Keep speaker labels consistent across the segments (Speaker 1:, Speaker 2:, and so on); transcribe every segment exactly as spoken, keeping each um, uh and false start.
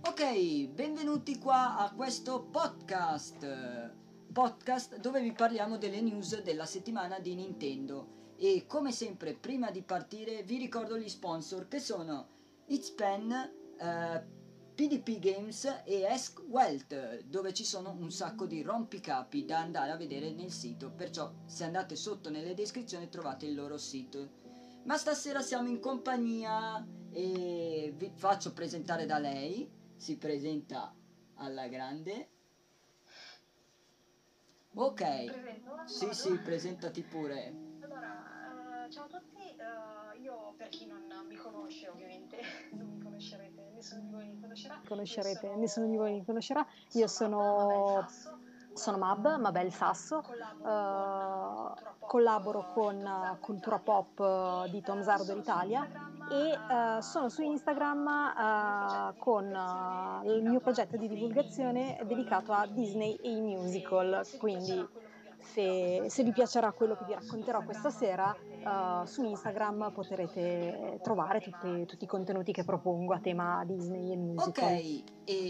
Speaker 1: Ok, benvenuti qua a questo podcast, podcast dove vi parliamo delle news della settimana di Nintendo. E come sempre, prima di partire, vi ricordo gli sponsor che sono Xpen, eh, P D P Games e Ask Wealth, dove ci sono un sacco di rompicapi da andare a vedere nel sito. Perciò, se andate sotto nelle descrizioni, trovate il loro sito. Ma stasera siamo in compagnia e vi faccio presentare da lei. Si presenta alla grande. Ok.
Speaker 2: Mi presento?
Speaker 1: Sì,
Speaker 2: Vado?
Speaker 1: sì, presentati pure.
Speaker 2: Allora, eh, ciao a tutti, eh, io per chi non mi conosce ovviamente, non mi conoscerete, nessuno di voi mi conoscerà.
Speaker 3: conoscerete,
Speaker 2: Io
Speaker 3: nessuno di voi mi
Speaker 2: sono,
Speaker 3: conoscerà. Io
Speaker 2: sono
Speaker 3: sono,
Speaker 2: Mab, Mabel
Speaker 3: sono Mab,
Speaker 2: Sasso,
Speaker 3: Mabel Sasso,
Speaker 2: eh, collaboro
Speaker 3: eh,
Speaker 2: con eh,
Speaker 3: collaboro
Speaker 2: Cultura
Speaker 3: con
Speaker 2: Pop
Speaker 3: eh,
Speaker 2: eh, di
Speaker 3: Cultura
Speaker 2: Tom
Speaker 3: Pop
Speaker 2: Zardo
Speaker 3: eh,
Speaker 2: Italia
Speaker 3: di Tom
Speaker 2: e
Speaker 3: Zardo
Speaker 2: eh, sono su
Speaker 3: d'Italia e
Speaker 2: Instagram
Speaker 3: eh, sono su
Speaker 2: eh,
Speaker 3: Instagram
Speaker 2: con
Speaker 3: eh,
Speaker 2: eh,
Speaker 3: con
Speaker 2: il
Speaker 3: eh, il
Speaker 2: mio
Speaker 3: mio
Speaker 2: progetto
Speaker 3: progetto
Speaker 2: di
Speaker 3: di
Speaker 2: divulgazione
Speaker 3: divulgazione dedicato a
Speaker 2: dedicato a
Speaker 3: Disney e i
Speaker 2: Disney e i
Speaker 3: musical,
Speaker 2: musical,
Speaker 3: quindi
Speaker 2: quindi
Speaker 3: se, se vi piacerà quello che vi
Speaker 2: se, se vi
Speaker 3: racconterò questa
Speaker 2: piacerà quello che vi
Speaker 3: sera,
Speaker 2: racconterò
Speaker 3: eh,
Speaker 2: questa
Speaker 3: su
Speaker 2: sera, uh,
Speaker 3: Instagram
Speaker 2: su Instagram
Speaker 3: potrete
Speaker 2: potrete
Speaker 3: trovare
Speaker 2: trovare
Speaker 3: tutti, tutti i contenuti che propongo a tema Disney e musical.
Speaker 1: Ok,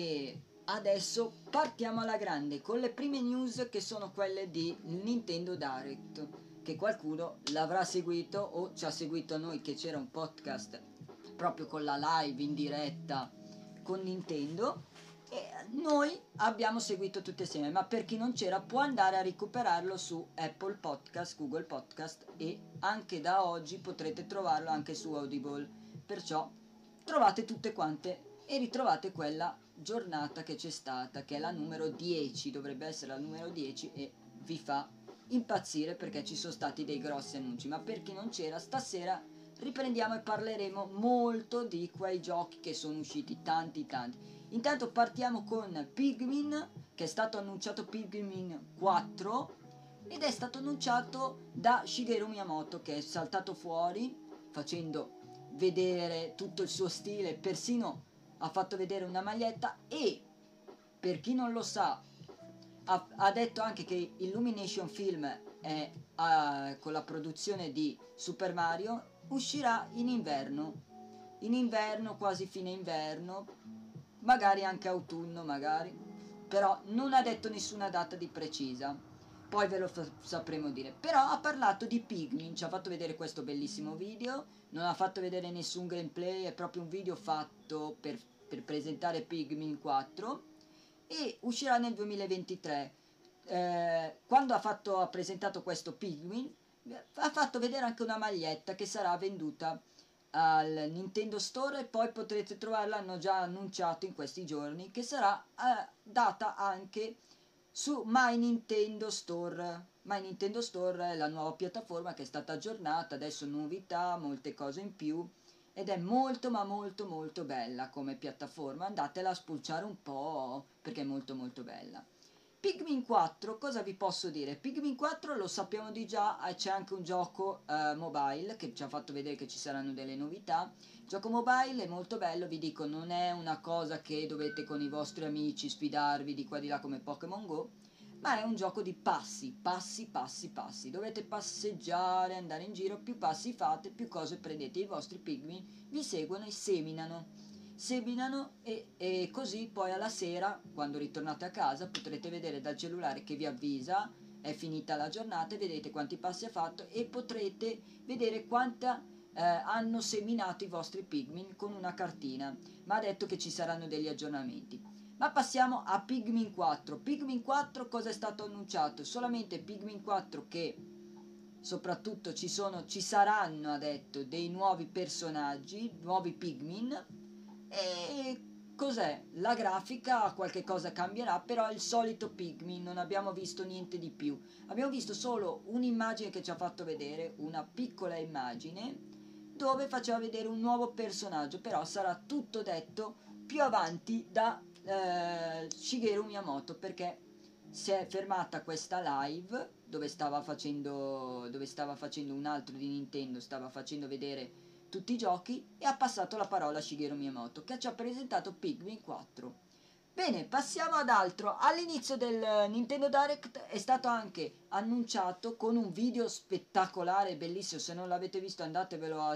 Speaker 1: e adesso partiamo alla grande con le prime news che sono quelle di Nintendo Direct, che qualcuno l'avrà seguito o ci ha seguito a noi, che c'era un podcast proprio con la live in diretta con Nintendo e noi abbiamo seguito tutti assieme, ma per chi non c'era può andare a recuperarlo su Apple Podcast, Google Podcast e anche da oggi potrete trovarlo anche su Audible, perciò trovate tutte quante e ritrovate quella giornata che c'è stata, che è la numero dieci, dovrebbe essere la numero dieci e vi fa impazzire perché ci sono stati dei grossi annunci. Ma per chi non c'era, stasera riprendiamo e parleremo molto di quei giochi che sono usciti, tanti tanti. Intanto partiamo con Pikmin, che è stato annunciato Pikmin quattro ed è stato annunciato da Shigeru Miyamoto, che è saltato fuori facendo vedere tutto il suo stile, persino ha fatto vedere una maglietta e per chi non lo sa ha, ha detto anche che Illumination Film è uh, con la produzione di Super Mario uscirà in inverno, in inverno, quasi fine inverno, magari anche autunno, magari, però non ha detto nessuna data di precisa. Poi ve lo fa- sapremo dire. Però ha parlato di Pikmin, ci ha fatto vedere questo bellissimo video, non ha fatto vedere nessun gameplay, è proprio un video fatto per, per presentare Pikmin quattro e uscirà nel duemilaventitré. Eh, quando ha, fatto, ha presentato questo Pikmin ha fatto vedere anche una maglietta che sarà venduta al Nintendo Store e poi potrete trovarla, hanno già annunciato in questi giorni, che sarà eh, data anche su My Nintendo Store. My Nintendo Store è la nuova piattaforma che è stata aggiornata, adesso novità, molte cose in più ed è molto ma molto molto bella come piattaforma, andatela a spulciare un po' perché è molto molto bella. Pikmin quattro, cosa vi posso dire? Pikmin quattro lo sappiamo di già, c'è anche un gioco eh, mobile che ci ha fatto vedere che ci saranno delle novità. Il gioco mobile è molto bello, vi dico, non è una cosa che dovete con i vostri amici sfidarvi di qua di là come Pokémon Go, ma è un gioco di passi, passi, passi, passi. Dovete passeggiare, andare in giro, più passi fate, più cose prendete. I vostri Pikmin vi seguono e seminano seminano e, e così poi alla sera quando ritornate a casa potrete vedere dal cellulare che vi avvisa è finita la giornata e vedete quanti passi ha fatto e potrete vedere quanta eh, hanno seminato i vostri Pikmin con una cartina, ma ha detto che ci saranno degli aggiornamenti. Ma passiamo a Pikmin quattro. Pikmin quattro cosa è stato annunciato? Solamente Pikmin quattro che soprattutto ci sono ci saranno, ha detto, dei nuovi personaggi, nuovi Pikmin. E cos'è? La grafica qualche cosa cambierà, però è il solito Pikmin, non abbiamo visto niente di più. Abbiamo visto solo un'immagine che ci ha fatto vedere, una piccola immagine, dove faceva vedere un nuovo personaggio, però sarà tutto detto più avanti da eh, Shigeru Miyamoto, perché si è fermata questa live dove stava facendo, dove stava facendo un altro di Nintendo, stava facendo vedere tutti i giochi e ha passato la parola a Shigeru Miyamoto che ci ha presentato Pikmin quattro. Bene, passiamo ad altro. All'inizio del Nintendo Direct è stato anche annunciato con un video spettacolare, bellissimo, se non l'avete visto andatevelo a,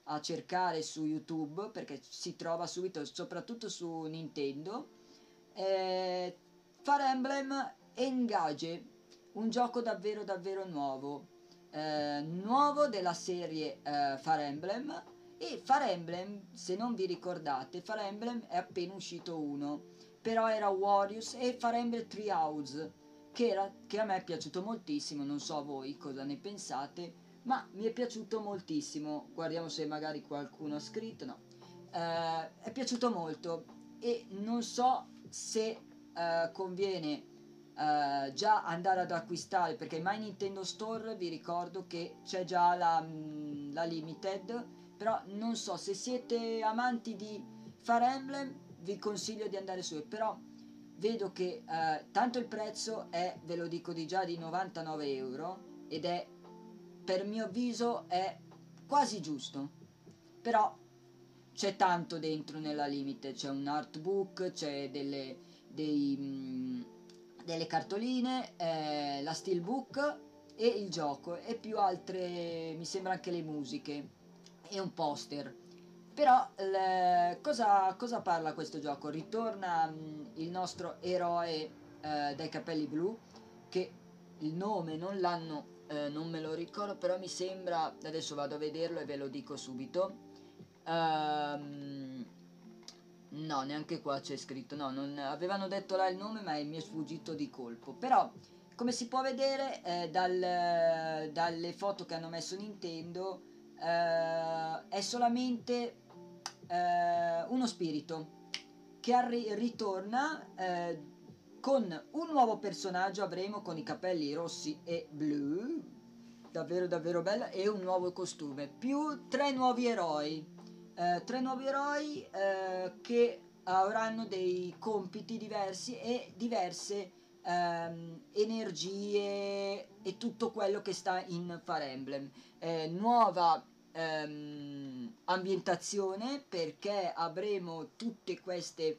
Speaker 1: a cercare su YouTube perché si trova subito, soprattutto su Nintendo. eh, Fire Emblem Engage, un gioco davvero davvero nuovo, eh, nuovo della serie eh, Fire Emblem. E Fire Emblem, se non vi ricordate, Fire Emblem è appena uscito uno, però era Warriors e Fire Emblem Treehouse, che, era, che a me è piaciuto moltissimo, non so voi cosa ne pensate, ma mi è piaciuto moltissimo. Guardiamo se magari qualcuno ha scritto, no. Eh, è piaciuto molto e non so se eh, conviene eh, già andare ad acquistare, perché in My Nintendo Store vi ricordo che c'è già la, mh, la Limited, però non so se siete amanti di Fire Emblem, vi consiglio di andare su, però vedo che eh, tanto il prezzo è, ve lo dico di già, di novantanove euro, ed è, per mio avviso, è quasi giusto, però c'è tanto dentro nella Limited, c'è un artbook, c'è delle, dei, mh, delle cartoline, eh, la steelbook e il gioco, e più altre, mi sembra anche le musiche e un poster. Però le- cosa, cosa parla questo gioco? Ritorna mh, il nostro eroe eh, dai capelli blu, che il nome non l'hanno, eh, non me lo ricordo, però mi sembra, adesso vado a vederlo e ve lo dico subito. Ehm, no, neanche qua c'è scritto, no, non, avevano detto là il nome ma mi è sfuggito di colpo. Però, come si può vedere eh, dal- dalle foto che hanno messo Nintendo, eh, è solamente eh, uno spirito che arri- ritorna eh, con un nuovo personaggio. Avremo con i capelli rossi e blu, davvero davvero bella, e un nuovo costume, più tre nuovi eroi, eh, tre nuovi eroi eh, che avranno dei compiti diversi e diverse ehm, energie e tutto quello che sta in Fire Emblem. Eh, nuova ehm, ambientazione, perché avremo tutte queste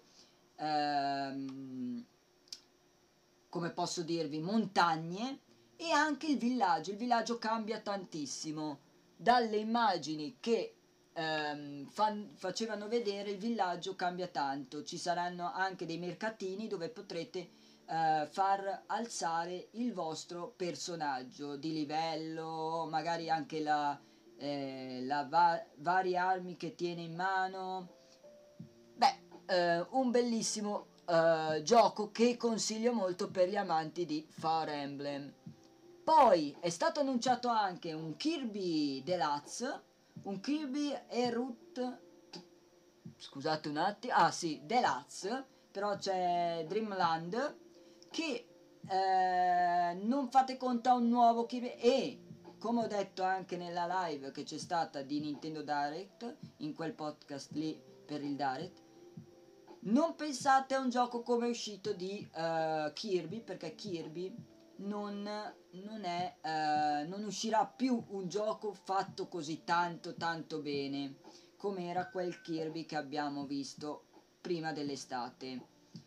Speaker 1: ehm, come posso dirvi, montagne, e anche il villaggio. Il villaggio cambia tantissimo. Dalle immagini che ehm, fan- facevano vedere, il villaggio cambia tanto. Ci saranno anche dei mercatini dove potrete eh, far alzare il vostro personaggio di livello, magari anche la, eh, la va- varie armi che tiene in mano. Beh, eh, un bellissimo eh, gioco che consiglio molto per gli amanti di Fire Emblem. Poi è stato annunciato anche un Kirby Deluxe, un Kirby Erut, scusate un attimo, ah sì, Deluxe, però c'è Dreamland, che eh, non fate conto a un nuovo Kirby, e come ho detto anche nella live che c'è stata di Nintendo Direct, in quel podcast lì per il Direct, non pensate a un gioco come è uscito di eh, Kirby, perché Kirby non, non è, eh, non uscirà più un gioco fatto così tanto tanto bene come era quel Kirby che abbiamo visto prima dell'estate.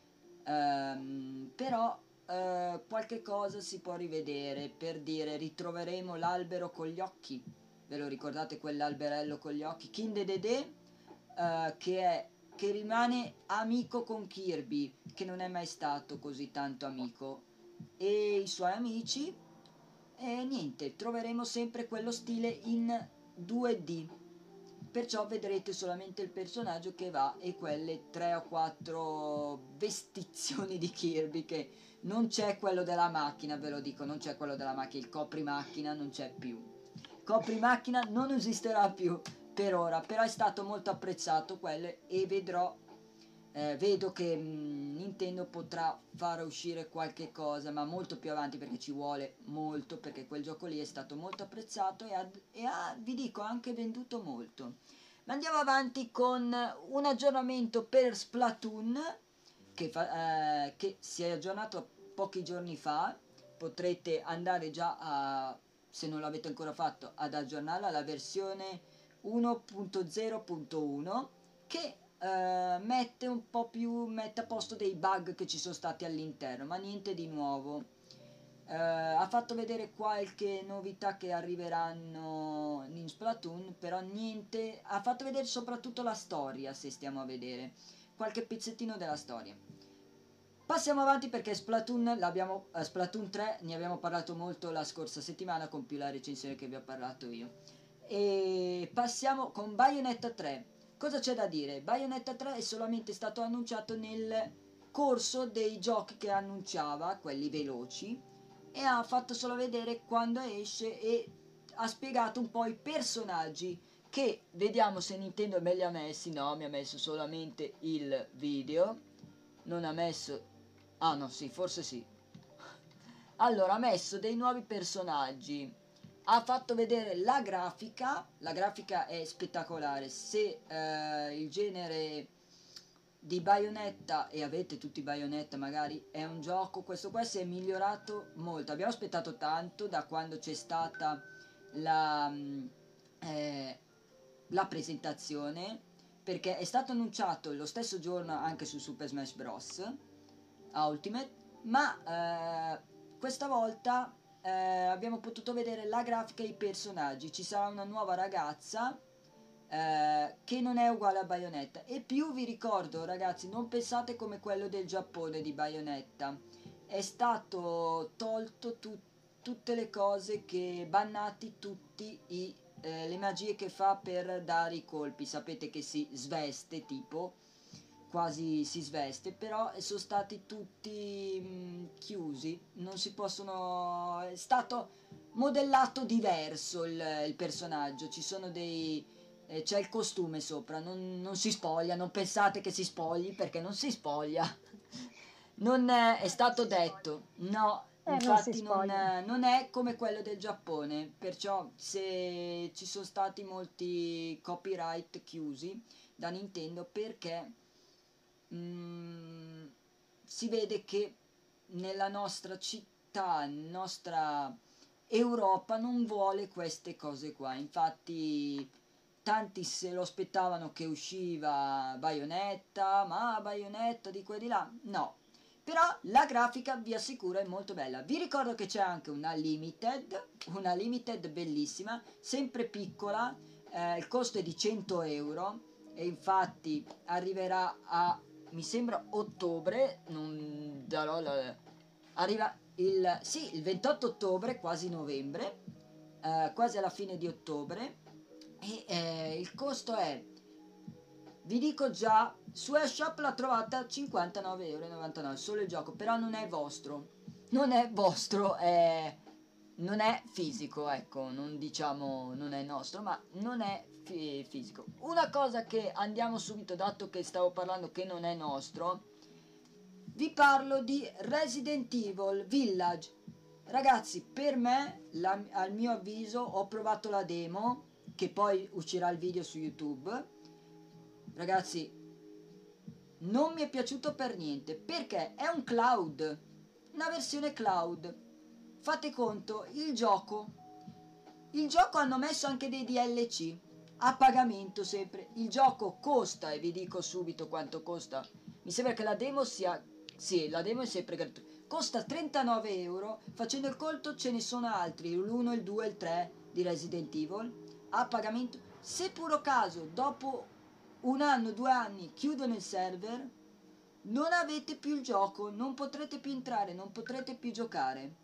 Speaker 1: Ehm, però eh, qualche cosa si può rivedere, per dire, ritroveremo l'albero con gli occhi. Ve lo ricordate quell'alberello con gli occhi? King Dedede, eh, che è che rimane amico con Kirby, che non è mai stato così tanto amico, e i suoi amici, e niente, troveremo sempre quello stile in due D, perciò vedrete solamente il personaggio che va e quelle tre o quattro vestizioni di Kirby, che non c'è quello della macchina, ve lo dico, non c'è quello della macchina, il coprimacchina non c'è più, coprimacchina non esisterà più per ora, però è stato molto apprezzato quello, e vedrò, eh, vedo che mh, Nintendo potrà fare uscire qualche cosa, ma molto più avanti, perché ci vuole molto, perché quel gioco lì è stato molto apprezzato e ha, e ha, vi dico, anche venduto molto. Ma andiamo avanti con un aggiornamento per Splatoon, che, fa, eh, che si è aggiornato pochi giorni fa. Potrete andare già a, se non l'avete ancora fatto, ad aggiornarla alla versione uno punto zero punto uno, che eh, mette un po' più, mette a posto dei bug che ci sono stati all'interno, ma niente di nuovo. eh, ha fatto vedere qualche novità che arriveranno in Splatoon, però niente, ha fatto vedere soprattutto la storia, se stiamo a vedere, qualche pezzettino della storia. Passiamo avanti perché Splatoon, l'abbiamo, eh, Splatoon tre ne abbiamo parlato molto la scorsa settimana con più la recensione che vi ho parlato io. E passiamo con Bayonetta tre. Cosa c'è da dire? Bayonetta tre è solamente stato annunciato nel corso dei giochi che annunciava, quelli veloci, e ha fatto solo vedere quando esce e ha spiegato un po' i personaggi che vediamo se Nintendo me li ha messi. No, mi ha messo solamente il video, non ha messo... ah no, sì, forse sì. Allora, ha messo dei nuovi personaggi, ha fatto vedere la grafica, la grafica è spettacolare. Se eh, il genere di Bayonetta, e avete tutti Bayonetta magari, è un gioco, questo qua si è migliorato molto. Abbiamo aspettato tanto da quando c'è stata la, eh, la presentazione, perché è stato annunciato lo stesso giorno anche su Super Smash Bros. Ultimate, ma eh, questa volta eh, abbiamo potuto vedere la grafica e i personaggi. Ci sarà una nuova ragazza eh, che non è uguale a Bayonetta, e più vi ricordo, ragazzi, non pensate come quello del Giappone di Bayonetta, è stato tolto tu tutte le cose, che bannati tutti i, eh, le magie che fa per dare i colpi. Sapete che si sveste, tipo quasi si sveste, però sono stati tutti mh, chiusi, non si possono, è stato modellato diverso il, il personaggio, ci sono dei, eh, c'è il costume sopra, non, non si spoglia, non pensate che si spogli, perché non si spoglia, non è, è stato detto, no,
Speaker 3: Eh, non si
Speaker 1: infatti non,
Speaker 3: spoglia.
Speaker 1: non è come quello del Giappone, perciò se ci sono stati molti copyright chiusi da Nintendo, perché Mm, si vede che nella nostra città, nella nostra Europa non vuole queste cose qua. Infatti tanti se lo aspettavano che usciva Bayonetta, ma Bayonetta di qua e di là, no. Però la grafica, vi assicuro, è molto bella. Vi ricordo che c'è anche una limited, una limited bellissima, sempre piccola, eh, il costo è di cento euro, e infatti arriverà a, mi sembra, ottobre, non darò la... arriva il, sì, il ventotto ottobre, quasi novembre, eh, quasi alla fine di ottobre, e eh, il costo è, vi dico già, su eShop l'ha trovata a cinquantanove e novantanove euro, solo il gioco, però non è vostro, non è vostro, è... non è fisico, ecco, non diciamo non è nostro, ma non è fi fisico. Una cosa che andiamo subito, dato che stavo parlando che non è nostro, vi parlo di Resident Evil Village. Ragazzi, per me, la, al mio avviso, ho provato la demo, che poi uscirà il video su YouTube. Ragazzi, non mi è piaciuto per niente, perché è un cloud, una versione cloud. Fate conto, il gioco, il gioco hanno messo anche dei D L C, a pagamento sempre. Il gioco costa, e vi dico subito quanto costa, mi sembra che la demo sia, sì, la demo è sempre gratuita, costa trentanove euro, facendo il conto ce ne sono altri, l'uno, il due, il tre di Resident Evil, a pagamento. Se puro caso, dopo un anno, due anni, chiudono il server, non avete più il gioco, non potrete più entrare, non potrete più giocare.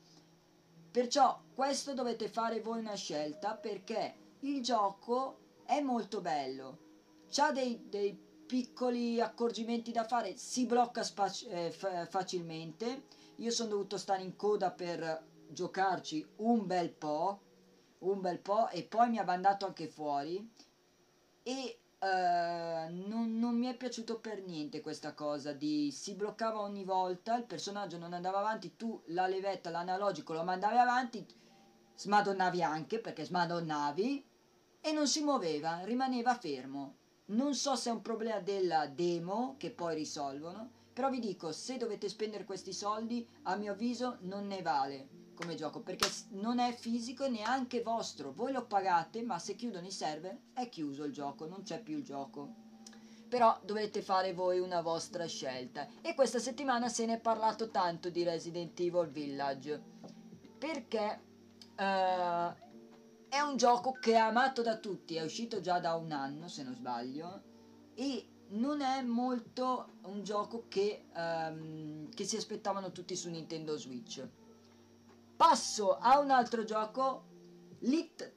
Speaker 1: Perciò questo dovete fare voi una scelta, perché il gioco è molto bello, c'ha dei, dei piccoli accorgimenti da fare, si blocca eh, fa facilmente. Io sono dovuto stare in coda per giocarci un bel po', un bel po', e poi mi ha mandato anche fuori, e Uh, non, non mi è piaciuto per niente questa cosa di si bloccava ogni volta, il personaggio non andava avanti, tu la levetta, l'analogico lo mandavi avanti, smadonnavi anche, perché smadonnavi, e non si muoveva, rimaneva fermo. Non so se è un problema della demo che poi risolvono, però vi dico, se dovete spendere questi soldi, a mio avviso non ne vale come gioco, perché non è fisico e neanche vostro, voi lo pagate, ma se chiudono i server è chiuso il gioco, non c'è più il gioco. però dovrete fare voi una vostra scelta. E questa settimana se ne è parlato tanto di Resident Evil Village, perché uh, è un gioco che è amato da tutti, è uscito già da un anno se non sbaglio, e non è molto un gioco che, um, che si aspettavano tutti su Nintendo Switch. Passo a un altro gioco, Lit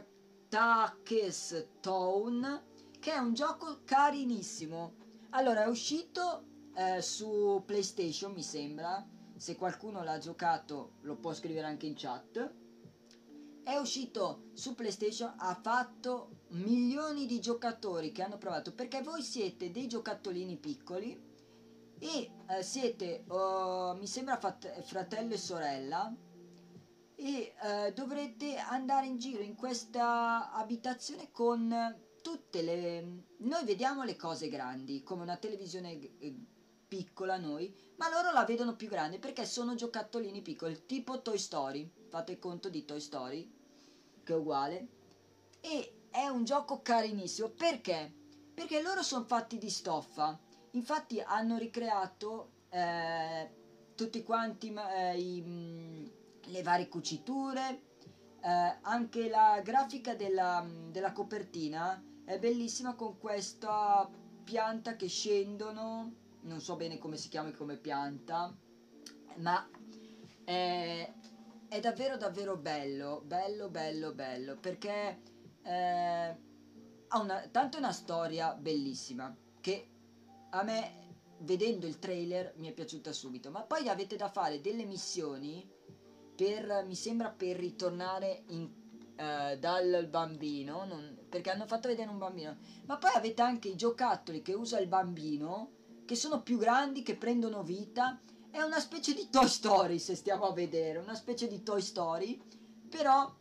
Speaker 1: Takes Town, che è un gioco carinissimo. Allora, è uscito eh, su PlayStation, mi sembra. Se qualcuno l'ha giocato lo può scrivere anche in chat. È uscito su PlayStation, ha fatto milioni di giocatori che hanno provato, perché voi siete dei giocattolini piccoli e eh, siete, uh, mi sembra, fratello e sorella, e eh, dovrete andare in giro in questa abitazione con tutte le... Noi vediamo le cose grandi, come una televisione eh, piccola noi, ma loro la vedono più grande perché sono giocattolini piccoli, tipo Toy Story. Fate conto di Toy Story, che è uguale. E è un gioco carinissimo, perché? Perché loro sono fatti di stoffa. Infatti hanno ricreato eh, tutti quanti eh, i... Mh, le varie cuciture, eh, anche la grafica della, della copertina è bellissima, con questa pianta che scendono, non so bene come si chiama come pianta, ma è, è davvero davvero bello, bello bello bello, perché eh, ha una, tanto una storia bellissima, che a me, vedendo il trailer, mi è piaciuta subito, ma poi avete da fare delle missioni per, mi sembra, per ritornare in, eh, dal bambino, non, perché hanno fatto vedere un bambino, ma poi avete anche i giocattoli che usa il bambino, che sono più grandi, che prendono vita. È una specie di Toy Story, se stiamo a vedere, una specie di Toy Story, però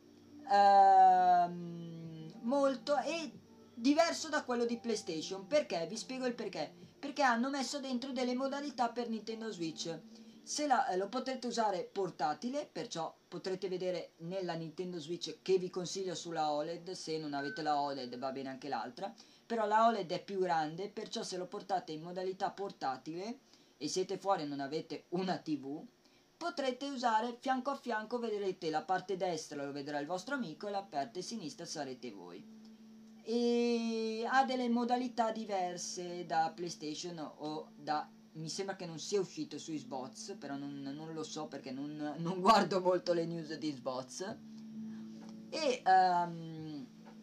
Speaker 1: ehm, molto, e diverso da quello di PlayStation. Perché? Vi spiego il perché. Perché hanno messo dentro delle modalità per Nintendo Switch. Se la, eh, lo potrete usare portatile, perciò potrete vedere nella Nintendo Switch, che vi consiglio sulla O L E D. Se non avete la O L E D va bene anche l'altra, però la O L E D è più grande, perciò se lo portate in modalità portatile e siete fuori e non avete una tivù, potrete usare fianco a fianco, vedrete la parte destra lo vedrà il vostro amico e la parte sinistra sarete voi. E ha delle modalità diverse da PlayStation o da... mi sembra che non sia uscito su Xbox, però non, non lo so perché non, non guardo molto le news di Xbox. E um,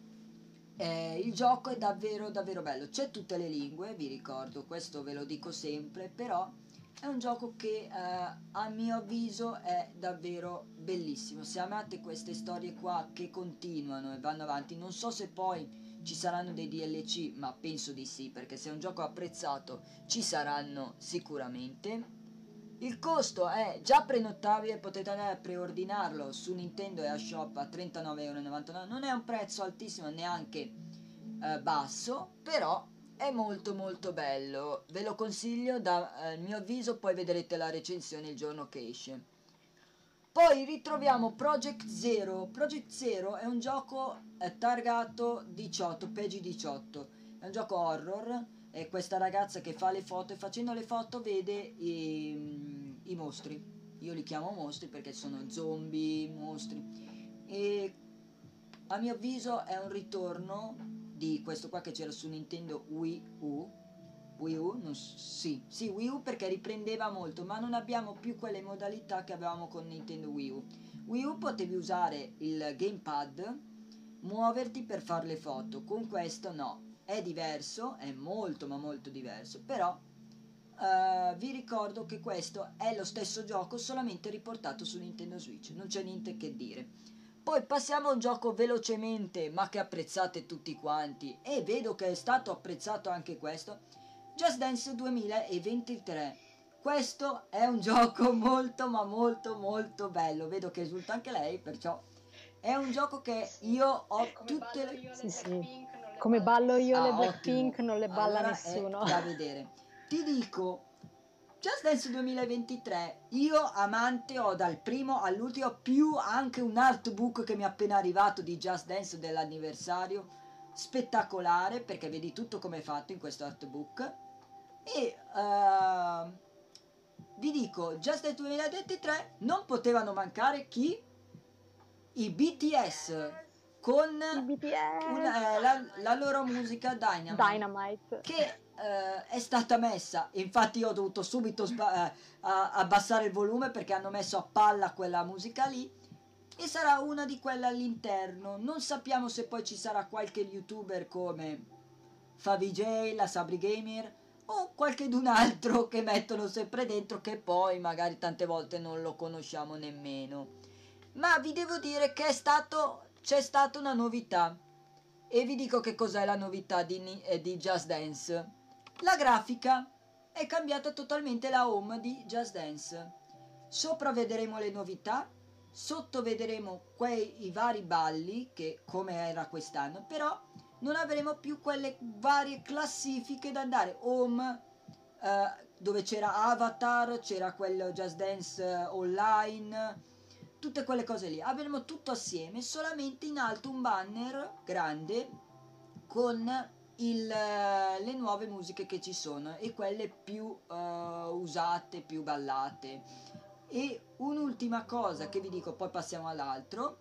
Speaker 1: eh, il gioco è davvero davvero bello, c'è tutte le lingue, vi ricordo, questo ve lo dico sempre, però è un gioco che eh, a mio avviso è davvero bellissimo. Se amate queste storie qua che continuano e vanno avanti, non so se poi ci saranno dei D L C, ma penso di sì, perché se è un gioco apprezzato ci saranno sicuramente. Il costo è già prenotabile, potete andare a preordinarlo su Nintendo e a Shop a trentanove e novantanove euro. Non è un prezzo altissimo, neanche eh, basso, però è molto molto bello. Ve lo consiglio, dal eh, mio avviso, poi vedrete la recensione il giorno che esce. Poi ritroviamo Project Zero. Project Zero è un gioco eh, targato diciotto, P E G I diciotto. È un gioco horror. È questa ragazza che fa le foto e facendo le foto vede i, i mostri. Io li chiamo mostri perché sono zombie, mostri. E a mio avviso è un ritorno di questo qua che c'era su Nintendo Wii U. Wii U? Non so, sì, sì, Wii U, perché riprendeva molto, ma non abbiamo più quelle modalità che avevamo con Nintendo Wii U. Wii U potevi usare il gamepad, muoverti per fare le foto, con questo no, è diverso, è molto ma molto diverso, però uh, vi ricordo che questo è lo stesso gioco, solamente riportato su Nintendo Switch, non c'è niente che dire. Poi passiamo a un gioco velocemente, ma che apprezzate tutti quanti, e vedo che è stato apprezzato anche questo, Just Dance duemilaventitré. Questo è un gioco molto ma molto molto bello, vedo che esulta anche lei, perciò è un gioco che io ho
Speaker 2: come
Speaker 1: tutte
Speaker 2: ballo
Speaker 1: le...
Speaker 2: io le
Speaker 3: Sì, sì.
Speaker 2: Blackpink, non le
Speaker 3: Come
Speaker 2: balla
Speaker 3: ballo io
Speaker 2: nessuno.
Speaker 3: le
Speaker 1: Ah,
Speaker 3: Blackpink,
Speaker 1: ottimo.
Speaker 3: non le balla
Speaker 1: Allora
Speaker 3: nessuno.
Speaker 1: è da vedere. Ti dico, Just Dance duemilaventitré, io amante ho dal primo all'ultimo, più anche un artbook che mi è appena arrivato di Just Dance dell'anniversario. spettacolare, perché vedi tutto come è fatto in questo artbook. E uh, vi dico, Just Dance duemilaventitré non potevano mancare chi? I B T S con
Speaker 3: I B T S.
Speaker 1: una, eh, la, la loro musica Dynamite,
Speaker 3: Dynamite.
Speaker 1: che eh, è stata messa, infatti io ho dovuto subito sba- eh, a- abbassare il volume perché hanno messo a palla quella musica lì, e sarà una di quelle all'interno. Non sappiamo se poi ci sarà qualche youtuber come FaviJ, la Sabri Gamer o qualche d'un altro che mettono sempre dentro, che poi magari tante volte non lo conosciamo nemmeno. Ma vi devo dire che è stato, c'è stata una novità, e vi dico che cos'è la novità di, eh, di Just Dance. La grafica è cambiata totalmente, la home di Just Dance. Sopra vedremo le novità, sotto vedremo quei i vari balli, che come era quest'anno, però non avremo più quelle varie classifiche da andare. Home, eh, dove c'era Avatar, c'era quello Just Dance eh, online, tutte quelle cose lì. Avremo tutto assieme, solamente in alto un banner grande con il, le nuove musiche che ci sono e quelle più uh, usate, più ballate. E un'ultima cosa che vi dico, poi passiamo all'altro: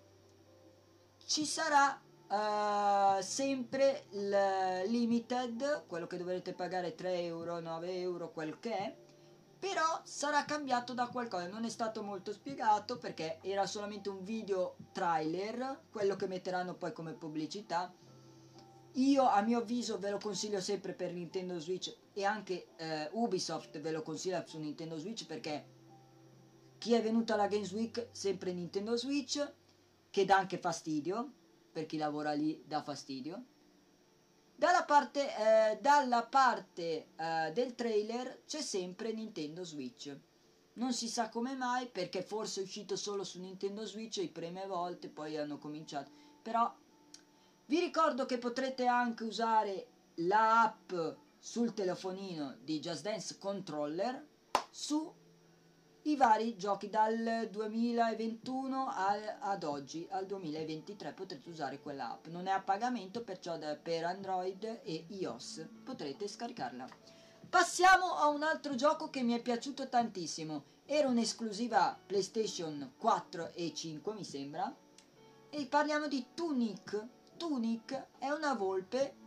Speaker 1: ci sarà uh, sempre il limited, quello che dovrete pagare tre euro, nove euro, quel che è, però sarà cambiato da qualcosa. Non è stato molto spiegato perché era solamente un video trailer, quello che metteranno poi come pubblicità. Io a mio avviso ve lo consiglio sempre per Nintendo Switch, e anche eh, Ubisoft ve lo consiglia su Nintendo Switch, perché chi è venuto alla Games Week sempre Nintendo Switch, che dà anche fastidio, per chi lavora lì dà fastidio. Dalla parte, eh, dalla parte eh, del trailer c'è sempre Nintendo Switch. Non si sa come mai, perché forse è uscito solo su Nintendo Switch le prime volte, poi hanno cominciato. Però vi ricordo che potrete anche usare l'app sul telefonino di Just Dance Controller su i vari giochi dal duemilaventuno a, ad oggi, al duemilaventitré potrete usare quell'app. Non è a pagamento, perciò da, per Android e iOS potrete scaricarla. Passiamo a un altro gioco che mi è piaciuto tantissimo. Era un'esclusiva PlayStation quattro e cinque, mi sembra, e parliamo di Tunic. Tunic è una volpe,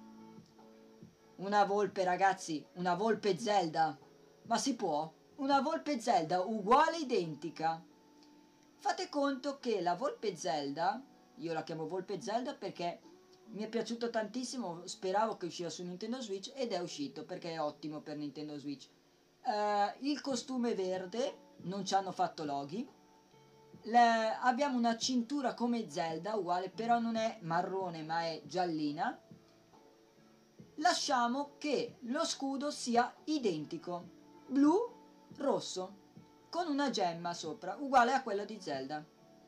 Speaker 1: una volpe ragazzi, una volpe Zelda, ma si può? Una volpe Zelda uguale, identica. Fate conto che la volpe Zelda, io la chiamo volpe Zelda perché mi è piaciuto tantissimo, speravo che uscisse su Nintendo Switch ed è uscito perché è ottimo per Nintendo Switch. Uh, il costume verde, non ci hanno fatto loghi. Le, abbiamo una cintura come Zelda uguale, però non è marrone ma è giallina. Lasciamo che lo scudo sia identico, blu rosso, con una gemma sopra uguale a quella di Zelda.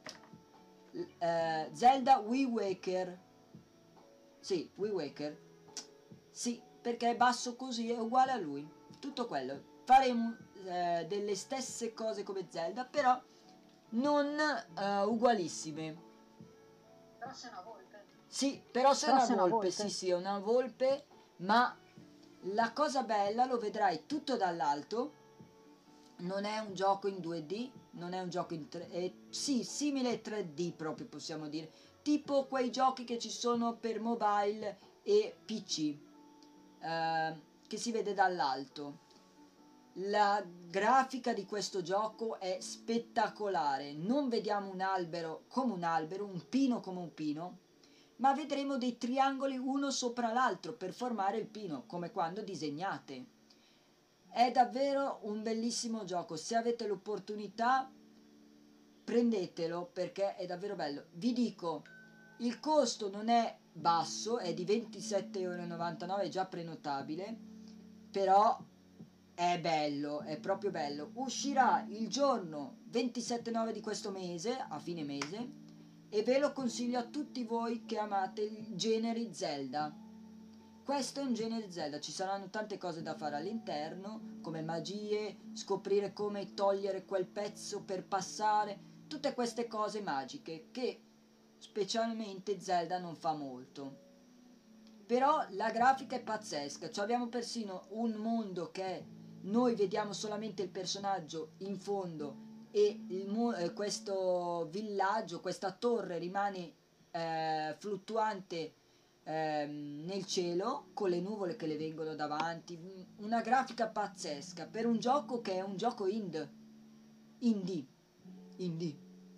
Speaker 1: uh, Zelda Wind Waker, sì, Wind Waker, sì, perché è basso così, è uguale a lui, tutto quello. Faremo uh, delle stesse cose come Zelda, però non uh, ugualissime.
Speaker 2: Però sei una volpe.
Speaker 1: Sì, però sei
Speaker 3: Però
Speaker 1: una
Speaker 3: sei una
Speaker 1: volpe,
Speaker 3: volpe.
Speaker 1: sì sì, è una volpe, ma la cosa bella, lo vedrai tutto dall'alto. Non è un gioco in due D, non è un gioco in tre D, eh, sì, simile tre D proprio possiamo dire, tipo quei giochi che ci sono per mobile e P C, eh, che si vede dall'alto. La grafica di questo gioco è spettacolare, non vediamo un albero come un albero, un pino come un pino, ma vedremo dei triangoli uno sopra l'altro per formare il pino, come quando disegnate. È davvero un bellissimo gioco, se avete l'opportunità prendetelo perché è davvero bello. Vi dico, il costo non è basso, è di ventisette e novantanove euro, è già prenotabile, però è bello, è proprio bello. Uscirà il giorno ventisette nove di questo mese, a fine mese, e ve lo consiglio a tutti voi che amate il genere Zelda. Questo è un genere Zelda, ci saranno tante cose da fare all'interno, come magie, scoprire come togliere quel pezzo per passare, tutte queste cose magiche che specialmente Zelda non fa molto. però la grafica è pazzesca, cioè abbiamo persino un mondo che noi vediamo solamente il personaggio in fondo e il, eh, questo villaggio, questa torre rimane eh, fluttuante ehm, nel cielo con le nuvole che le vengono davanti, una grafica pazzesca per un gioco che è un gioco indie, indie, indie.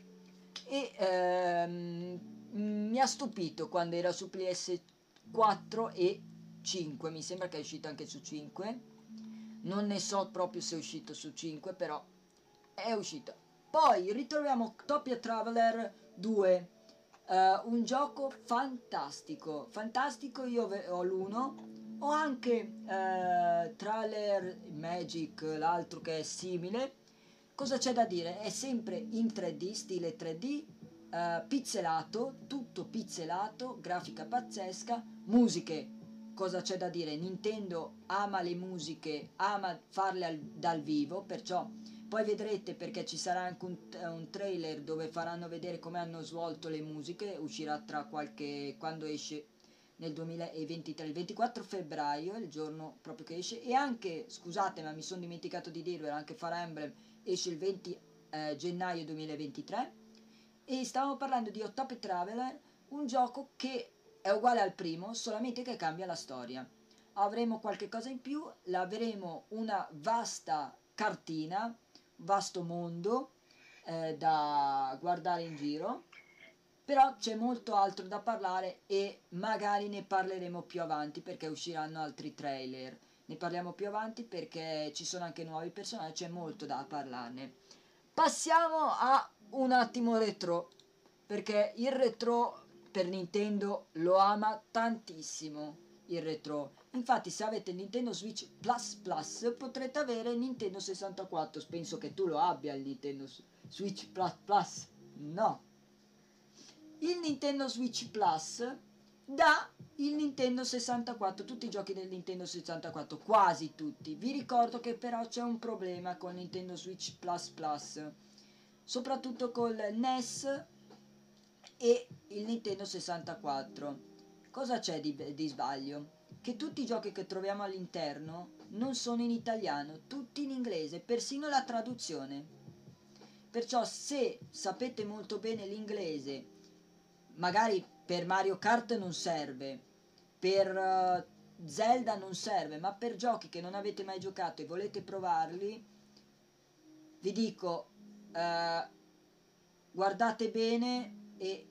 Speaker 1: E ehm, mi ha stupito quando era su P S quattro e cinque, mi sembra che è uscito anche su cinque, non ne so proprio se è uscito su cinque, però è uscito. Poi ritroviamo Octopia Traveler due, uh, un gioco fantastico, fantastico, io ho l'uno, ho anche uh, Trailer Magic, l'altro che è simile. Cosa c'è da dire? È sempre in tre D, stile tre D, uh, pizzelato, tutto pizzelato, grafica pazzesca, musiche. Cosa c'è da dire? Nintendo ama le musiche, ama farle al, dal vivo, perciò poi vedrete, perché ci sarà anche un, un trailer dove faranno vedere come hanno svolto le musiche, uscirà tra qualche, quando esce nel duemilaventitré, il ventiquattro febbraio, il giorno proprio che esce, e anche, scusate ma mi sono dimenticato di dirvelo, anche Fire Emblem esce il venti eh, gennaio duemilaventitré, e stavamo parlando di Octopath Traveler, un gioco che è uguale al primo, solamente che cambia la storia. Avremo qualche cosa in più, avremo una vasta cartina, vasto mondo eh, da guardare in giro, però c'è molto altro da parlare e magari ne parleremo più avanti perché usciranno altri trailer. Ne parliamo più avanti perché ci sono anche nuovi personaggi, c'è molto da parlarne. Passiamo a un attimo retro, perché il retro per Nintendo lo ama tantissimo, il retro. Infatti se avete Nintendo Switch Plus Plus potrete avere Nintendo sessantaquattro. Penso che tu lo abbia il Nintendo Switch Plus Plus. No. Il Nintendo Switch Plus dà il Nintendo sessantaquattro, tutti i giochi del Nintendo sessantaquattro, quasi tutti. Vi ricordo che però c'è un problema con Nintendo Switch Plus Plus, soprattutto col N E S e il Nintendo sessantaquattro. Cosa c'è di, di sbaglio? Che tutti i giochi che troviamo all'interno non sono in italiano, tutti in inglese, persino la traduzione. Perciò se sapete molto bene l'inglese, magari per Mario Kart non serve, per uh, Zelda non serve, ma per giochi che non avete mai giocato e volete provarli, vi dico, uh, guardate bene e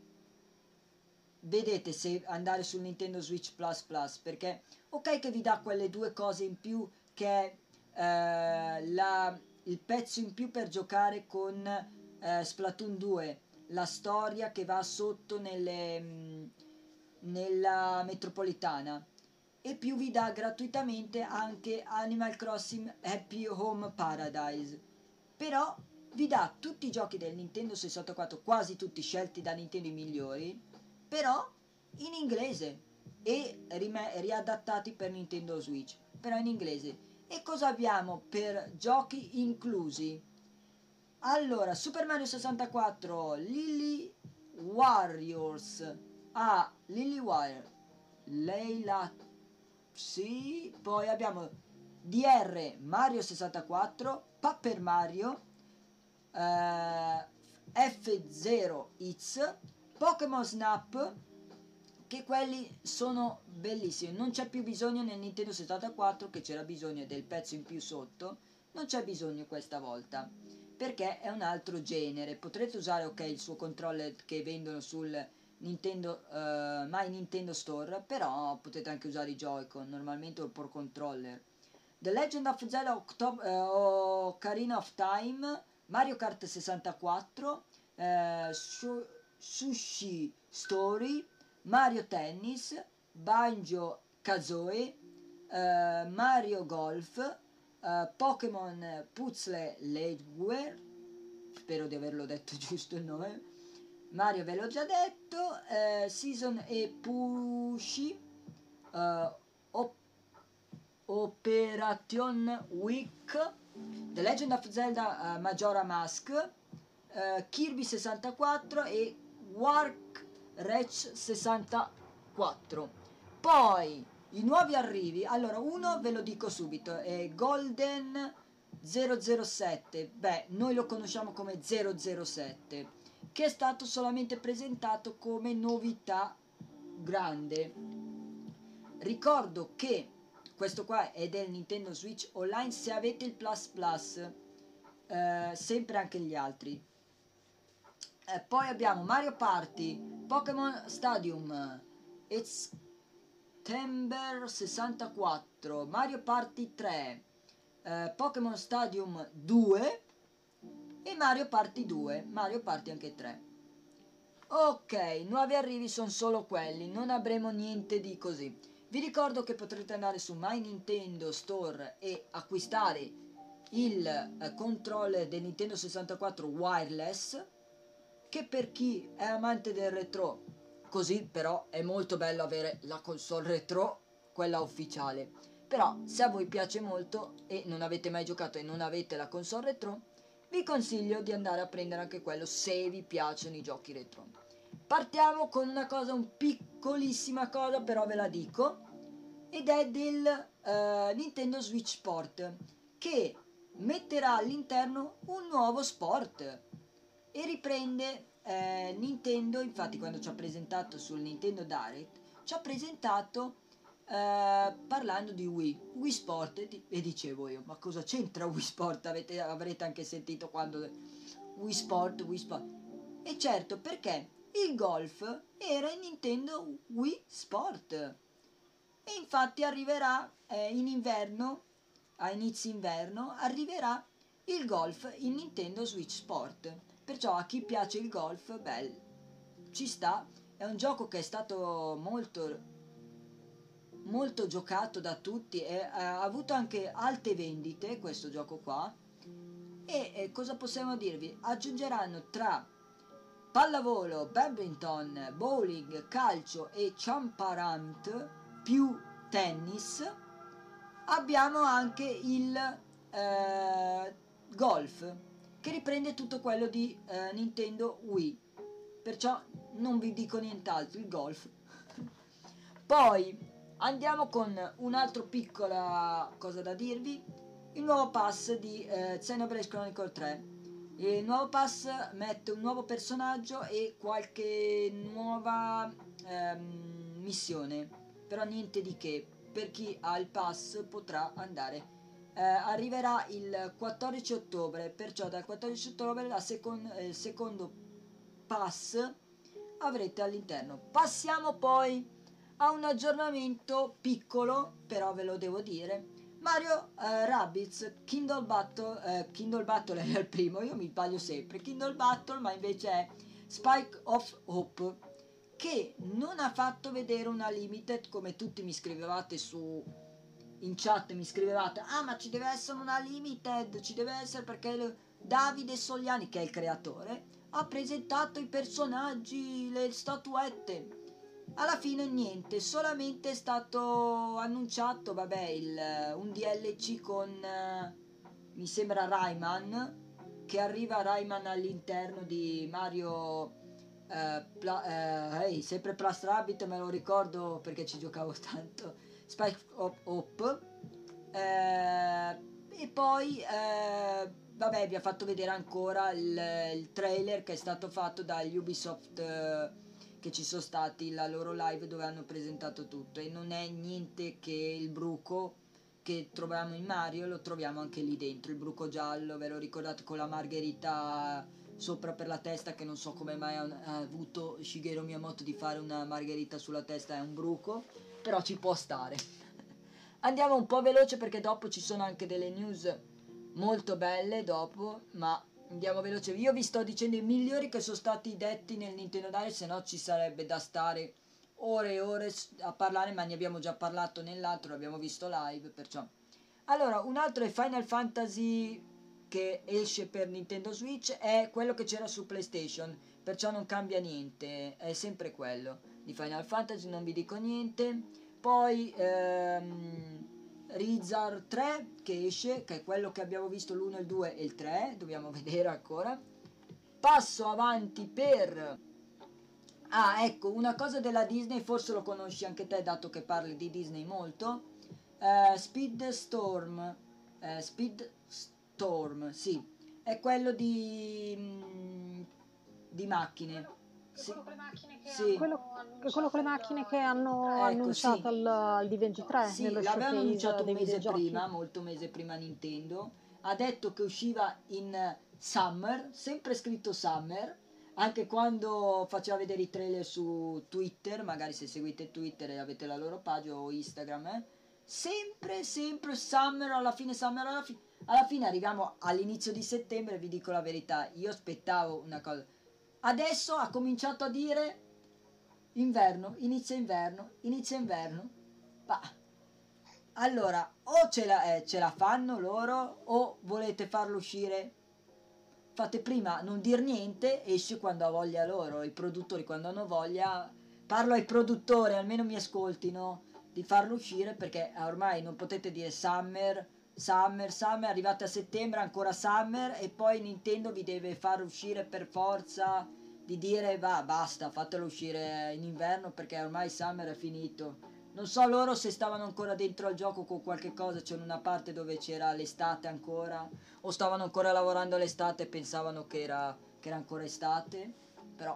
Speaker 1: vedete se andare sul Nintendo Switch Plus Plus, perché ok che vi dà quelle due cose in più, che è uh, la, il pezzo in più per giocare con uh, Splatoon due, la storia che va sotto nelle, mh, nella metropolitana, e più vi dà gratuitamente anche Animal Crossing Happy Home Paradise, però vi dà tutti i giochi del Nintendo sessantaquattro, quasi tutti scelti da Nintendo i migliori, però in inglese e riadattati per Nintendo Switch, però in inglese. E cosa abbiamo per giochi inclusi? Allora, Super Mario sessantaquattro, Lily Warriors, ah, Lily Wire, Leila, sì, poi abbiamo D R Mario sessantaquattro, Paper Mario, eh, F zero X, Pokémon Snap, che quelli sono bellissimi. Non c'è più bisogno nel Nintendo sessantaquattro, che c'era bisogno del pezzo in più sotto, non c'è bisogno questa volta, perché è un altro genere. Potrete usare ok il suo controller che vendono sul Nintendo uh, My Nintendo Store, però potete anche usare i Joy-Con, normalmente o il Pro Controller. The Legend of Zelda Octob- uh, Ocarina of Time, Mario Kart sessantaquattro, uh, Su- Sushi Story, Mario Tennis, Banjo Kazooie, uh, Mario Golf, uh, Pokémon Puzzle League, spero di averlo detto giusto il nome, Mario ve l'ho già detto, uh, Season e Pushi, uh, op- Operation Week, The Legend of Zelda uh, Majora Mask, uh, Kirby sessantaquattro e Wark Reach sessantaquattro. Poi i nuovi arrivi, allora uno ve lo dico subito, è Golden zero zero sette, beh noi lo conosciamo come zero zero sette, che è stato solamente presentato come novità grande. Ricordo che questo qua è del Nintendo Switch Online se avete il Plus Plus, eh, sempre anche gli altri. Eh, poi abbiamo Mario Party, Pokémon Stadium, September sessantaquattro, Mario Party tre, eh, Pokémon Stadium due e Mario Party due, Mario Party anche tre. Ok, nuovi arrivi sono solo quelli, non avremo niente di così. Vi ricordo che potrete andare su My Nintendo Store e acquistare il eh, controller del Nintendo sessantaquattro wireless, che per chi è amante del retro, così però è molto bello avere la console retro, quella ufficiale. Però se a voi piace molto e non avete mai giocato e non avete la console retro, vi consiglio di andare a prendere anche quello se vi piacciono i giochi retro. Partiamo con una cosa, un piccolissima cosa, però ve la dico, ed è del uh, Nintendo Switch Sport, che metterà all'interno un nuovo sport e riprende eh, Nintendo. Infatti quando ci ha presentato sul Nintendo Direct ci ha presentato eh, parlando di Wii, Wii Sport, e, e dicevo io, ma cosa c'entra Wii Sport? Avete, avrete anche sentito quando Wii Sport, Wii Sport, e certo, perché il golf era in Nintendo Wii Sport, e infatti arriverà eh, in inverno, a inizio inverno, arriverà il golf in Nintendo Switch Sport. Perciò a chi piace il golf, beh, ci sta. È un gioco che è stato molto, molto giocato da tutti e ha avuto anche alte vendite questo gioco qua. E, e cosa possiamo dirvi? Aggiungeranno tra pallavolo, badminton, bowling, calcio e ciamparant più tennis. Abbiamo anche il eh, golf, che riprende tutto quello di eh, Nintendo Wii. Perciò non vi dico nient'altro, il golf. Poi andiamo con un'altra piccola cosa da dirvi, il nuovo pass di eh, Xenoblade Chronicle tre. Il nuovo pass mette un nuovo personaggio e qualche nuova ehm, missione, però niente di che. Per chi ha il pass potrà andare. Eh, arriverà il quattordici ottobre, perciò dal quattordici ottobre la secon- eh, il secondo pass avrete all'interno. Passiamo poi a un aggiornamento piccolo, però ve lo devo dire. Mario eh, Rabbids Kindle Battle, eh, Kindle Battle è il primo, io mi sbaglio sempre, Kindle Battle, ma invece è Spike of Hope, che non ha fatto vedere una limited, come tutti mi scrivevate su in chat, mi scrivevate, ah ma ci deve essere una limited, ci deve essere, perché Davide Sogliani, che è il creatore, ha presentato i personaggi, le statuette. Alla fine niente, solamente è stato annunciato, vabbè, il, un D L C con, uh, mi sembra Rayman, che arriva Rayman all'interno di Mario, uh, Pla, uh, hey, sempre Plus Rabbit, me lo ricordo perché ci giocavo tanto, Spike of Hope, uh, e poi, uh, vabbè, vi ha fatto vedere ancora il, il trailer che è stato fatto dagli Ubisoft, uh, che ci sono stati la loro live dove hanno presentato tutto, e non è niente che il bruco che troviamo in Mario, lo troviamo anche lì dentro, il bruco giallo, ve lo ricordate, con la margherita sopra per la testa, che non so come mai ha, ha avuto Shigeru Miyamoto di fare una margherita sulla testa, è un bruco, però ci può stare. Andiamo un po' veloce perché dopo ci sono anche delle news molto belle dopo, ma andiamo veloce. Io vi sto dicendo i migliori che sono stati detti nel Nintendo Direct, se no ci sarebbe da stare ore e ore a parlare, ma ne abbiamo già parlato nell'altro, l'abbiamo visto live, perciò. Allora, un altro è Final Fantasy, che esce per Nintendo Switch, è quello che c'era su PlayStation, perciò non cambia niente, è sempre quello. Di Final Fantasy non vi dico niente. Poi ehm, Rizar tre che esce, che è quello che abbiamo visto l'uno, il due e il tre, dobbiamo vedere ancora. Passo avanti per Ah, ecco, una cosa della Disney, forse lo conosci anche te, dato che parli di Disney molto. Eh, Speed Storm. Eh, Speed Storm, sì. È quello di... mm, di macchine.
Speaker 2: Che
Speaker 1: Sì.
Speaker 2: quello con le macchine che
Speaker 1: Sì.
Speaker 3: Quello,
Speaker 2: hanno
Speaker 3: che quello
Speaker 2: annunciato
Speaker 3: con le
Speaker 2: il,
Speaker 3: macchine che
Speaker 2: il
Speaker 3: hanno
Speaker 1: Ecco, sì.
Speaker 3: annunciato al, al D ventitré,
Speaker 1: Sì,
Speaker 3: nello
Speaker 1: l'avevano
Speaker 3: showcase
Speaker 1: annunciato un
Speaker 3: dei
Speaker 1: mese
Speaker 3: videogiochi.
Speaker 1: prima, molto mese prima Nintendo. Ha detto che usciva in Summer, sempre scritto Summer, anche quando faceva vedere i trailer su Twitter, magari se seguite Twitter e avete la loro pagina o Instagram, eh. Sempre, sempre Summer, alla fine Summer, alla fine. Alla fine arriviamo all'inizio di settembre, vi dico la verità, io aspettavo una cosa. Adesso ha cominciato a dire inverno, inizia inverno, inizia inverno. Ma allora, o ce la, eh, ce la fanno loro o volete farlo uscire? Fate prima non dir niente, esce quando ha voglia loro, i produttori quando hanno voglia. Parlo ai produttori, almeno mi ascoltino, di farlo uscire perché ormai non potete dire summer, summer, summer, arrivate a settembre ancora summer e poi Nintendo vi deve far uscire per forza di dire va basta, fatelo uscire in inverno perché ormai summer è finito. Non so loro se stavano ancora dentro al gioco con qualche cosa, c'è una parte dove c'era l'estate ancora, o stavano ancora lavorando l'estate e pensavano che era, che era ancora estate, però...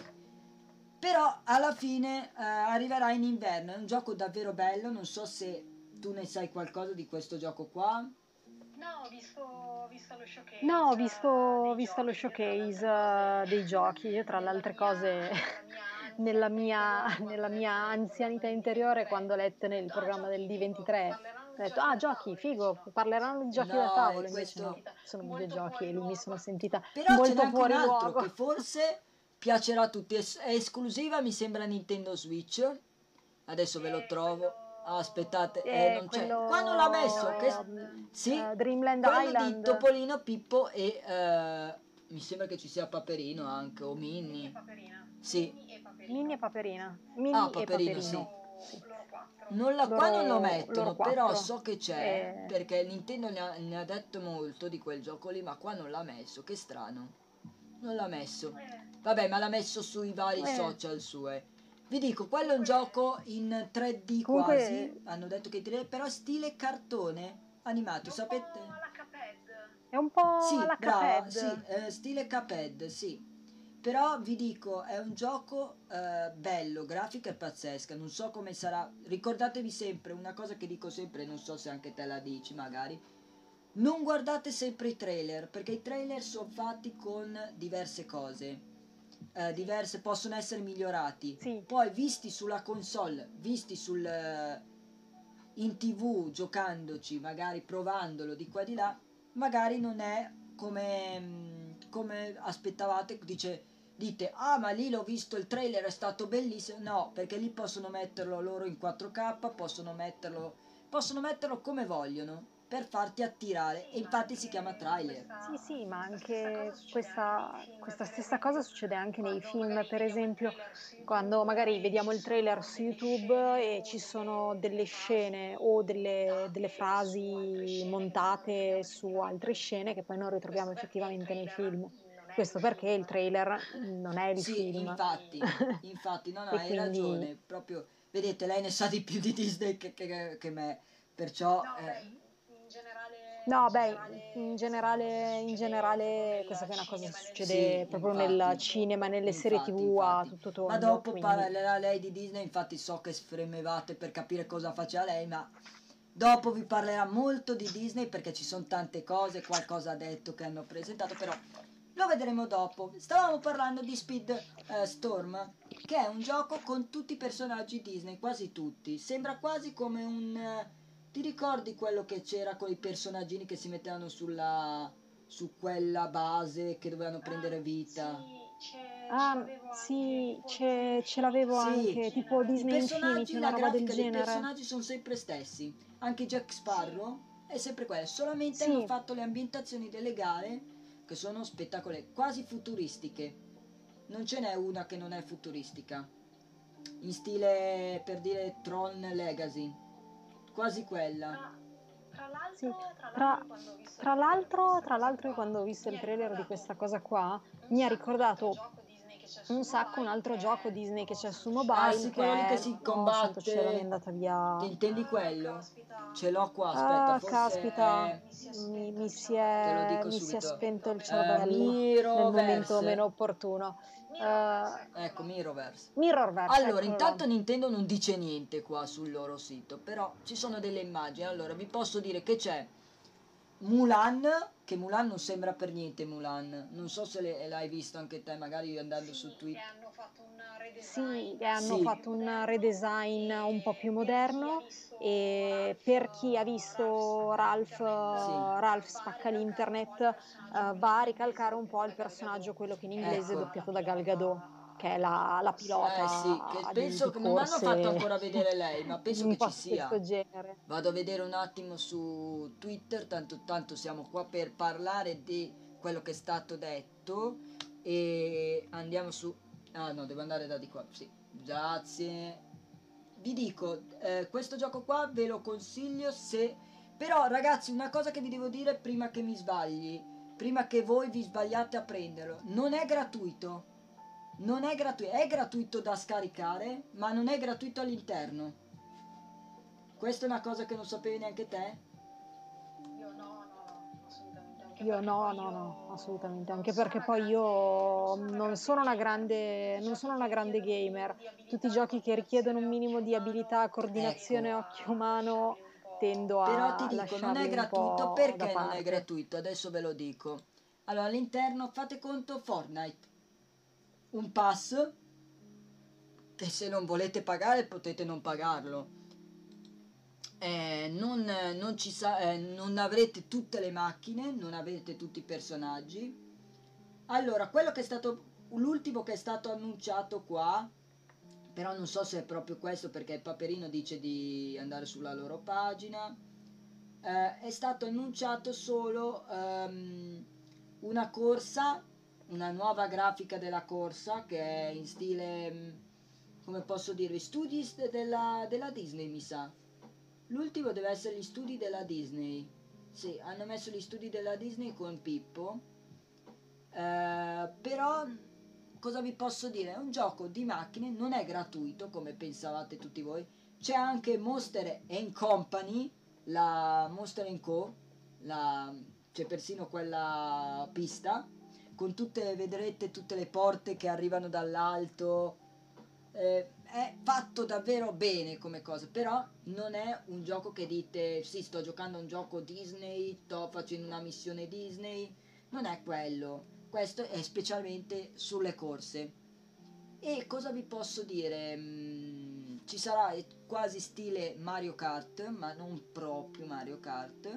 Speaker 1: Però alla fine eh, arriverà in inverno, è un gioco davvero bello, non so se tu ne sai qualcosa di questo gioco qua.
Speaker 2: No, ho visto, ho visto lo showcase
Speaker 3: No, ho
Speaker 2: eh,
Speaker 3: visto, ho
Speaker 2: dei
Speaker 3: visto lo
Speaker 2: giochi, io tra le
Speaker 3: showcase
Speaker 2: altre
Speaker 3: eh, dei giochi. Io, tra
Speaker 2: cose,
Speaker 3: le
Speaker 2: nella
Speaker 3: altre
Speaker 2: mia,
Speaker 3: cose,
Speaker 2: nella mia
Speaker 3: nella
Speaker 2: ansia
Speaker 3: mia,
Speaker 2: interiore, quando
Speaker 3: nella
Speaker 2: ho
Speaker 3: mia
Speaker 2: letto nel
Speaker 3: anzianità
Speaker 2: programma del
Speaker 3: interiore,
Speaker 2: D ventitré,
Speaker 3: quando ho letto
Speaker 2: ho
Speaker 3: nel
Speaker 2: detto, ah,
Speaker 3: programma del
Speaker 2: giochi, figo,
Speaker 3: D ventitré,
Speaker 2: parleranno
Speaker 3: ho
Speaker 2: di
Speaker 3: detto,
Speaker 2: giochi
Speaker 3: ah,
Speaker 2: da
Speaker 3: giochi,
Speaker 2: tavolo, invece
Speaker 3: figo,
Speaker 2: no,
Speaker 3: parleranno di
Speaker 2: sono
Speaker 3: giochi da
Speaker 1: No,
Speaker 3: tavolo,
Speaker 1: e
Speaker 3: invece no,
Speaker 1: questo...
Speaker 2: sentita
Speaker 3: sono
Speaker 2: molto
Speaker 3: videogiochi e
Speaker 2: fuori
Speaker 3: lì mi
Speaker 2: luogo.
Speaker 3: sono sentita
Speaker 1: Però ce n'è
Speaker 3: molto
Speaker 1: anche un
Speaker 3: fuori
Speaker 1: altro
Speaker 3: luogo.
Speaker 1: che forse piacerà a tutti, es- è esclusiva mi sembra Nintendo Switch, adesso ve lo
Speaker 2: E
Speaker 1: trovo. Ah, aspettate,
Speaker 2: quello
Speaker 1: eh,
Speaker 3: E
Speaker 1: non c'è. Qua non l'ha
Speaker 2: Dreamland
Speaker 1: messo, che...
Speaker 3: quello,
Speaker 2: Island,
Speaker 1: Sì,
Speaker 3: eh, Dreamland
Speaker 1: quello di
Speaker 3: Island,
Speaker 1: Topolino, Pippo e eh, mi sembra che ci sia Paperino anche, o
Speaker 2: Minnie e
Speaker 1: Minnie.
Speaker 2: Paperina,
Speaker 1: Sì.
Speaker 2: Minnie e
Speaker 3: Minnie e
Speaker 2: Paperino,
Speaker 3: Paperina,
Speaker 1: Ah,
Speaker 3: Minnie e
Speaker 1: Paperino, sì.
Speaker 3: Paperino,
Speaker 2: loro,
Speaker 3: sì,
Speaker 2: loro quattro.
Speaker 1: Non la, qua non lo
Speaker 3: loro, loro
Speaker 1: mettono, però
Speaker 3: quattro.
Speaker 1: so che c'è,
Speaker 3: E...
Speaker 1: perché Nintendo ne ha, ne ha detto molto di quel gioco lì, ma qua non l'ha messo, che strano. Non l'ha messo.
Speaker 2: Eh,
Speaker 1: Vabbè, ma l'ha messo sui vari
Speaker 3: Eh,
Speaker 1: social sue. Vi dico, quello è un
Speaker 2: comunque,
Speaker 1: gioco in tre D
Speaker 3: comunque
Speaker 1: quasi, hanno detto che tre D, però stile cartone
Speaker 2: è
Speaker 1: animato,
Speaker 2: un po'
Speaker 1: sapete?
Speaker 2: alla Cuphead.
Speaker 3: è un po'
Speaker 1: Sì,
Speaker 3: alla
Speaker 1: brava, sì,
Speaker 3: Cuphead.
Speaker 1: eh, stile Cuphead, sì. Però vi dico, è un gioco eh, bello, grafica è pazzesca, non so come sarà. Ricordatevi sempre, una cosa che dico sempre, non so se anche te la dici magari, non guardate sempre i trailer, perché i trailer sono fatti con diverse cose, eh,
Speaker 2: Sì,
Speaker 1: diverse, possono essere migliorati.
Speaker 3: Sì,
Speaker 1: Poi visti sulla console, visti sul, eh, in tv, giocandoci, magari provandolo di qua e di là, magari non è come, mm, come aspettavate, dice, dite, ah ma lì l'ho visto, il trailer è stato bellissimo, no, perché lì possono metterlo loro in quattro K, possono metterlo, possono metterlo come vogliono, per farti attirare, e
Speaker 2: sì, ma
Speaker 1: infatti si chiama
Speaker 2: anche
Speaker 1: trailer.
Speaker 3: sì,
Speaker 2: questa,
Speaker 3: sì, ma
Speaker 2: questa stessa cosa
Speaker 3: anche
Speaker 2: succede anche nei
Speaker 3: questa,
Speaker 2: film,
Speaker 3: questa
Speaker 2: per
Speaker 3: stessa cosa
Speaker 2: esempio,
Speaker 3: succede anche nei
Speaker 2: quando
Speaker 3: film,
Speaker 2: magari
Speaker 3: per
Speaker 2: vediamo il
Speaker 3: esempio,
Speaker 2: trailer su
Speaker 3: quando
Speaker 2: YouTube
Speaker 3: magari
Speaker 2: e
Speaker 3: vediamo
Speaker 2: ci
Speaker 3: il trailer
Speaker 2: sono
Speaker 3: su
Speaker 2: delle
Speaker 3: YouTube
Speaker 2: scene
Speaker 3: e
Speaker 2: o
Speaker 3: ci sono
Speaker 2: delle,
Speaker 3: delle
Speaker 2: delle
Speaker 3: scene
Speaker 2: frasi
Speaker 3: o delle, delle
Speaker 2: montate su altre
Speaker 3: frasi
Speaker 2: scene che poi non
Speaker 3: montate
Speaker 2: ritroviamo
Speaker 3: su altre
Speaker 2: effettivamente nel
Speaker 3: scene che poi non
Speaker 2: film.
Speaker 3: ritroviamo
Speaker 2: Questo perché il
Speaker 3: effettivamente nei
Speaker 2: trailer
Speaker 3: film.
Speaker 2: non è il
Speaker 3: Questo perché il
Speaker 2: film.
Speaker 3: trailer non è il
Speaker 1: Sì,
Speaker 3: film.
Speaker 1: infatti, infatti, no, no,
Speaker 3: E
Speaker 1: hai
Speaker 3: quindi
Speaker 1: ragione, proprio, vedete, lei ne sa di più di Disney che, che- che me, perciò,
Speaker 2: No,
Speaker 1: eh,
Speaker 2: beh, in generale, in
Speaker 3: no, beh, in
Speaker 2: generale questa è una cosa che
Speaker 3: generale, in
Speaker 2: succede proprio
Speaker 3: generale questa
Speaker 2: nel
Speaker 3: qui è una cosa che
Speaker 2: cinema e nelle
Speaker 3: succede
Speaker 1: sì,
Speaker 2: serie
Speaker 3: proprio
Speaker 2: tivù a
Speaker 3: nel
Speaker 1: infatti,
Speaker 2: tutto
Speaker 3: cinema e
Speaker 2: tondo.
Speaker 3: nelle serie
Speaker 1: infatti,
Speaker 3: T V a
Speaker 1: infatti,
Speaker 3: tutto
Speaker 1: ma
Speaker 3: tondo,
Speaker 1: dopo
Speaker 3: quindi
Speaker 1: parlerà lei di Disney, infatti so che sfremevate per capire cosa faceva lei, ma dopo vi parlerà molto di Disney perché ci sono tante cose, qualcosa ha detto che hanno presentato, però lo vedremo dopo. Stavamo parlando di Speed eh, Storm, che è un gioco con tutti i personaggi Disney, quasi tutti. Sembra quasi come un... eh, ti ricordi quello che c'era con i personaggini che si mettevano sulla... su quella base che dovevano
Speaker 2: Ah,
Speaker 1: prendere vita?
Speaker 2: sì, c'è- ce
Speaker 3: ah,
Speaker 2: l'avevo anche,
Speaker 3: sì,
Speaker 2: tipo Disney
Speaker 3: c'è- ce l'avevo
Speaker 2: Infinity, una roba
Speaker 1: Sì,
Speaker 2: del
Speaker 3: anche, tipo
Speaker 2: genere.
Speaker 1: i
Speaker 3: Disney Infinity,
Speaker 1: personaggi,
Speaker 3: una
Speaker 1: la
Speaker 3: roba del
Speaker 1: grafica dei
Speaker 3: genere.
Speaker 1: personaggi sono sempre stessi. Anche Jack
Speaker 2: Sì,
Speaker 1: Sparrow è sempre quello. Solamente hanno
Speaker 3: Sì,
Speaker 1: fatto le ambientazioni delle gare che sono spettacolari, quasi futuristiche. Non ce n'è una che non è futuristica. In stile, per dire, Tron Legacy. Quasi quella.
Speaker 2: tra, tra
Speaker 3: sì.
Speaker 2: l'altro, tra l'altro
Speaker 3: Tra,
Speaker 2: io quando ho visto il
Speaker 3: tra
Speaker 2: trailer di
Speaker 3: l'altro,
Speaker 2: questa
Speaker 3: tra
Speaker 2: cosa
Speaker 3: l'altro io
Speaker 2: qua,
Speaker 3: quando ho visto
Speaker 2: mi
Speaker 3: il
Speaker 2: ha
Speaker 3: trailer di
Speaker 2: ricordato
Speaker 3: questa cosa qua,
Speaker 2: un
Speaker 3: mi ha
Speaker 2: sacco un altro
Speaker 3: ricordato
Speaker 2: gioco Disney che c'è su
Speaker 3: Un sacco, un
Speaker 2: mobile,
Speaker 3: altro
Speaker 2: che
Speaker 3: gioco
Speaker 2: è
Speaker 3: Disney che c'è su
Speaker 1: Ah
Speaker 3: mobile,
Speaker 1: sì,
Speaker 3: che
Speaker 1: quello lì che
Speaker 3: è...
Speaker 1: si
Speaker 3: Oh, santo cielo, mi è
Speaker 1: combatte.
Speaker 3: andata
Speaker 1: Ti
Speaker 3: via.
Speaker 1: intendi
Speaker 2: ah,
Speaker 1: quello?
Speaker 2: caspita,
Speaker 1: Ce l'ho qua, aspetta,
Speaker 3: Ah,
Speaker 1: forse
Speaker 3: caspita,
Speaker 1: è...
Speaker 2: mi si è
Speaker 3: mi,
Speaker 2: spento
Speaker 3: mi
Speaker 2: il
Speaker 3: si
Speaker 1: Te lo
Speaker 2: cervello,
Speaker 3: è,
Speaker 1: dico
Speaker 3: mi si è
Speaker 1: subito.
Speaker 3: spento il
Speaker 1: Eh,
Speaker 3: cervello nel momento meno
Speaker 1: Miroverse.
Speaker 3: opportuno.
Speaker 2: Mirrorverse,
Speaker 3: Eh,
Speaker 2: eccolo
Speaker 1: Ecco,
Speaker 2: là.
Speaker 1: Miroverse.
Speaker 3: Mirrorverse,
Speaker 1: Allora,
Speaker 3: eccolo là.
Speaker 1: intanto Nintendo non dice niente qua sul loro sito, però ci sono delle immagini. Allora, vi posso dire che c'è Mulan, che Mulan non sembra per niente Mulan. Non so se le- l'hai visto anche te, magari andando su
Speaker 2: Sì, che
Speaker 1: Twitter.
Speaker 2: hanno fatto un
Speaker 3: Sì,
Speaker 2: redesign
Speaker 3: che
Speaker 2: un
Speaker 3: hanno
Speaker 2: po'
Speaker 1: Sì,
Speaker 2: più
Speaker 3: fatto un
Speaker 2: moderno
Speaker 3: redesign un po' più
Speaker 2: e per chi ha
Speaker 3: moderno
Speaker 2: visto
Speaker 3: e
Speaker 2: Ralph,
Speaker 3: per chi ha
Speaker 2: eh, Ralph
Speaker 3: visto
Speaker 2: spacca
Speaker 3: Ralph,
Speaker 2: l'internet,
Speaker 1: sì.
Speaker 3: eh, Ralph
Speaker 2: eh, va a
Speaker 3: spacca
Speaker 2: ricalcare un po'
Speaker 3: l'internet,
Speaker 2: il personaggio,
Speaker 3: eh,
Speaker 2: quello
Speaker 3: va
Speaker 2: in
Speaker 3: a
Speaker 2: inglese
Speaker 3: ricalcare un po'
Speaker 2: doppiato
Speaker 3: il
Speaker 2: da Gal
Speaker 3: personaggio,
Speaker 2: Gadot,
Speaker 3: quello che in inglese è
Speaker 1: Ecco.
Speaker 2: la, la
Speaker 3: doppiato da Gal Gadot, che è
Speaker 2: pilota di
Speaker 3: la, la
Speaker 2: corse.
Speaker 1: Eh sì, che
Speaker 3: pilota di,
Speaker 1: penso
Speaker 3: di
Speaker 1: che non hanno fatto
Speaker 3: corse,
Speaker 1: ancora vedere lei, ma penso
Speaker 3: un
Speaker 1: che
Speaker 3: po'
Speaker 1: ci
Speaker 3: di
Speaker 1: sia.
Speaker 3: questo genere.
Speaker 1: Vado a vedere un attimo su Twitter, tanto, tanto siamo qua per parlare di quello che è stato detto e andiamo su... Ah no, devo andare da di qua, sì, grazie. Vi dico, eh, questo gioco qua ve lo consiglio se... Però ragazzi, una cosa che vi devo dire prima che mi sbagli, prima che voi vi sbagliate a prenderlo, non è gratuito. Non è gratuito, è gratuito da scaricare, ma non è gratuito all'interno. Questa è una cosa che non sapevi neanche te?
Speaker 2: Io no, no, no, assolutamente, anche
Speaker 3: Io
Speaker 2: perché
Speaker 3: no,
Speaker 2: poi
Speaker 3: no, no,
Speaker 2: io
Speaker 3: assolutamente,
Speaker 2: non
Speaker 3: anche
Speaker 2: sono
Speaker 3: perché
Speaker 2: una
Speaker 3: poi
Speaker 2: grande, non
Speaker 3: io
Speaker 2: sono una
Speaker 3: non
Speaker 2: grande
Speaker 3: sono una
Speaker 2: gamer, quindi tutti
Speaker 3: grande,
Speaker 2: i
Speaker 3: non
Speaker 2: giochi
Speaker 3: sono
Speaker 2: che
Speaker 3: una grande
Speaker 2: richiedono un minimo
Speaker 3: gamer.
Speaker 2: di
Speaker 3: Tutti i
Speaker 2: abilità,
Speaker 3: giochi che richiedono un
Speaker 2: coordinazione
Speaker 3: minimo di abilità,
Speaker 2: occhio-mano
Speaker 1: Ecco.
Speaker 3: coordinazione
Speaker 2: tendo a
Speaker 3: occhio-mano,
Speaker 2: lasciarli un
Speaker 3: tendo
Speaker 2: po',
Speaker 1: Però ti
Speaker 3: a
Speaker 1: dico, non è
Speaker 3: lasciarli un
Speaker 1: gratuito,
Speaker 3: po' da
Speaker 1: perché non è
Speaker 3: parte.
Speaker 1: gratuito? Adesso ve lo dico. Allora, all'interno fate conto Fortnite, un pass che se non volete pagare potete non pagarlo. Eh, non, non ci sa- eh, non avrete tutte le macchine, non avrete tutti i personaggi. Allora, quello che è stato l'ultimo che è stato annunciato qua, però non so se è proprio questo perché il Paperino dice di andare sulla loro pagina. Eh, è stato annunciato solo ehm, una corsa, una nuova grafica della corsa che è in stile, mm, come posso dire, studi st- della, della Disney, mi sa. L'ultimo deve essere gli studi della Disney. Sì, hanno messo gli studi della Disney con Pippo. Eh, però cosa vi posso dire? È un gioco di macchine, non è gratuito come pensavate tutti voi. C'è anche Monster and Company, la Monster and Co, la, c'è persino quella pista con tutte, vedrete tutte le porte che arrivano dall'alto. Eh, è fatto davvero bene come cosa, però non è un gioco che dite sì, sto giocando a un gioco Disney, sto facendo una missione Disney, non è quello. Questo è specialmente sulle corse. E cosa vi posso dire? Mm, ci sarà eh, quasi stile Mario Kart, ma non proprio Mario Kart.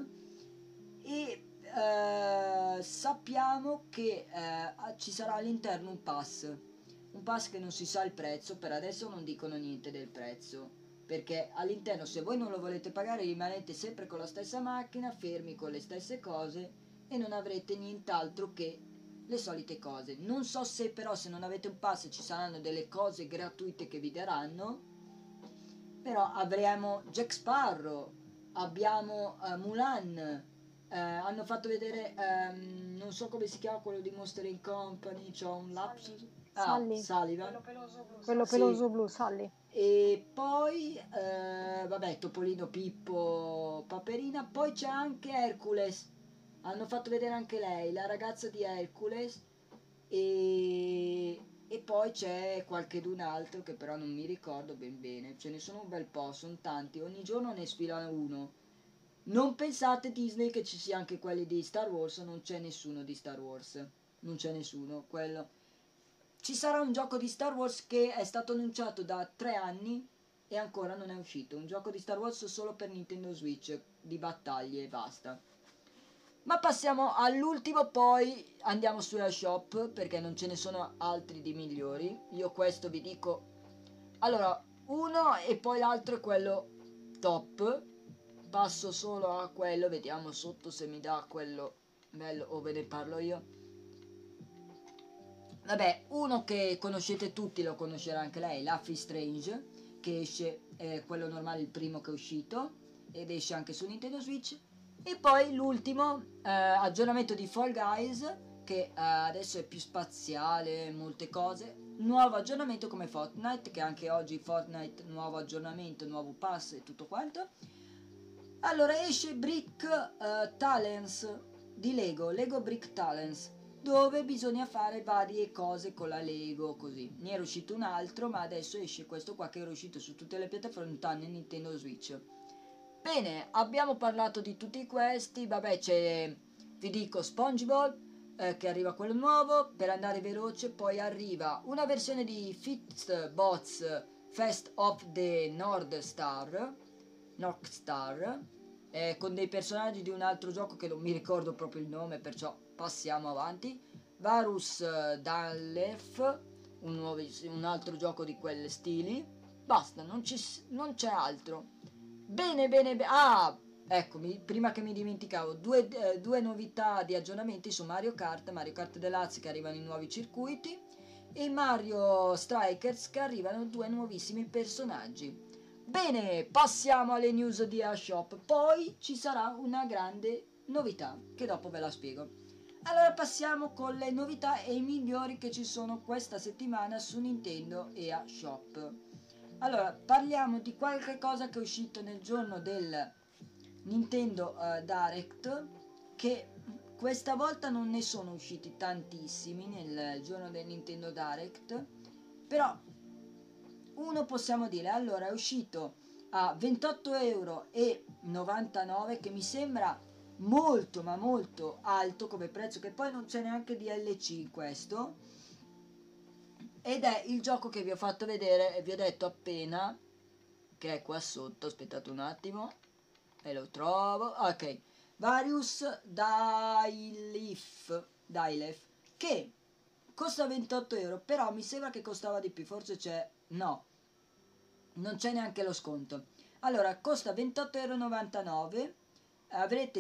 Speaker 1: E eh, sappiamo che eh, ci sarà all'interno un pass. Un pass che non si sa il prezzo, per adesso non dicono niente del prezzo. Perché all'interno, se voi non lo volete pagare, rimanete sempre con la stessa macchina, fermi con le stesse cose e non avrete nient'altro che le solite cose. Non so se però se non avete un pass ci saranno delle cose gratuite che vi daranno, però avremo Jack Sparrow, abbiamo uh, Mulan, eh, hanno fatto vedere, ehm, non so come si chiama quello di Monster in Company, c'ho un lapsus.
Speaker 2: Sully,
Speaker 1: Ah,
Speaker 3: Sully,
Speaker 1: Sullivan.
Speaker 2: quello peloso blu,
Speaker 3: quello
Speaker 2: Sully.
Speaker 1: Sì,
Speaker 3: peloso blu, Sully.
Speaker 1: e poi, eh, vabbè, Topolino, Pippo, Paperina, poi c'è anche Hercules. Hanno fatto vedere anche lei, la ragazza di Hercules. E, e poi c'è qualchedun altro che però non mi ricordo ben bene. Ce ne sono un bel po', sono tanti. Ogni giorno ne sfila uno. Non pensate Disney che ci sia anche quelli di Star Wars, non c'è nessuno di Star Wars. Non c'è nessuno, quello. Ci sarà un gioco di Star Wars che è stato annunciato da tre anni e ancora non è uscito. Un gioco di Star Wars solo per Nintendo Switch, di battaglie e basta. Ma passiamo all'ultimo, poi andiamo sulla shop perché non ce ne sono altri di migliori. Io questo vi dico. Allora, uno e poi l'altro è quello top. Passo solo a quello, vediamo sotto se mi dà quello bello o ve ne parlo io. Vabbè, uno che conoscete tutti, lo conoscerà anche lei, Luffy Strange, che esce, eh, quello normale, il primo che è uscito, ed esce anche su Nintendo Switch. E poi l'ultimo, eh, aggiornamento di Fall Guys, che uh, adesso è più spaziale, molte cose. Nuovo aggiornamento come Fortnite, che anche oggi Fortnite, nuovo aggiornamento, nuovo pass e tutto quanto. Allora esce Brick uh, Talents di Lego, Lego Brick Talents, dove bisogna fare varie cose con la Lego, così. Ne era uscito un altro, ma adesso esce questo qua che era uscito su tutte le piattaforme tranne Nintendo Switch. Bene, abbiamo parlato di tutti questi, vabbè c'è, vi dico, SpongeBob, eh, che arriva quello nuovo, per andare veloce, poi arriva una versione di Fitbots Fest of the North Star, North Star, eh, con dei personaggi di un altro gioco che non mi ricordo proprio il nome, perciò passiamo avanti. Varus uh, Danlef, un, nuovo, un altro gioco di quelle stili. Basta, non, ci, non c'è altro. Bene, bene, bene. Ah, eccomi, prima che mi dimenticavo, due, eh, due novità di aggiornamenti su Mario Kart, Mario Kart Deluxe che arrivano in nuovi circuiti e Mario Strikers che arrivano due nuovissimi personaggi. Bene, passiamo alle news di eShop, poi ci sarà una grande novità che dopo ve la spiego. Allora passiamo con le novità e i migliori che ci sono questa settimana su Nintendo eShop. Allora, parliamo di qualche cosa che è uscito nel giorno del Nintendo uh, Direct, che questa volta non ne sono usciti tantissimi nel giorno del Nintendo Direct, però uno possiamo dire, allora è uscito a ventotto e novantanove euro, che mi sembra molto ma molto alto come prezzo, che poi non c'è neanche D L C in questo, ed è il gioco che vi ho fatto vedere e vi ho detto appena, che è qua sotto, aspettate un attimo e lo trovo, ok, Various Dailef, Dailef, che costa ventotto euro, però mi sembra che costava di più, forse c'è, no, non c'è neanche lo sconto. Allora, costa ventotto e novantanove euro, avrete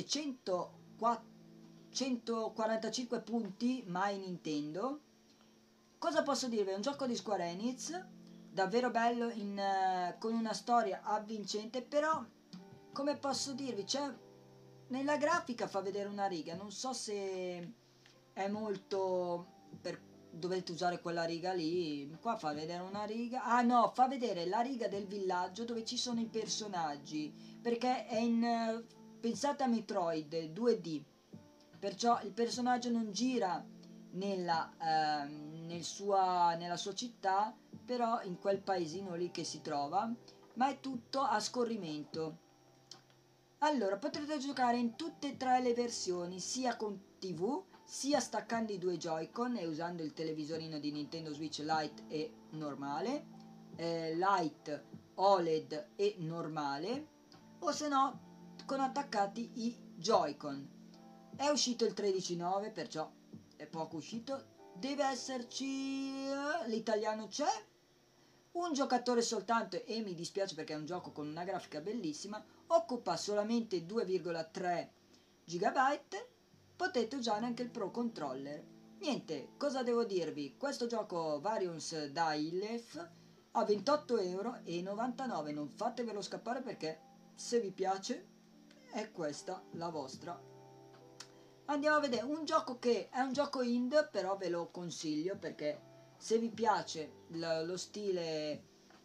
Speaker 1: centoquarantacinque punti My Nintendo. Cosa posso dirvi? È un gioco di Square Enix, davvero bello, in, uh, con una storia avvincente, però come posso dirvi, c'è nella grafica fa vedere una riga, non so se è molto per, dovete usare quella riga lì, qua fa vedere una riga, ah no, fa vedere la riga del villaggio dove ci sono i personaggi, perché è in, uh, pensate a Metroid due D, perciò il personaggio non gira nella, uh, nel sua, nella sua città, però in quel paesino lì che si trova, ma è tutto a scorrimento. Allora, potrete giocare in tutte e tre le versioni, sia con tivù, sia staccando i due Joy-Con e usando il televisorino di Nintendo Switch Lite e normale, eh, Lite, O L E D e normale, o se no con attaccati i Joy-Con. È uscito il tredici nove, perciò è poco uscito, deve esserci, l'italiano c'è, un giocatore soltanto, e mi dispiace perché è un gioco con una grafica bellissima, occupa solamente due virgola tre giga, potete usare anche il Pro Controller. Niente, cosa devo dirvi? Questo gioco Various Dailef a ventotto e novantanove euro, non fatevelo scappare perché se vi piace è questa la vostra. Andiamo a vedere un gioco che è un gioco indie, però ve lo consiglio perché se vi piace lo, lo stile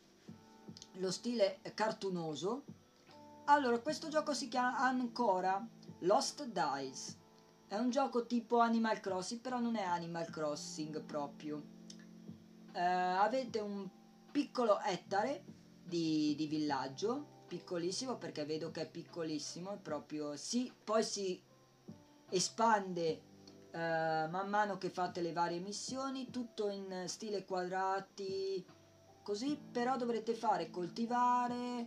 Speaker 1: lo stile cartunoso, allora questo gioco si chiama ancora Lost Dice. È un gioco tipo Animal Crossing, però non è Animal Crossing proprio. Eh, avete un piccolo ettare di, di villaggio, piccolissimo perché vedo che è piccolissimo, proprio sì, poi si espande Uh, man mano che fate le varie missioni, tutto in stile quadrati così, però dovrete fare coltivare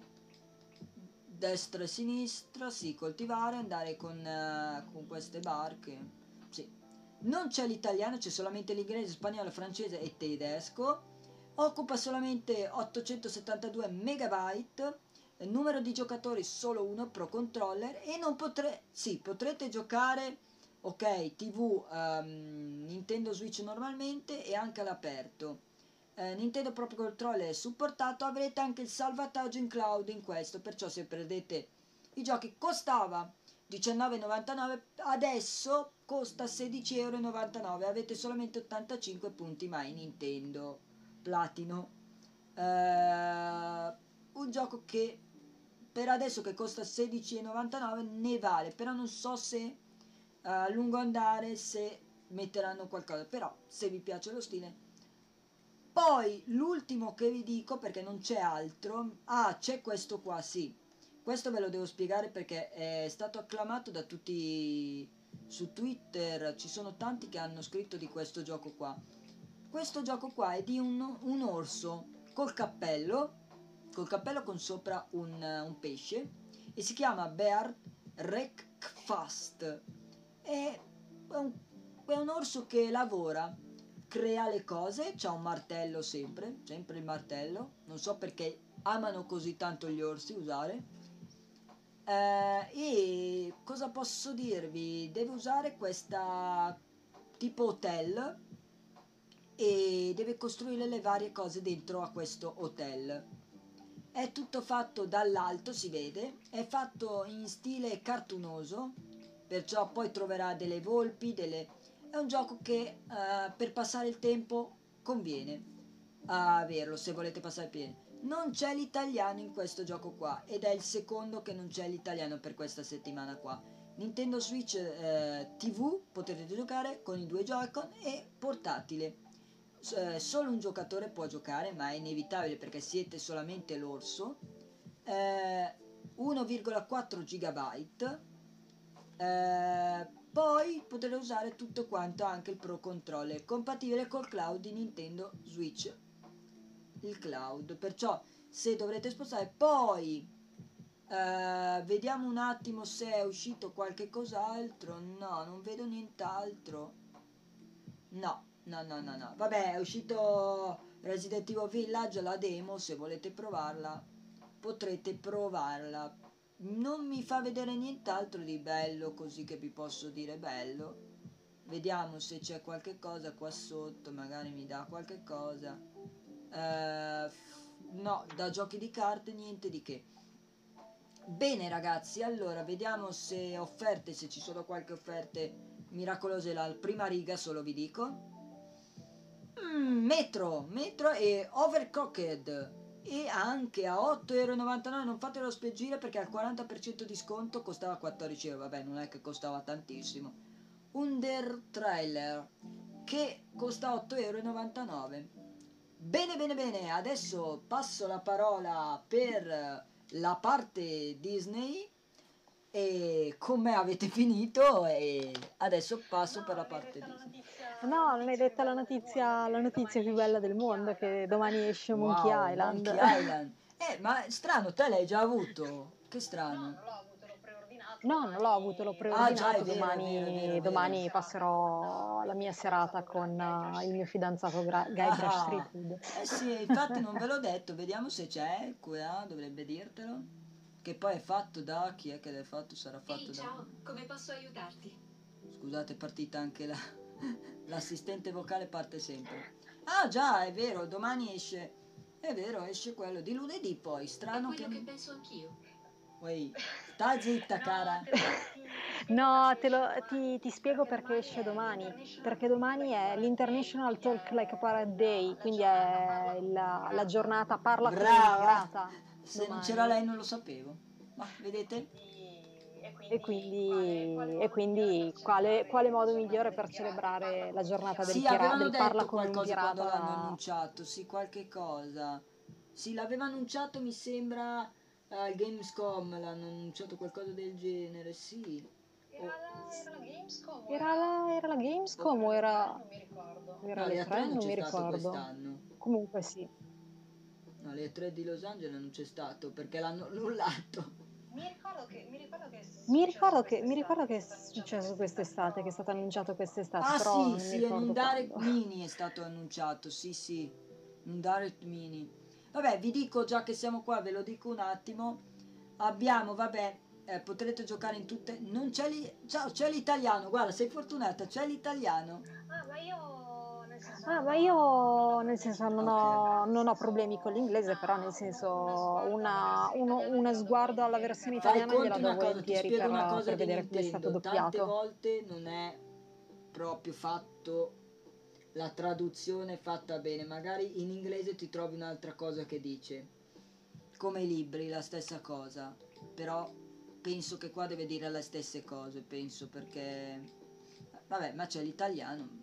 Speaker 1: destra e sinistra, sì, coltivare, andare con, uh, con queste barche, sì. Non c'è l'italiano, c'è solamente l'inglese, spagnolo, francese e tedesco. Occupa solamente ottocentosettantadue megabyte, numero di giocatori solo uno, Pro Controller, e non potrete, sì, potrete giocare, ok, tivù, um, Nintendo Switch normalmente e anche all'aperto. Eh, Nintendo Pro Controller è supportato, avrete anche il salvataggio in cloud in questo, perciò se perdete i giochi costava diciannove e novantanove, adesso costa sedici e novantanove euro, avete solamente ottantacinque punti My Nintendo Platino. Uh, un gioco che per adesso che costa sedici e novantanove ne vale, però non so se a lungo andare se metteranno qualcosa, però se vi piace lo stile. Poi l'ultimo che vi dico, perché non c'è altro, ah c'è questo qua, sì, questo ve lo devo spiegare perché è stato acclamato da tutti su Twitter, ci sono tanti che hanno scritto di questo gioco qua. Questo gioco qua è di un, un orso col cappello, col cappello con sopra un, un pesce, e si chiama Bear Breakfast. È un, è un orso che lavora, crea le cose, c'ha un martello sempre, sempre il martello, non so perché amano così tanto gli orsi usare. Eh, e cosa posso dirvi? Deve usare questa tipo hotel e deve costruire le varie cose dentro a questo hotel. È tutto fatto dall'alto, si vede, è fatto in stile cartunoso, perciò poi troverà delle volpi, delle... è un gioco che uh, per passare il tempo conviene averlo se volete passare il tempo. Non c'è l'italiano in questo gioco qua ed è il secondo che non c'è l'italiano per questa settimana qua. Nintendo Switch eh, T V potete giocare con i due Joy-Con e portatile. Eh, solo un giocatore può giocare, ma è inevitabile perché siete solamente l'orso. Eh, uno virgola quattro gigabyte. Eh, poi potete usare tutto quanto, anche il Pro Controller, compatibile col cloud di Nintendo Switch, il cloud, perciò se dovrete spostare. Poi eh, vediamo un attimo se è uscito qualche cos'altro. No, non vedo nient'altro. No, no, no, no, no. Vabbè, è uscito Resident Evil Village, la demo, se volete provarla potrete provarla. Non mi fa vedere nient'altro di bello, così che vi posso dire bello. Vediamo se c'è qualche cosa qua sotto, magari mi dà qualche cosa. Eh, no, da giochi di carte niente di che. Bene ragazzi, allora vediamo se offerte, se ci sono qualche offerte miracolose, la prima riga solo vi dico. Mm, Metro, Metro e Overcooked, e anche a otto e novantanove euro, non fatelo spiaggire perché al quaranta per cento di sconto costava quattordici euro, vabbè non è che costava tantissimo. Under Trailer che costa otto e novantanove euro. Bene bene bene, adesso passo la parola per la parte Disney e come avete finito, e adesso passo
Speaker 2: No,
Speaker 1: per la
Speaker 2: non hai
Speaker 1: parte
Speaker 2: detta la
Speaker 1: Disney.
Speaker 2: notizia,
Speaker 3: No, non hai detta la
Speaker 2: più bella del
Speaker 3: notizia,
Speaker 2: mondo,
Speaker 3: la
Speaker 2: che
Speaker 3: notizia più
Speaker 2: domani
Speaker 3: bella
Speaker 2: esce
Speaker 3: del
Speaker 2: Monkey
Speaker 3: mondo, che
Speaker 2: Island.
Speaker 3: domani esce Monkey
Speaker 1: Wow,
Speaker 3: Island.
Speaker 1: Monkey Island. Eh, ma strano, te l'hai già avuto? Che
Speaker 2: No,
Speaker 1: strano.
Speaker 2: non l'ho avuto, l'ho preordinato,
Speaker 3: No, non l'ho avuto, l'ho
Speaker 2: domani...
Speaker 1: Ah già, è
Speaker 3: preordinato,
Speaker 1: vero, è vero, è vero, è
Speaker 3: domani,
Speaker 1: vero.
Speaker 3: domani passerò la mia serata con eh, il mio fidanzato Gra- Guybrush
Speaker 1: Ah,
Speaker 3: Threepwood.
Speaker 1: eh sì, infatti non ve l'ho detto, vediamo se c'è, qua dovrebbe dirtelo. Che poi è fatto da, chi è che l'ha fatto? Sarà fatto
Speaker 4: Ehi,
Speaker 1: da...
Speaker 4: ciao, come posso aiutarti?
Speaker 1: Scusate, è partita anche la... l'assistente vocale parte sempre. Ah già, è vero, domani esce, è vero, esce quello di lunedì poi,
Speaker 4: È
Speaker 1: strano
Speaker 4: quello che
Speaker 1: che...
Speaker 4: penso anch'io.
Speaker 1: Uè, sta zitta
Speaker 2: No,
Speaker 1: cara.
Speaker 2: te lo, ti, ti spiego
Speaker 3: No,
Speaker 2: perché
Speaker 3: te,
Speaker 2: esce
Speaker 3: lo-
Speaker 2: domani.
Speaker 3: ti, ti spiego perché esce
Speaker 2: è
Speaker 3: domani.
Speaker 2: l'International
Speaker 3: Perché
Speaker 2: Talk
Speaker 3: domani
Speaker 2: Like a
Speaker 3: è
Speaker 2: Parrot Day,
Speaker 3: l'International
Speaker 2: quindi
Speaker 3: Talk Like a
Speaker 2: è
Speaker 3: Parrot Day,
Speaker 2: la, la
Speaker 3: quindi
Speaker 2: giornata
Speaker 3: è
Speaker 2: parla
Speaker 3: il-
Speaker 2: come
Speaker 3: la
Speaker 2: un'ingrata.
Speaker 3: giornata Parla come
Speaker 1: Brava!
Speaker 3: un'immigrata
Speaker 1: Se non c'era
Speaker 3: domani.
Speaker 1: lei non lo sapevo. Ma vedete?
Speaker 2: Quindi, e
Speaker 3: E
Speaker 2: quindi quale, quale
Speaker 3: quindi, e
Speaker 2: modo migliore per
Speaker 3: quindi quale, quale
Speaker 2: celebrare la
Speaker 3: modo
Speaker 2: giornata
Speaker 3: migliore
Speaker 2: del
Speaker 3: per
Speaker 2: pirata, del parla
Speaker 3: celebrare la
Speaker 2: come un
Speaker 3: giornata del,
Speaker 1: Sì,
Speaker 2: pirata?
Speaker 3: pira-
Speaker 1: avevano
Speaker 3: del Parla
Speaker 1: detto
Speaker 3: come un
Speaker 1: qualcosa quando l'hanno
Speaker 3: pirata?
Speaker 1: annunciato, sì, qualche cosa. Sì, l'aveva annunciato, mi sembra, al Gamescom, l'hanno annunciato qualcosa del genere, sì.
Speaker 2: Era
Speaker 1: O,
Speaker 2: la, era la Gamescom o
Speaker 3: Era
Speaker 2: era,
Speaker 3: la, era la
Speaker 1: o-
Speaker 3: Gamescom
Speaker 2: era
Speaker 3: o
Speaker 2: le tre?
Speaker 3: era,
Speaker 2: Non mi ricordo.
Speaker 3: o era
Speaker 1: no,
Speaker 3: le
Speaker 1: le A tre
Speaker 3: tre?
Speaker 1: non
Speaker 3: Non
Speaker 1: c'è
Speaker 3: mi
Speaker 1: stato
Speaker 3: ricordo.
Speaker 1: quest'anno.
Speaker 3: Comunque sì.
Speaker 1: No, le A tre di Los Angeles non c'è stato perché l'hanno annullato.
Speaker 2: Mi ricordo che, mi ricordo che è
Speaker 3: Mi
Speaker 2: successo
Speaker 3: ricordo che, mi
Speaker 2: quest'estate,
Speaker 3: ricordo
Speaker 2: che è
Speaker 3: che è
Speaker 2: stato annunciato
Speaker 3: successo
Speaker 2: quest'estate,
Speaker 3: quest'estate, che è
Speaker 2: però
Speaker 3: stato
Speaker 2: non mi ricordo
Speaker 3: annunciato
Speaker 2: quando.
Speaker 3: quest'estate,
Speaker 1: Ah
Speaker 3: però
Speaker 1: sì,
Speaker 3: non mi
Speaker 1: sì, è un
Speaker 3: ricordo
Speaker 1: Direct
Speaker 3: quando.
Speaker 1: Mini è stato annunciato, sì sì, un Direct Mini. Vabbè, vi dico già che siamo qua, ve lo dico un attimo. Abbiamo, vabbè, eh, potrete giocare in tutte... Non c'è lì... Ciao, c'è l'italiano, guarda, sei fortunata, c'è l'italiano.
Speaker 2: Ah, ma io nel senso
Speaker 3: Ah,
Speaker 2: non
Speaker 3: ma
Speaker 2: ho...
Speaker 3: io nel senso non
Speaker 1: Ok.
Speaker 3: ho, non ho problemi con l'inglese, però nel senso una, uno, uno sguardo alla versione
Speaker 1: Fai
Speaker 3: italiana gliela
Speaker 1: conto
Speaker 3: do
Speaker 1: una cosa, ti
Speaker 3: volentieri
Speaker 1: spiego una
Speaker 3: per,
Speaker 1: cosa
Speaker 3: per
Speaker 1: di
Speaker 3: vedere come è stato
Speaker 1: Nintendo. Tante
Speaker 3: doppiato.
Speaker 1: volte non è proprio fatto la traduzione fatta bene. Magari in inglese ti trovi un'altra cosa che dice. Come i libri, la stessa cosa. Però penso che qua deve dire le stesse cose, penso perché... Vabbè, ma c'è l'italiano.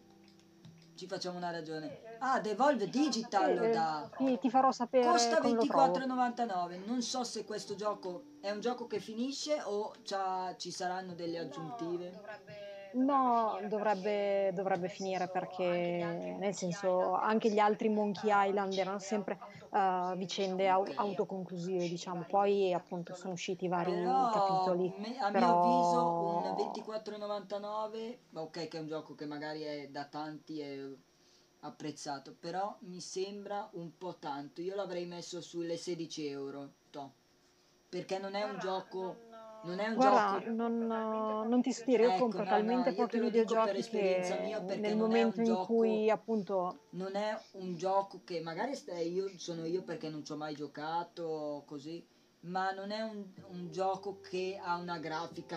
Speaker 1: Ci facciamo una
Speaker 2: Sì,
Speaker 1: ragione.
Speaker 2: eh,
Speaker 1: Ah,
Speaker 2: ti,
Speaker 1: Devolve
Speaker 2: ti farò
Speaker 3: Sì,
Speaker 1: Digital
Speaker 2: sapere
Speaker 1: lo
Speaker 3: eh,
Speaker 2: quando lo
Speaker 1: dà.
Speaker 3: ti,
Speaker 2: trovo.
Speaker 3: ti farò sapere
Speaker 1: Costa
Speaker 3: quando lo trovo.
Speaker 1: ventiquattro e novantanove. Non so se questo gioco è un gioco che finisce o c'ha- ci saranno delle
Speaker 2: No,
Speaker 1: aggiuntive.
Speaker 2: dovrebbe, dovrebbe
Speaker 3: No,
Speaker 2: finire
Speaker 3: dovrebbe,
Speaker 2: perché,
Speaker 3: dovrebbe
Speaker 2: nel
Speaker 3: finire
Speaker 2: senso, anche gli altri
Speaker 3: perché, nel
Speaker 2: Monkey
Speaker 3: senso,
Speaker 2: Island erano
Speaker 3: anche gli altri
Speaker 2: sempre
Speaker 3: Monkey
Speaker 2: eh,
Speaker 3: Island erano
Speaker 2: vicende au-
Speaker 3: sempre eh,
Speaker 2: autoconclusive,
Speaker 3: vicende
Speaker 2: diciamo.
Speaker 3: au-
Speaker 1: Ok.
Speaker 2: Poi appunto sono
Speaker 3: autoconclusive,
Speaker 2: usciti
Speaker 3: diciamo.
Speaker 2: vari
Speaker 3: Poi appunto sono
Speaker 2: capitoli,
Speaker 3: usciti vari
Speaker 1: Però
Speaker 3: capitoli,
Speaker 1: me- a mio avviso un
Speaker 3: però
Speaker 1: ventiquattro e novantanove, ok che è un gioco che magari è da tanti e apprezzato, però mi sembra un po' tanto. Io l'avrei messo sulle sedici euro, toh. Perché non è un
Speaker 2: guarda,
Speaker 1: gioco,
Speaker 2: non,
Speaker 1: non è un
Speaker 3: guarda,
Speaker 1: gioco.
Speaker 2: io
Speaker 3: non,
Speaker 2: compro talmente
Speaker 3: eh, non
Speaker 2: pochi
Speaker 3: ti so dire, io
Speaker 2: videogiochi
Speaker 1: Ecco,
Speaker 3: compro
Speaker 1: no, no,
Speaker 3: talmente
Speaker 1: io te
Speaker 3: pochi
Speaker 1: lo dico per
Speaker 3: videogiochi
Speaker 1: esperienza mia
Speaker 3: che
Speaker 1: perché
Speaker 3: nel
Speaker 1: non è
Speaker 3: momento
Speaker 1: un
Speaker 3: in
Speaker 1: gioco,
Speaker 3: cui appunto
Speaker 1: non è un gioco che magari stai io, sono io perché non ci ho mai giocato così, ma non è un, un gioco che ha una grafica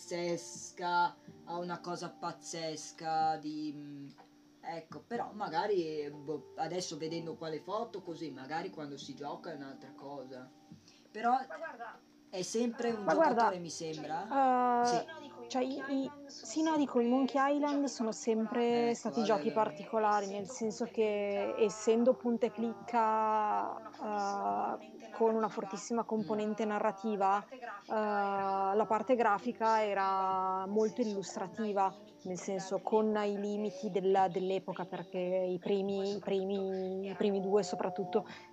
Speaker 1: pazzesca, ha una cosa pazzesca di... mm, ecco, però magari boh, adesso vedendo quale foto così, magari quando si gioca è un'altra cosa. Però
Speaker 2: ma guarda,
Speaker 1: è sempre un
Speaker 3: ma
Speaker 2: eh,
Speaker 1: giocatore,
Speaker 3: guarda,
Speaker 1: mi
Speaker 2: cioè,
Speaker 1: sembra?
Speaker 3: Uh,
Speaker 1: Sì.
Speaker 2: sì, no, dico, i
Speaker 3: cioè,
Speaker 2: Monkey
Speaker 3: i, i-
Speaker 2: Island sono
Speaker 3: sì, no, dico, i
Speaker 2: sempre
Speaker 3: Monkey
Speaker 2: stati
Speaker 3: Island
Speaker 2: giochi
Speaker 3: sono
Speaker 2: particolari
Speaker 3: sempre
Speaker 1: Ecco,
Speaker 3: stati
Speaker 2: perché,
Speaker 3: giochi
Speaker 1: allora...
Speaker 3: particolari, nel
Speaker 2: essendo
Speaker 3: senso
Speaker 2: punta e clicca,
Speaker 3: che essendo punta e
Speaker 2: eh, con
Speaker 3: clicca,
Speaker 2: una fortissima
Speaker 3: uh,
Speaker 2: componente
Speaker 3: con una
Speaker 2: narrativa,
Speaker 3: fortissima
Speaker 1: Mm.
Speaker 3: componente
Speaker 2: eh, la
Speaker 3: narrativa,
Speaker 2: parte
Speaker 3: uh,
Speaker 2: grafica
Speaker 3: la
Speaker 2: era
Speaker 3: parte
Speaker 2: molto
Speaker 3: grafica
Speaker 2: illustrativa,
Speaker 3: era
Speaker 2: nel
Speaker 3: molto
Speaker 2: senso con i
Speaker 3: illustrativa,
Speaker 2: limiti
Speaker 3: nel
Speaker 2: della-
Speaker 3: senso con
Speaker 2: dell'epoca,
Speaker 3: i limiti
Speaker 2: perché
Speaker 3: della-
Speaker 2: i
Speaker 3: dell'epoca, perché
Speaker 2: primi,
Speaker 3: i
Speaker 2: i primi due
Speaker 3: primi, i
Speaker 2: soprattutto
Speaker 3: primi, i primi due soprattutto
Speaker 2: erano,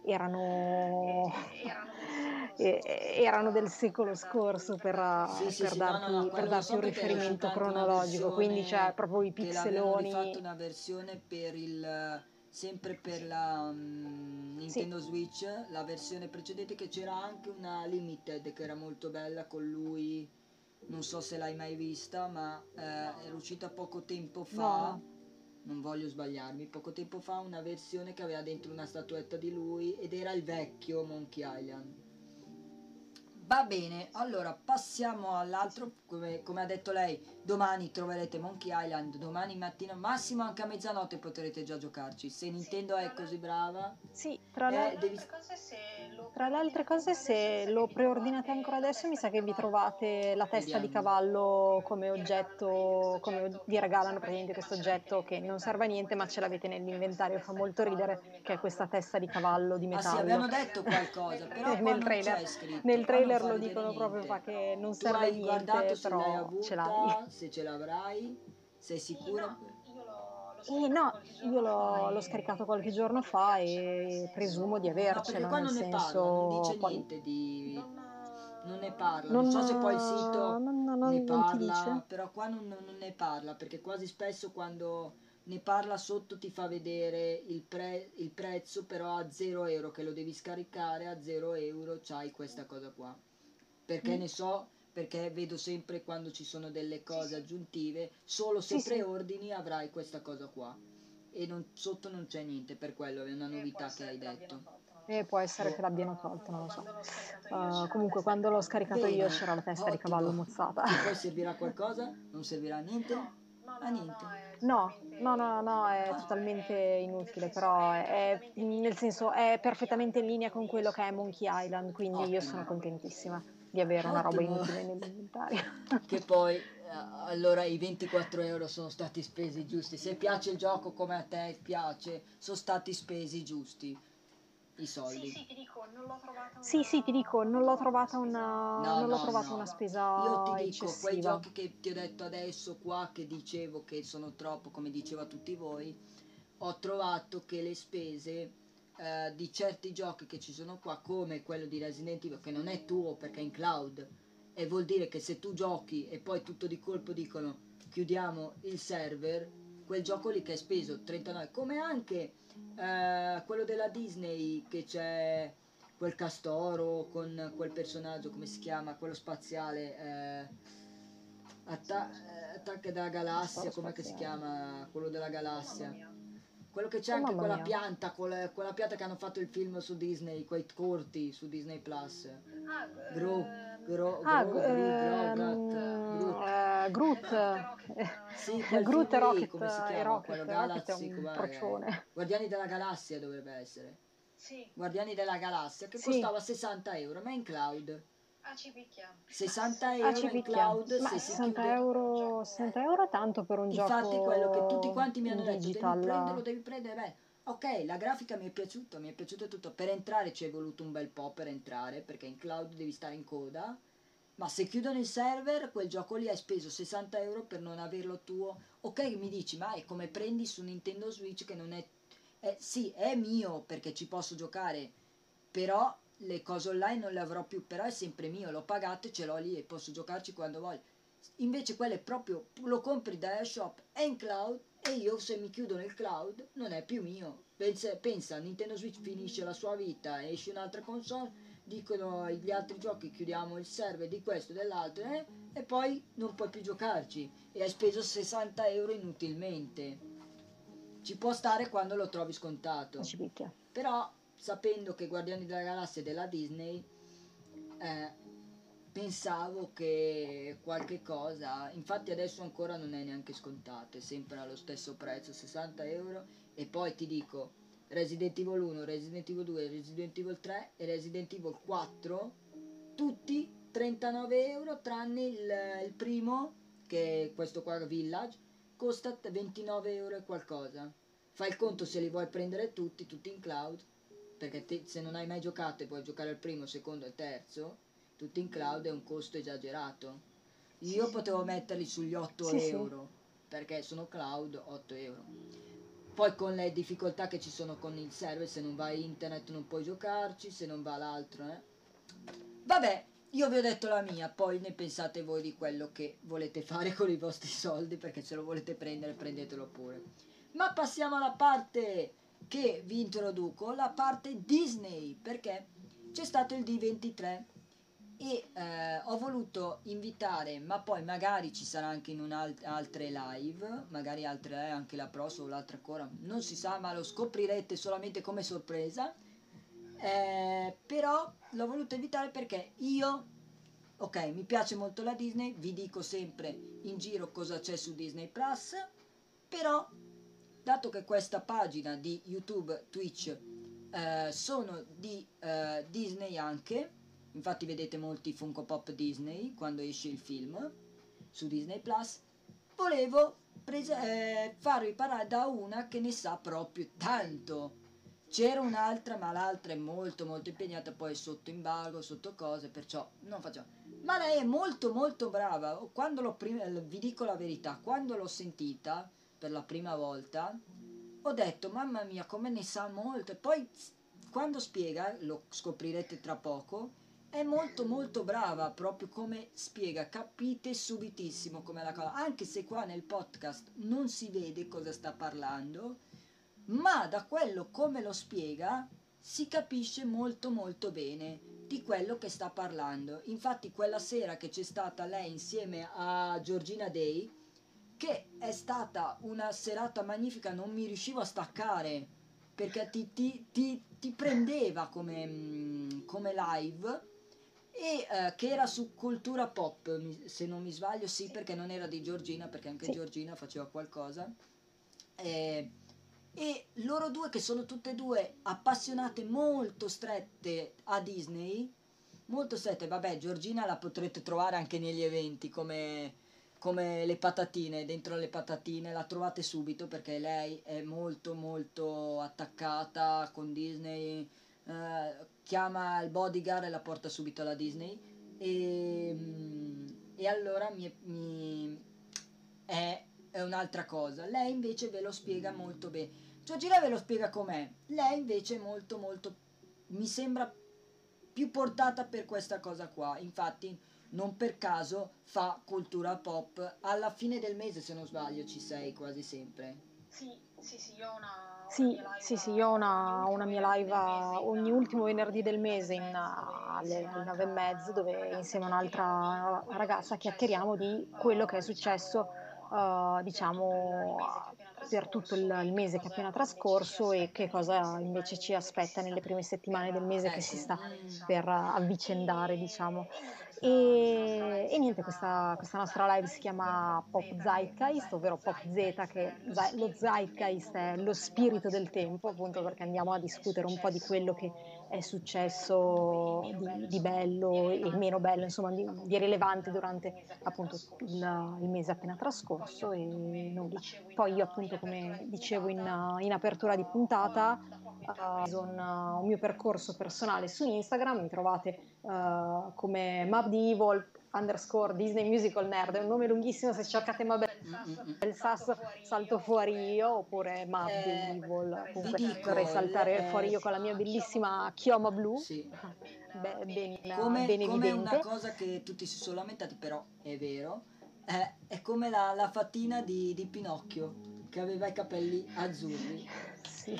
Speaker 3: erano,
Speaker 2: eh, erano del secolo
Speaker 3: e-
Speaker 2: scorso
Speaker 3: erano del
Speaker 2: per,
Speaker 3: secolo
Speaker 2: per darti,
Speaker 3: scorso
Speaker 2: per
Speaker 3: per,
Speaker 2: darti
Speaker 1: Sì,
Speaker 3: uh,
Speaker 1: sì,
Speaker 3: per
Speaker 1: sì, no, no, no,
Speaker 3: darti, per
Speaker 1: quello lo
Speaker 3: darti
Speaker 1: so
Speaker 3: un
Speaker 1: perché era uscita
Speaker 3: riferimento
Speaker 1: anche una
Speaker 3: cronologico, quindi c'è
Speaker 1: versione
Speaker 3: proprio i
Speaker 1: che l'avevano rifatto
Speaker 3: pixeloni.
Speaker 1: una versione per il sempre per
Speaker 2: sì,
Speaker 1: la mm,
Speaker 3: Sì,
Speaker 1: Nintendo Switch, la versione precedente che c'era anche una limited che era molto bella con lui, non so se l'hai mai vista, ma eh,
Speaker 2: no,
Speaker 1: era
Speaker 2: no.
Speaker 1: uscita poco tempo
Speaker 3: no,
Speaker 1: fa,
Speaker 3: no.
Speaker 1: non voglio sbagliarmi, poco tempo fa una versione che aveva dentro una statuetta di lui ed era il vecchio Monkey Island. Va bene, allora passiamo all'altro, come, come ha detto lei, domani troverete Monkey Island, domani mattina, massimo anche a mezzanotte potrete già giocarci, se
Speaker 2: Sì,
Speaker 1: Nintendo
Speaker 2: tra
Speaker 1: è
Speaker 2: l'al-
Speaker 1: così brava,
Speaker 3: Sì, tra
Speaker 2: tra
Speaker 3: l'altro.
Speaker 1: eh,
Speaker 2: le
Speaker 1: devi...
Speaker 2: altre cose, se lo
Speaker 3: Tra le altre
Speaker 2: preordinate
Speaker 3: cose,
Speaker 2: ancora adesso, mi
Speaker 3: se
Speaker 2: sa che
Speaker 3: lo
Speaker 2: vi
Speaker 3: preordinate ancora
Speaker 2: trovate la
Speaker 3: adesso, mi
Speaker 2: testa
Speaker 3: sa
Speaker 2: di
Speaker 3: che vi
Speaker 2: cavallo
Speaker 3: trovate la
Speaker 2: come
Speaker 3: testa di
Speaker 1: Vediamo.
Speaker 3: cavallo come
Speaker 2: vi regalano praticamente questo
Speaker 3: oggetto, come o-
Speaker 2: oggetto
Speaker 3: vi
Speaker 2: che non
Speaker 3: regalano
Speaker 2: serve a
Speaker 3: praticamente
Speaker 2: niente, ma
Speaker 3: questo
Speaker 2: ce l'avete
Speaker 3: oggetto che non serve
Speaker 2: nell'inventario,
Speaker 3: a
Speaker 2: fa
Speaker 3: niente,
Speaker 2: molto
Speaker 3: ma ce
Speaker 2: ridere,
Speaker 3: l'avete
Speaker 2: che è questa
Speaker 3: nell'inventario. Fa
Speaker 2: testa di
Speaker 3: molto ridere
Speaker 2: cavallo di
Speaker 3: che è questa
Speaker 2: metallo.
Speaker 3: testa di cavallo di
Speaker 1: Ah sì,
Speaker 3: metallo.
Speaker 1: avevano
Speaker 2: nel
Speaker 1: detto
Speaker 2: trailer, nel
Speaker 1: qualcosa, però
Speaker 2: trailer
Speaker 1: qua
Speaker 3: Nel
Speaker 1: non
Speaker 2: lo,
Speaker 3: trailer,
Speaker 1: c'è
Speaker 3: nel
Speaker 1: scritto, qua non
Speaker 3: trailer
Speaker 1: fa
Speaker 3: lo
Speaker 1: vedere
Speaker 3: dicono proprio, fa
Speaker 1: niente.
Speaker 3: che non
Speaker 1: Tu
Speaker 3: serve a
Speaker 1: hai guardato
Speaker 3: niente,
Speaker 1: se l'hai
Speaker 3: però ce l'hai.
Speaker 1: avuta, se ce l'avrai, sei
Speaker 2: sì,
Speaker 1: sicura?
Speaker 2: no, io l'ho, l'ho
Speaker 3: E
Speaker 2: scaricato
Speaker 3: no,
Speaker 2: qualche
Speaker 3: io
Speaker 2: giorno fa
Speaker 3: l'ho l'ho scaricato
Speaker 2: e
Speaker 3: qualche giorno
Speaker 2: presumo di
Speaker 3: fa
Speaker 2: avercelo, nel
Speaker 3: e presumo di
Speaker 2: senso,
Speaker 1: No, perché
Speaker 3: avercelo,
Speaker 1: qua
Speaker 3: nel
Speaker 1: non ne parla, non
Speaker 3: senso,
Speaker 1: dice
Speaker 3: poi
Speaker 1: niente di...
Speaker 2: non,
Speaker 1: non ne
Speaker 2: eh,
Speaker 1: parla, non
Speaker 3: non,
Speaker 1: so se poi il sito
Speaker 3: non- non-
Speaker 1: ne
Speaker 3: non- non ti
Speaker 1: parla,
Speaker 3: dice.
Speaker 1: però qua non, non- non ne parla, perché quasi spesso quando ne parla sotto ti fa vedere il, pre- il prezzo, però a zero euro, che lo devi scaricare, a zero euro c'hai questa cosa qua. Perché
Speaker 3: Mm,
Speaker 1: ne so, perché vedo sempre quando ci sono delle
Speaker 2: sì,
Speaker 1: cose
Speaker 2: sì,
Speaker 1: aggiuntive, solo
Speaker 3: sì,
Speaker 1: se
Speaker 3: sì,
Speaker 1: preordini avrai questa cosa qua. E non- sotto non c'è niente, per quello è una
Speaker 2: e può
Speaker 1: novità che
Speaker 2: essere
Speaker 1: hai
Speaker 2: che l'abbiano
Speaker 1: detto.
Speaker 2: tolto, non lo
Speaker 3: e
Speaker 2: so.
Speaker 3: può essere che
Speaker 1: Boh.
Speaker 3: l'abbiano
Speaker 2: Uh,
Speaker 3: tolto, non
Speaker 2: appunto,
Speaker 3: lo so.
Speaker 2: quando l'ho scaricato io
Speaker 3: Uh,
Speaker 2: c'era la
Speaker 3: comunque,
Speaker 2: testa di
Speaker 3: quando l'ho
Speaker 2: cavallo di
Speaker 3: scaricato io
Speaker 1: Bene,
Speaker 2: metallo.
Speaker 3: c'era la testa di cavallo
Speaker 1: ottimo.
Speaker 3: mozzata.
Speaker 1: Che poi servirà a qualcosa? Non servirà a niente?
Speaker 2: No, no,
Speaker 1: A
Speaker 2: no, no, no,
Speaker 1: niente.
Speaker 2: è
Speaker 3: No,
Speaker 2: totalmente
Speaker 3: no, no, no,
Speaker 2: inutile,
Speaker 3: è
Speaker 2: però
Speaker 3: totalmente
Speaker 2: è, nel
Speaker 3: inutile,
Speaker 2: senso,
Speaker 3: però
Speaker 2: è
Speaker 3: è, è-
Speaker 2: perfettamente in linea
Speaker 3: nel
Speaker 2: con
Speaker 3: senso
Speaker 2: quello che è
Speaker 3: è
Speaker 2: Monkey
Speaker 3: perfettamente in
Speaker 2: Island,
Speaker 3: linea con
Speaker 2: quindi io
Speaker 3: quello che
Speaker 2: sono
Speaker 3: è Monkey
Speaker 2: contentissima.
Speaker 3: Island, quindi io sono
Speaker 1: Ottimo.
Speaker 2: Sono contentissima.
Speaker 3: contentissima di avere una roba
Speaker 1: Ottimo.
Speaker 3: inutile nell'inventario.
Speaker 1: Che poi eh, allora i ventiquattro euro sono stati spesi giusti. Se piace il gioco come a te piace, sono stati spesi giusti i
Speaker 2: Sì,
Speaker 1: soldi.
Speaker 2: sì, ti dico, non l'ho trovata
Speaker 3: Sì, sì, ti
Speaker 2: una,
Speaker 3: dico,
Speaker 2: non
Speaker 3: non
Speaker 2: l'ho
Speaker 3: l'ho
Speaker 2: trovata una
Speaker 3: trovata
Speaker 2: spesa
Speaker 3: una,
Speaker 1: No,
Speaker 3: non l'ho
Speaker 1: no,
Speaker 3: trovata una
Speaker 1: no. Io ti
Speaker 3: spesa
Speaker 1: dico, quei
Speaker 3: eccessiva.
Speaker 1: giochi che ti ho detto adesso qua, che dicevo che sono troppo, come dicevo a tutti voi, ho trovato che le spese eh, di certi giochi che ci sono qua, come quello di Resident Evil, che non è tuo perché è in cloud, e vuol dire che se tu giochi e poi tutto di colpo dicono chiudiamo il server, quel gioco lì che hai speso trentanove, come anche eh, quello della Disney che c'è quel castoro con quel personaggio, come si chiama, quello spaziale, eh,
Speaker 2: sì,
Speaker 1: Atta-
Speaker 2: non so.
Speaker 1: eh, Attacca della
Speaker 3: Castoro
Speaker 1: Galassia, com'è che si
Speaker 3: spaziale.
Speaker 1: chiama quello della
Speaker 2: Oh mamma
Speaker 1: galassia?
Speaker 2: mia.
Speaker 1: quello che c'è
Speaker 3: Oh,
Speaker 1: anche
Speaker 3: mamma
Speaker 1: quella
Speaker 3: mia.
Speaker 1: pianta, quella, quella pianta che hanno fatto il film su Disney, quei corti su Disney Plus.
Speaker 2: Ah,
Speaker 1: Gru,
Speaker 2: ehm,
Speaker 1: Gro,
Speaker 3: Ah,
Speaker 1: Gro,
Speaker 3: G-
Speaker 1: Gru, Gro, Gat,
Speaker 3: ehm,
Speaker 1: Groot.
Speaker 3: eh, Groot,
Speaker 2: Groot e Rocket,
Speaker 3: eh,
Speaker 2: e
Speaker 1: Sì,
Speaker 2: Rocket.
Speaker 1: quel
Speaker 3: Groot
Speaker 1: film
Speaker 3: e
Speaker 1: lì,
Speaker 3: Rocket
Speaker 1: come si
Speaker 3: e
Speaker 1: chiama? Quello
Speaker 3: Rocket. Rocket è
Speaker 1: Galaxy,
Speaker 3: un
Speaker 1: com'è?
Speaker 3: procione.
Speaker 1: Guardiani della Galassia dovrebbe essere.
Speaker 2: Sì,
Speaker 1: Guardiani della Galassia, che
Speaker 3: Sì,
Speaker 1: costava sessanta euro, ma è in cloud.
Speaker 2: ah, ci picchia. Ma
Speaker 1: sessanta
Speaker 3: ah,
Speaker 2: sessanta
Speaker 3: ci
Speaker 1: euro in
Speaker 2: euro,
Speaker 3: picchia.
Speaker 1: cloud
Speaker 3: Ma
Speaker 1: se si
Speaker 2: sessanta
Speaker 3: sessanta
Speaker 1: chiude.
Speaker 2: euro per un
Speaker 3: euro,
Speaker 2: gioco.
Speaker 3: sessanta euro è tanto per un
Speaker 1: Infatti quello che tutti
Speaker 3: gioco
Speaker 1: quanti mi hanno
Speaker 3: in
Speaker 1: detto, devi prenderlo,
Speaker 3: digital.
Speaker 1: devi prendere, beh, ok, la grafica mi è piaciuta, mi è piaciuto tutto, per entrare ci è voluto un bel po' per entrare, perché in cloud devi stare in coda, ma se chiudono il server, quel gioco lì hai speso sessanta euro per non averlo tuo, ok, mi dici, ma è come prendi su Nintendo Switch che non è, è sì, è mio perché ci posso giocare, però le cose online non le avrò più, però è sempre mio, l'ho pagato e ce l'ho lì e posso giocarci quando voglio. Invece quello è proprio, lo compri da shop, è in cloud e io se mi chiudo nel cloud non è più mio. Pensa, pensa, Nintendo Switch finisce la sua vita, esce un'altra console, dicono gli altri giochi chiudiamo il server di questo e dell'altro eh, e poi non puoi più giocarci e hai speso sessanta euro inutilmente. Ci può stare quando lo trovi scontato,
Speaker 3: Ci picchia.
Speaker 1: però sapendo che Guardiani della Galassia è della Disney, eh, pensavo che qualche cosa, infatti adesso ancora non è neanche scontato, è sempre allo stesso prezzo, sessanta euro, e poi ti dico, Resident Evil uno, Resident Evil due, Resident Evil tre e Resident Evil quattro, tutti trentanove euro, tranne il, il primo, che è questo qua, Village, costa ventinove euro e qualcosa. Fai il conto se li vuoi prendere tutti, tutti in cloud, perché te, se non hai mai giocato e vuoi giocare al primo, secondo e terzo, tutti in cloud è un costo esagerato.
Speaker 2: Sì,
Speaker 1: Io
Speaker 2: sì.
Speaker 1: potevo metterli sugli otto
Speaker 3: Sì, sì.
Speaker 1: euro, perché sono cloud otto euro. Poi con le difficoltà che ci sono con il server, se non va internet non puoi giocarci, se non va l'altro, eh. Vabbè, io vi ho detto la mia, poi ne pensate voi di quello che volete fare con i vostri soldi, perché se lo volete prendere prendetelo pure. Ma passiamo alla parte che vi introduco, la parte Disney, perché c'è stato il D ventitré e eh, ho voluto invitare, ma poi magari ci sarà anche in un alt- altre live, magari altre eh, anche la prossima o l'altra ancora, non si sa, ma lo scoprirete solamente come sorpresa. Eh, però l'ho voluto invitare perché io, ok, mi piace molto la Disney, vi dico sempre in giro cosa c'è su Disney Plus, però dato che questa pagina di YouTube, Twitch, eh, sono di eh, Disney anche, infatti vedete molti Funko Pop Disney quando esce il film su Disney Plus, volevo prese- eh, farvi parlare da una che ne sa proprio tanto. C'era un'altra, ma l'altra è molto molto impegnata, poi è sotto embargo, sotto cose, perciò non facciamo. Ma lei è molto molto brava. Quando l'ho prima, vi dico la verità, quando l'ho sentita per la prima volta, ho detto, mamma mia, come ne sa molto. E poi quando spiega, lo scoprirete tra poco, è molto molto brava, proprio come spiega, capite subitissimo come la cosa, anche se qua nel podcast non si vede cosa sta parlando, ma da quello come lo spiega si capisce molto molto bene di quello che sta parlando. Infatti quella sera che c'è stata lei insieme a Georgina Day, che è stata una serata magnifica, non mi riuscivo a staccare perché ti, ti, ti, ti prendeva come, mm, come live e eh, che era su cultura pop, mi- se non mi sbaglio, sì,
Speaker 2: Sì.
Speaker 1: perché non era di Giorgina, perché anche
Speaker 3: Sì.
Speaker 1: Giorgina faceva qualcosa. Eh, e loro due che sono tutte e due appassionate molto strette a Disney, molto strette, vabbè, Giorgina la potrete trovare anche negli eventi come, come le patatine, dentro le patatine la trovate subito perché lei è molto molto attaccata con Disney, eh, chiama il bodyguard e la porta subito alla Disney e, mm, e allora mi, mi è, è un'altra cosa. Lei invece ve lo spiega molto bene. Giorgina ve lo spiega com'è. Lei invece è molto molto, mi sembra più portata per questa cosa qua. Infatti non per caso fa cultura pop alla fine del mese, se non sbaglio, ci sei quasi sempre.
Speaker 2: Sì, sì, sì, io ho una, una
Speaker 3: Sì,
Speaker 2: mia live
Speaker 3: sì, sì, io ho
Speaker 2: ogni
Speaker 3: una, una
Speaker 2: ultimo
Speaker 3: mia
Speaker 2: venerdì
Speaker 3: live
Speaker 2: del mese
Speaker 3: a-
Speaker 2: in,
Speaker 3: ogni ultimo venerdì
Speaker 2: alle
Speaker 3: del
Speaker 2: nove e
Speaker 3: mese in,
Speaker 2: mezzo, dove
Speaker 3: uh, alle,
Speaker 2: insieme a
Speaker 3: alle nove e mezzo,
Speaker 2: un'altra
Speaker 3: dove
Speaker 2: ragazza
Speaker 3: insieme a
Speaker 2: chiacchieriamo di
Speaker 3: un'altra
Speaker 2: quello che è
Speaker 3: ragazza
Speaker 2: successo,
Speaker 3: chiacchieriamo di quello che è
Speaker 2: eh,
Speaker 3: successo,
Speaker 2: diciamo,
Speaker 3: uh,
Speaker 2: per tutto il
Speaker 3: diciamo,
Speaker 2: mese che è appena
Speaker 3: per tutto il, il mese che è appena trascorso e che cosa invece ci aspetta nelle prime settimane del mese che si
Speaker 1: Ecco,
Speaker 3: sta
Speaker 1: mm,
Speaker 3: per avvicendare, diciamo. E, e niente, questa, questa nostra live si chiama Pop Zeitgeist, ovvero Pop Z, che ze- lo Zeitgeist è lo spirito del tempo, appunto perché andiamo a discutere un po' di quello che è successo di, di bello e meno bello, insomma, di, di rilevante durante appunto il, il mese appena trascorso e nulla. Poi io appunto, come dicevo in, in apertura di puntata, ho uh, un, uh, un mio percorso personale su Instagram, mi trovate uh, come Mabdevil underscore Disney Musical Nerd, è un nome lunghissimo, se cercate Mabel
Speaker 1: mm, mm, mm.
Speaker 3: Sasso salto fuori io, oppure
Speaker 1: Eh,
Speaker 3: Mabdevil,
Speaker 1: vi
Speaker 3: comunque dovrei
Speaker 1: dico, le-
Speaker 3: saltare fuori
Speaker 1: eh,
Speaker 3: io con la mia bellissima chioma blu,
Speaker 1: sì.
Speaker 3: Beh, ben,
Speaker 1: Come,
Speaker 3: ben
Speaker 1: come una
Speaker 3: evidente.
Speaker 1: cosa che tutti si sono lamentati, però è vero, eh, è come la, la fatina di, di Pinocchio, che aveva i capelli azzurri.
Speaker 3: Sì.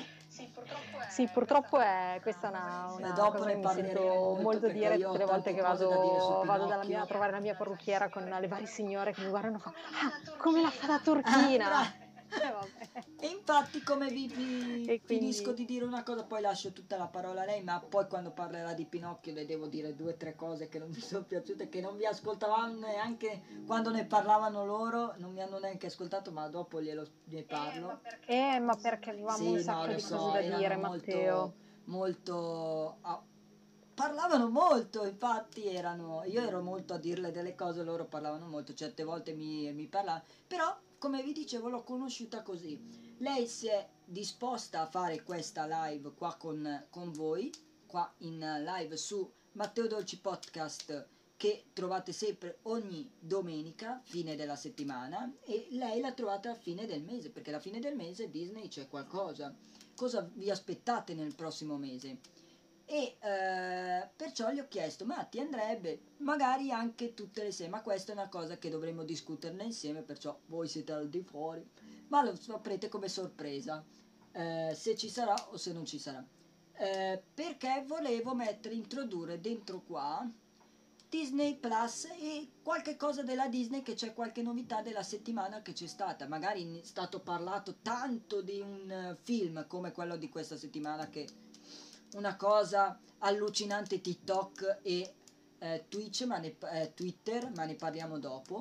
Speaker 3: Sì, purtroppo è questa è una,
Speaker 1: E
Speaker 3: una
Speaker 1: dopo
Speaker 3: cosa
Speaker 1: ne
Speaker 3: che mi
Speaker 1: parleremo
Speaker 3: sento
Speaker 1: molto
Speaker 3: molto
Speaker 1: perché
Speaker 3: dire
Speaker 1: io
Speaker 3: tutte
Speaker 1: ho
Speaker 3: le volte
Speaker 1: tante
Speaker 3: che
Speaker 1: cose da dire su
Speaker 3: vado, vado dalla mia, a
Speaker 1: Pinocchio.
Speaker 3: trovare la mia parrucchiera con le varie signore che mi guardano e fanno ah, come la fata
Speaker 1: Ah,
Speaker 3: turchina!
Speaker 1: bra-
Speaker 3: E vabbè.
Speaker 1: E infatti, come vi, vi
Speaker 3: E
Speaker 1: finisco
Speaker 3: quindi
Speaker 1: di dire una cosa, poi lascio tutta la parola a lei, ma poi quando parlerà di Pinocchio le devo dire due o tre cose che non mi sono piaciute, che non vi ascoltavano neanche quando ne parlavano loro, non mi hanno neanche ascoltato, ma dopo glielo, ne parlo.
Speaker 3: Eh, ma perché avevamo un
Speaker 1: Sì, no,
Speaker 3: sacco
Speaker 1: lo
Speaker 3: di cose
Speaker 1: so,
Speaker 3: da
Speaker 1: erano
Speaker 3: dire,
Speaker 1: molto,
Speaker 3: Matteo.
Speaker 1: molto... ah, parlavano molto, infatti erano... Io ero molto a dirle delle cose, loro parlavano molto, certe volte mi, mi parlavano, però, come vi dicevo, l'ho conosciuta così. Lei si è disposta a fare questa live qua con, con voi, qua in live su Matteo Dolci Podcast, che trovate sempre ogni domenica, fine della settimana, e lei la trovate a fine del mese, perché alla fine del mese Disney c'è qualcosa. Cosa vi aspettate nel prossimo mese? E eh, perciò gli ho chiesto, ma ti andrebbe magari anche tutte le sere, ma questa è una cosa che dovremmo discuterne insieme, perciò voi siete al di fuori, ma lo saprete come sorpresa, eh, se ci sarà o se non ci sarà. Eh, perché volevo mettere, introdurre dentro qua Disney Plus e qualche cosa della Disney, che c'è qualche novità della settimana che c'è stata. Magari è stato parlato tanto di un eh, film come quello di questa settimana, che una cosa allucinante, TikTok e eh, Twitch, ma ne, eh, Twitter, ma ne parliamo dopo.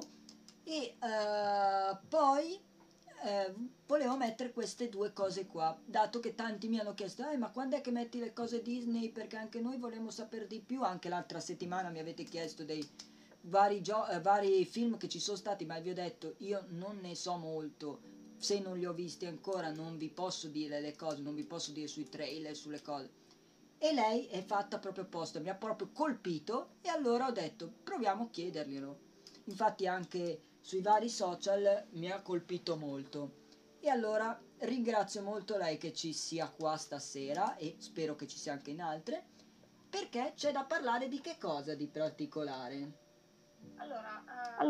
Speaker 1: E eh, poi eh, volevo mettere queste due cose qua, dato che tanti mi hanno chiesto eh, ma quando è che metti le cose Disney, perché anche noi vogliamo sapere di più. Anche l'altra settimana mi avete chiesto dei vari, gio- eh, vari film che ci sono stati, ma vi ho detto io non ne so molto, se non li ho visti ancora non vi posso dire le cose, non vi posso dire sui trailer, sulle cose. E lei è fatta proprio apposta, mi ha proprio colpito, e allora ho detto proviamo a chiederglielo. Infatti anche sui vari social mi ha colpito molto. E allora ringrazio molto lei che ci sia qua stasera, e spero che ci sia anche in altre, perché c'è da parlare di che cosa di particolare?
Speaker 2: Allora,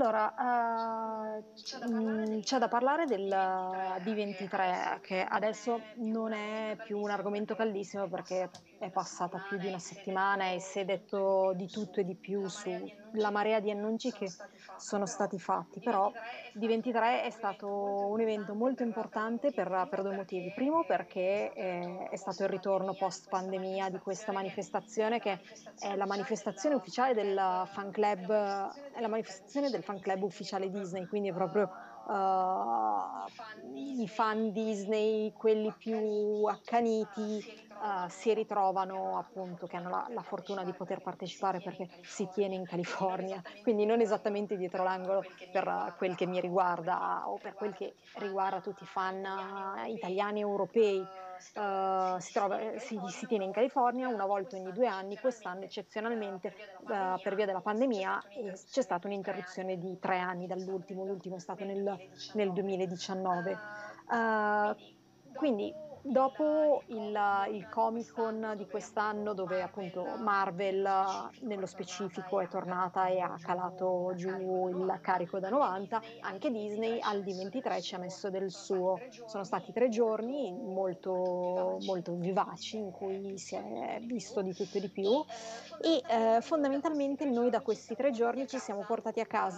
Speaker 3: Allora, eh,
Speaker 2: c'è da parlare
Speaker 3: mh,
Speaker 2: del
Speaker 3: c'è da parlare del
Speaker 2: D ventitré,
Speaker 3: D ventitré, che adesso non è più un argomento caldissimo perché è passata più di una settimana e si è detto di tutto e di più sulla marea di annunci che sono stati fatti, però D ventitré è stato un evento molto importante per, per due motivi. Primo, perché eh, è stato il ritorno post pandemia di questa manifestazione, che è la manifestazione ufficiale del fan club, è la manifestazione del fan club ufficiale Disney, quindi è proprio uh, i fan Disney, quelli più accaniti, uh, si ritrovano, appunto, che hanno la, la fortuna di poter partecipare perché si tiene in California, quindi non esattamente dietro l'angolo per uh, quel che mi riguarda o per quel che riguarda tutti i fan uh, italiani e europei. Uh, si, trova, si, si tiene in California una volta ogni due anni. Quest'anno eccezionalmente uh, per via della pandemia e c'è stata un'interruzione di tre anni dall'ultimo, l'ultimo è stato nel, nel duemiladiciannove. Uh, quindi dopo il, il Comic Con di quest'anno, dove appunto Marvel nello specifico è tornata e ha calato giù il carico da novanta, anche Disney al D ventitré ci ha messo del suo. Sono stati tre giorni molto, molto vivaci in cui si è visto di tutto e di più e eh, fondamentalmente noi da questi tre giorni ci siamo portati a casa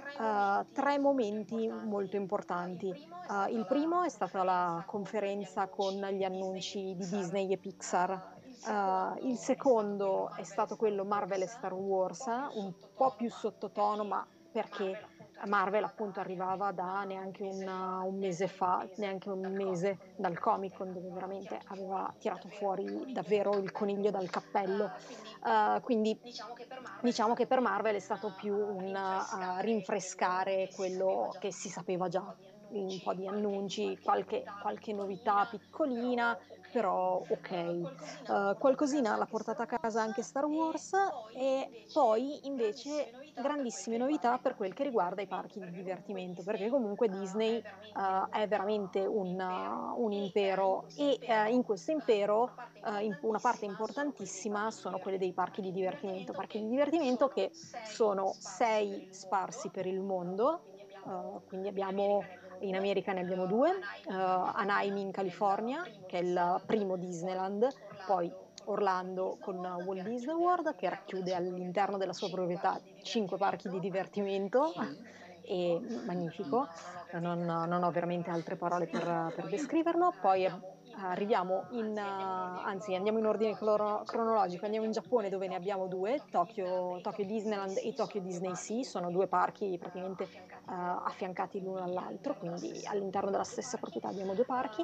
Speaker 3: uh, tre momenti molto importanti. Uh, il primo è stata la conferenza con gli annunci di Disney e Pixar. Uh, il secondo è stato quello Marvel e Star Wars, un po' più sottotono, ma perché Marvel appunto arrivava da neanche una- un mese fa, neanche un mese dal Comic Con, dove veramente aveva tirato fuori davvero il coniglio dal cappello. Uh, quindi diciamo che per Marvel è stato più un uh, rinfrescare quello che si sapeva già, un po' di annunci, qualche, qualche novità piccolina, però ok. Uh, qualcosina l'ha portata a casa anche Star Wars, e poi invece grandissime novità per quel che riguarda i parchi di divertimento, perché comunque Disney uh, è veramente un, uh, un impero, e uh, in questo impero uh, in- una parte importantissima sono quelle dei parchi di divertimento, parchi di divertimento che sono sei sparsi per il mondo. Uh, quindi abbiamo in America ne abbiamo due, uh, Anaheim in California, che è il primo Disneyland, poi Orlando con Walt Disney World, che racchiude all'interno della sua proprietà cinque parchi di divertimento,
Speaker 1: Sì.
Speaker 3: e magnifico, non, non ho veramente altre parole per, per descriverlo. Poi eh, arriviamo in, uh, anzi andiamo in ordine cloro- cronologico, andiamo in Giappone, dove ne abbiamo due, Tokyo, Tokyo Disneyland e Tokyo Disney Sea, sono due parchi praticamente uh, affiancati l'uno all'altro, quindi all'interno della stessa proprietà abbiamo due parchi.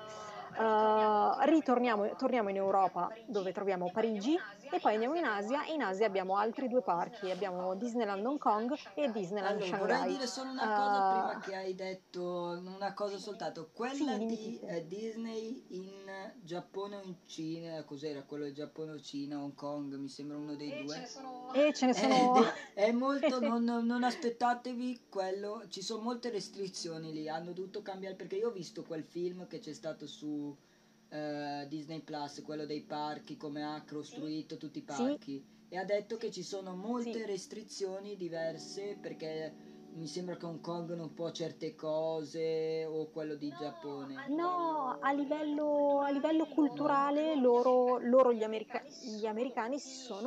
Speaker 3: Uh, ritorniamo torniamo in Europa, dove troviamo Parigi, e poi andiamo in Asia, e in Asia abbiamo altri due parchi, abbiamo Disneyland Hong Kong e Disneyland
Speaker 1: Allora, vorrei
Speaker 3: Shanghai.
Speaker 1: dire solo una cosa prima
Speaker 3: Uh,
Speaker 1: che hai detto, una cosa soltanto,
Speaker 3: sì,
Speaker 1: quella
Speaker 3: dimmi
Speaker 1: di
Speaker 3: tutto.
Speaker 1: eh, Disney in Giappone o in Cina, cos'era quello di Giappone o Cina, Hong Kong, mi sembra uno dei due.
Speaker 3: E ce ne
Speaker 1: È,
Speaker 3: sono...
Speaker 1: de- è molto, non, non aspettatevi quello, ci sono molte restrizioni lì, hanno dovuto cambiare perché io ho visto quel film che c'è stato su eh, Disney Plus, quello dei parchi, come ha costruito tutti i
Speaker 3: Sì,
Speaker 1: parchi, e ha detto che ci sono
Speaker 3: sì.
Speaker 1: molte restrizioni diverse perché mi sembra che Hong Kong non può certe cose o quello di Giappone.
Speaker 3: No, a livello, a livello culturale loro, loro gli, america- gli americani si sono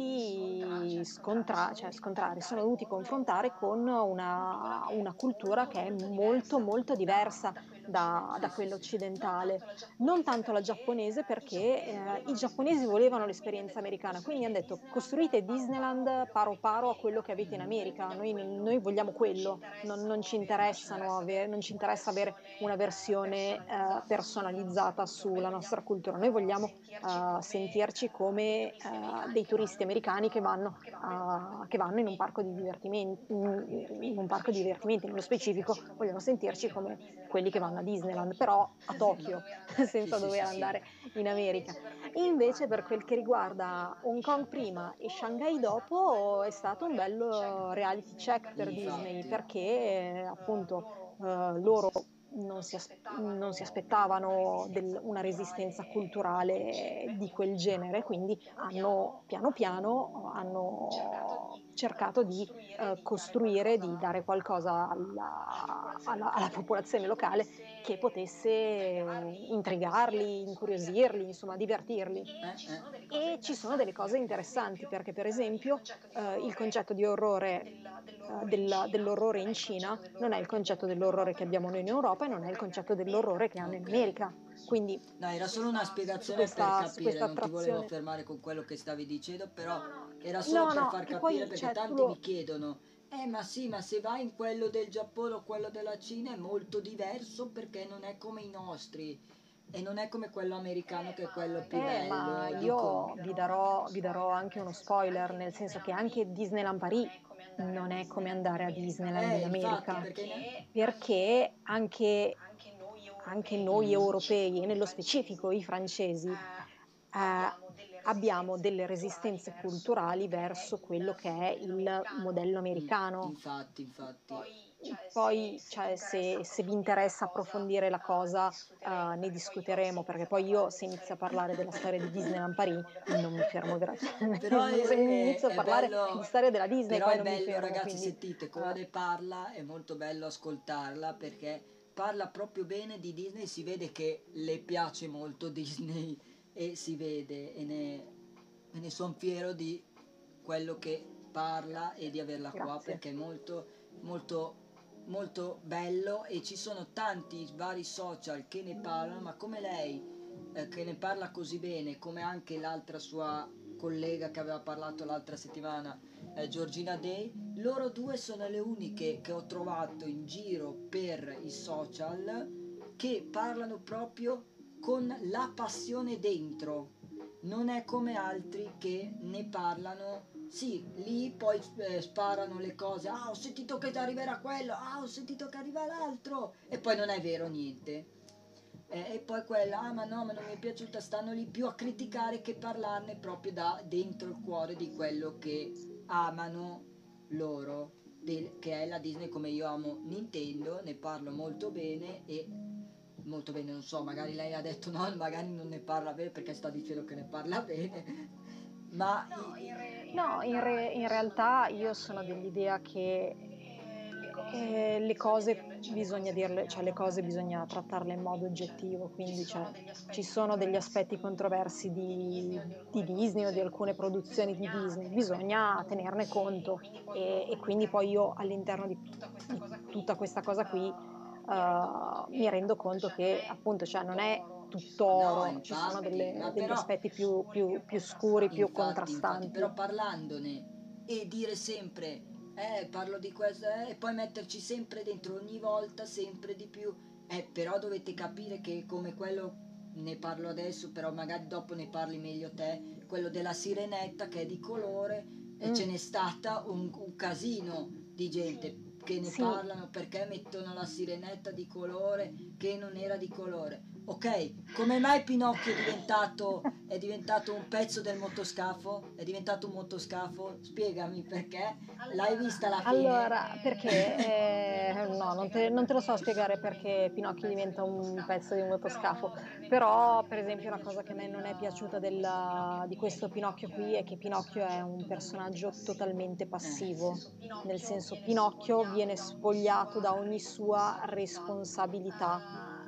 Speaker 3: dovuti scontra- cioè scontrare, sono dovuti confrontare con una, una cultura che è molto molto diversa da, da
Speaker 1: Sì, sì,
Speaker 3: quella
Speaker 1: sì.
Speaker 3: occidentale. Non tanto la giapponese, perché eh, i giapponesi volevano l'esperienza americana, quindi hanno detto costruite Disneyland paro paro a quello che avete in America, noi, noi vogliamo quello, non, non ci interessano ave- non ci interessa avere una versione eh, personalizzata sulla nostra cultura. Noi vogliamo eh, sentirci come eh, dei turisti americani che vanno, eh, che vanno in un parco di divertimenti, in, in un parco di divertimenti, nello specifico vogliamo sentirci come quelli che vanno a Disneyland, però a Tokyo,
Speaker 1: Sì,
Speaker 3: senza
Speaker 1: sì,
Speaker 3: dover
Speaker 1: sì, sì.
Speaker 3: andare in America. Invece per quel che riguarda Hong Kong prima e Shanghai dopo è stato un bello reality check per Disney,
Speaker 1: Infatti.
Speaker 3: perché eh, appunto eh, loro non si, as- non si aspettavano del- una resistenza culturale di quel genere, quindi hanno piano piano hanno cercato di eh, costruire, di dare qualcosa alla, alla- alla popolazione locale che potesse intrigarli, incuriosirli, insomma, divertirli.
Speaker 1: Eh, eh.
Speaker 3: E ci sono delle cose interessanti, perché per esempio eh, il concetto di orrore, eh, del- dell'orrore in Cina non è il concetto dell'orrore che abbiamo noi in Europa, e non è il concetto dell'orrore che hanno in
Speaker 1: Ok.
Speaker 3: America. Quindi
Speaker 1: No, era solo una
Speaker 3: su
Speaker 1: spiegazione per
Speaker 3: questa, su
Speaker 1: capire,
Speaker 3: questa
Speaker 1: non ti volevo
Speaker 3: attrazione...
Speaker 1: fermare con quello che stavi dicendo, però era solo
Speaker 3: No,
Speaker 1: per
Speaker 3: no,
Speaker 1: far
Speaker 3: che
Speaker 1: capire
Speaker 3: poi,
Speaker 1: perché
Speaker 3: cioè, tu
Speaker 1: tanti mi
Speaker 3: lo...
Speaker 1: chiedono, eh ma sì, ma se vai in quello del Giappone o quello della Cina è molto diverso perché non è come i nostri e non è come quello americano che è quello più
Speaker 3: Eh, ma
Speaker 1: bello, dico,
Speaker 3: io vi darò, vi darò anche uno spoiler, nel senso che anche Disneyland Paris non è come andare a Disneyland
Speaker 1: eh
Speaker 3: in
Speaker 1: infatti
Speaker 3: America,
Speaker 1: perché... Ne...
Speaker 3: perché anche, anche noi
Speaker 1: Mhm.
Speaker 3: europei, e nello specifico i francesi, eh, abbiamo delle resistenze culturali verso quello che è il modello
Speaker 1: Mm,
Speaker 3: americano.
Speaker 1: infatti, infatti.
Speaker 3: Poi, cioè, se, se vi interessa approfondire la cosa, uh, ne discuteremo, perché poi io, se inizio a parlare della storia di Disneyland Paris, non mi fermo gratis.
Speaker 1: Però
Speaker 3: Se
Speaker 1: è, è-
Speaker 3: inizio a
Speaker 1: è
Speaker 3: parlare di
Speaker 1: bello,
Speaker 3: storia della Disney,
Speaker 1: però
Speaker 3: poi
Speaker 1: è
Speaker 3: non mi
Speaker 1: bello
Speaker 3: fermo,
Speaker 1: ragazzi,
Speaker 3: quindi...
Speaker 1: sentite come
Speaker 3: uh,
Speaker 1: ne parla, è molto bello ascoltarla perché parla proprio bene di Disney, si vede che le piace molto Disney e si vede e ne, e ne sono fiero di quello che parla e di averla qua
Speaker 3: grazie.
Speaker 1: perché è molto molto, molto bello, e ci sono tanti vari social che ne parlano, ma come lei, eh, che ne parla così bene, come anche l'altra sua collega che aveva parlato l'altra settimana, eh, Georgina Day, loro due sono le uniche che ho trovato in giro per i social che parlano proprio con la passione dentro. Non è come altri che ne parlano, sì, lì poi eh, sparano le cose, ah ho sentito che arriverà quello, ah ho sentito che arriva l'altro, e poi non è vero niente. Eh, e poi quella, ah ma no, ma non mi è piaciuta, stanno lì più a criticare che parlarne proprio da dentro il cuore di quello che amano loro, del- che è la Disney, come io amo Nintendo, ne parlo molto bene, e molto bene, non so, magari lei ha detto no, magari non ne parla bene perché sta dicendo che ne parla bene, ma
Speaker 2: No,
Speaker 1: i-
Speaker 2: in, re- in
Speaker 3: No, in,
Speaker 2: realtà,
Speaker 3: re- in realtà io sono dell'idea che eh, le cose bisogna dirle, cioè le cose bisogna trattarle in modo oggettivo, quindi cioè, ci sono degli aspetti controversi di, di Disney o di alcune produzioni di Disney, bisogna tenerne conto e, e quindi poi io all'interno di, di tutta questa cosa qui eh, mi rendo conto che appunto cioè, non è tutto
Speaker 1: no,
Speaker 3: oro, ci sono
Speaker 1: infatti,
Speaker 3: delle-
Speaker 1: ma
Speaker 3: degli
Speaker 1: però
Speaker 3: aspetti più, più- più scuri, più
Speaker 1: infatti, infatti,
Speaker 3: contrastanti.
Speaker 1: però parlandone e dire sempre, eh, parlo di questo, eh, e poi metterci sempre dentro ogni volta, sempre di più, eh, però dovete capire che come quello, ne parlo adesso, però magari dopo ne parli meglio te, quello della sirenetta che è di colore, e ce
Speaker 3: Mm,
Speaker 1: n'è stata un, un casino di gente che ne
Speaker 3: sì,
Speaker 1: parlano perché mettono la sirenetta di colore che non era di colore. Ok, come mai Pinocchio è diventato, è diventato un pezzo del motoscafo? È diventato un motoscafo? Spiegami perché. L'hai vista alla fine?
Speaker 3: allora, perché? Eh, no, non te, non te lo so spiegare perché Pinocchio diventa un pezzo di un motoscafo, però per esempio una cosa che a me non è piaciuta della- di questo Pinocchio qui è che Pinocchio è un personaggio totalmente
Speaker 1: Eh, sì.
Speaker 3: passivo, nel senso Pinocchio viene spogliato da ogni sua responsabilità.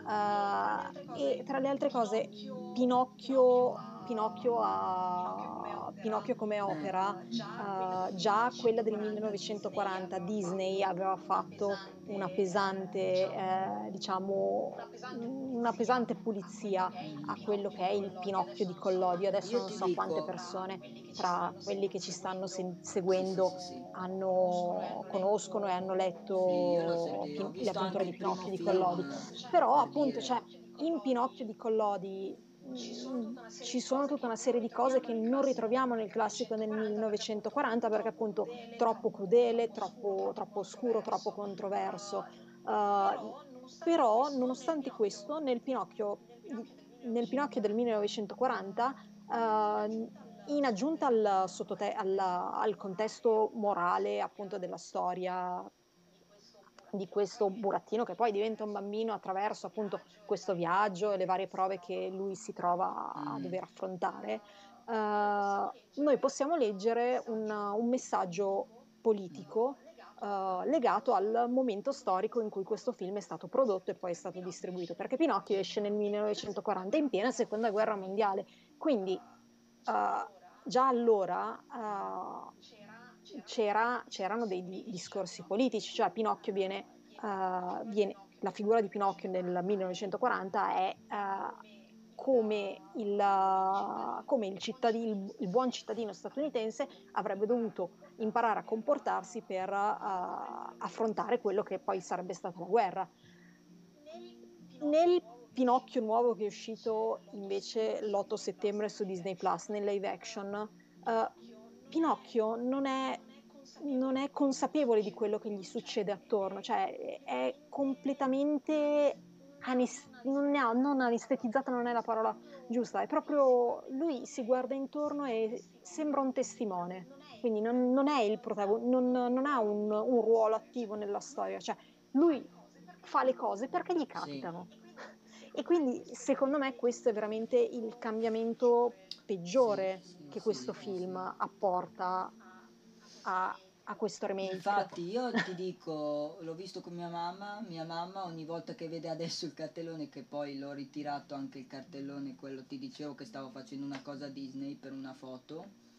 Speaker 3: Eh, e tra le altre cose, Pinocchio, Pinocchio ha, Pinocchio come
Speaker 1: Eh,
Speaker 3: opera. Uh, già quella del millenovecentoquaranta Disney aveva fatto una pesante, eh, diciamo, una pesante pulizia a quello che è il Pinocchio di Collodi. Adesso
Speaker 1: io
Speaker 3: non
Speaker 1: ti
Speaker 3: so quante
Speaker 1: dico,
Speaker 3: persone tra quelli che ci stanno se-
Speaker 1: sì, sì,
Speaker 3: seguendo
Speaker 1: sì, sì.
Speaker 3: hanno, conoscono e hanno
Speaker 1: Sì, io l'ho
Speaker 3: letto
Speaker 1: sentito, ho
Speaker 3: Pin- le
Speaker 1: visto
Speaker 3: avventure
Speaker 1: anche
Speaker 3: di
Speaker 1: il primo
Speaker 3: Pinocchio di
Speaker 1: film,
Speaker 3: Collodi.
Speaker 1: eh,
Speaker 3: Però
Speaker 1: per
Speaker 3: appunto,
Speaker 1: dire.
Speaker 3: cioè, in Pinocchio di Collodi mh, ci sono tutta una serie di cose che non ritroviamo nel classico del millenovecentoquaranta perché appunto troppo crudele, troppo, troppo oscuro, troppo controverso. Uh, però, nonostante questo, nel Pinocchio, nel Pinocchio del millenovecentoquaranta, uh, in aggiunta al, sottote- alla- al contesto morale appunto della storia di questo burattino che poi diventa un bambino attraverso appunto questo viaggio e le varie prove che lui si trova a
Speaker 1: Mm.
Speaker 3: dover affrontare, eh, noi possiamo leggere un, un messaggio politico eh, legato al momento storico in cui questo film è stato prodotto e poi è stato distribuito, perché Pinocchio esce nel millenovecentoquaranta in piena seconda guerra mondiale, quindi eh, già allora eh, c'era- c'erano dei di- discorsi politici, cioè Pinocchio viene, eh, viene- la figura di Pinocchio nel millenovecentoquaranta è eh, come il, come il cittadino, il, il buon cittadino statunitense avrebbe dovuto imparare a comportarsi per eh, affrontare quello che poi sarebbe stata la guerra. Nel Pinocchio nuovo che è uscito invece l'otto settembre su Disney Plus, nel live action, eh, Pinocchio non è, non è consapevole di quello che gli succede attorno, cioè è completamente anes- non, ne ha- non anestetizzata, non è la parola giusta, è proprio lui si guarda intorno e sembra un testimone, quindi non, non è il protagonista, non, non ha un, un ruolo attivo nella storia, cioè lui fa le cose perché gli
Speaker 1: Sì,
Speaker 3: capitano. E quindi secondo me questo è veramente il cambiamento
Speaker 1: sì,
Speaker 3: peggiore
Speaker 1: sì,
Speaker 3: che
Speaker 1: sì,
Speaker 3: questo
Speaker 1: sì,
Speaker 3: film
Speaker 1: sì.
Speaker 3: apporta a, a questo remake.
Speaker 1: Infatti io ti dico, l'ho visto con mia mamma, mia mamma ogni volta che vede adesso il cartellone, che poi l'ho ritirato anche il cartellone, quello ti dicevo che stavo facendo una cosa Disney per una foto,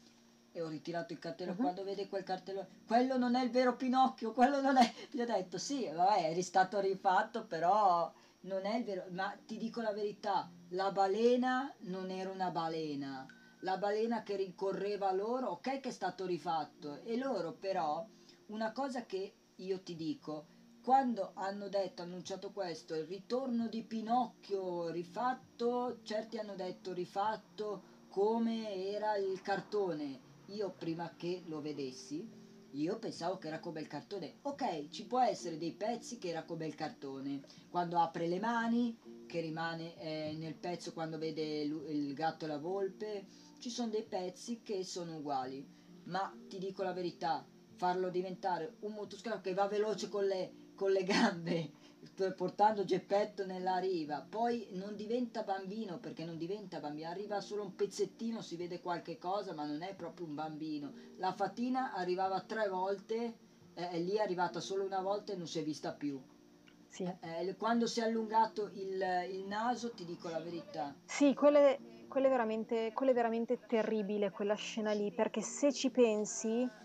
Speaker 1: e ho ritirato il cartello.
Speaker 3: Mhm.
Speaker 1: Quando vede quel cartello, quello non è il vero Pinocchio, quello non è, gli ho detto sì, vabbè, eri stato rifatto, però non è il vero. Ma ti dico la verità, la balena non era una balena, la balena che rincorreva loro, ok che è stato rifatto, e loro però, una cosa che io ti dico, quando hanno detto, annunciato questo, il ritorno di Pinocchio rifatto, certi hanno detto rifatto come era il cartone. Io prima che lo vedessi, io pensavo che era come il cartone. Ok, ci può essere dei pezzi che era come il cartone. Quando apre le mani, che rimane eh, nel pezzo quando vede lu- il gatto e la volpe, ci sono dei pezzi che sono uguali. Ma ti dico la verità, farlo diventare un motoscafo che va veloce con le, con le gambe, portando Geppetto nella riva, poi non diventa bambino, perché non diventa bambino, arriva solo un pezzettino, si vede qualche cosa, ma non è proprio un bambino. La fatina arrivava tre volte, eh, lì è arrivata solo una volta e non si è vista più.
Speaker 3: Sì.
Speaker 1: Eh, eh, quando si è allungato il, il naso, ti dico la verità.
Speaker 3: Sì, quella è, quella è veramente, quella è veramente terribile, quella scena lì, perché se ci pensi, eh,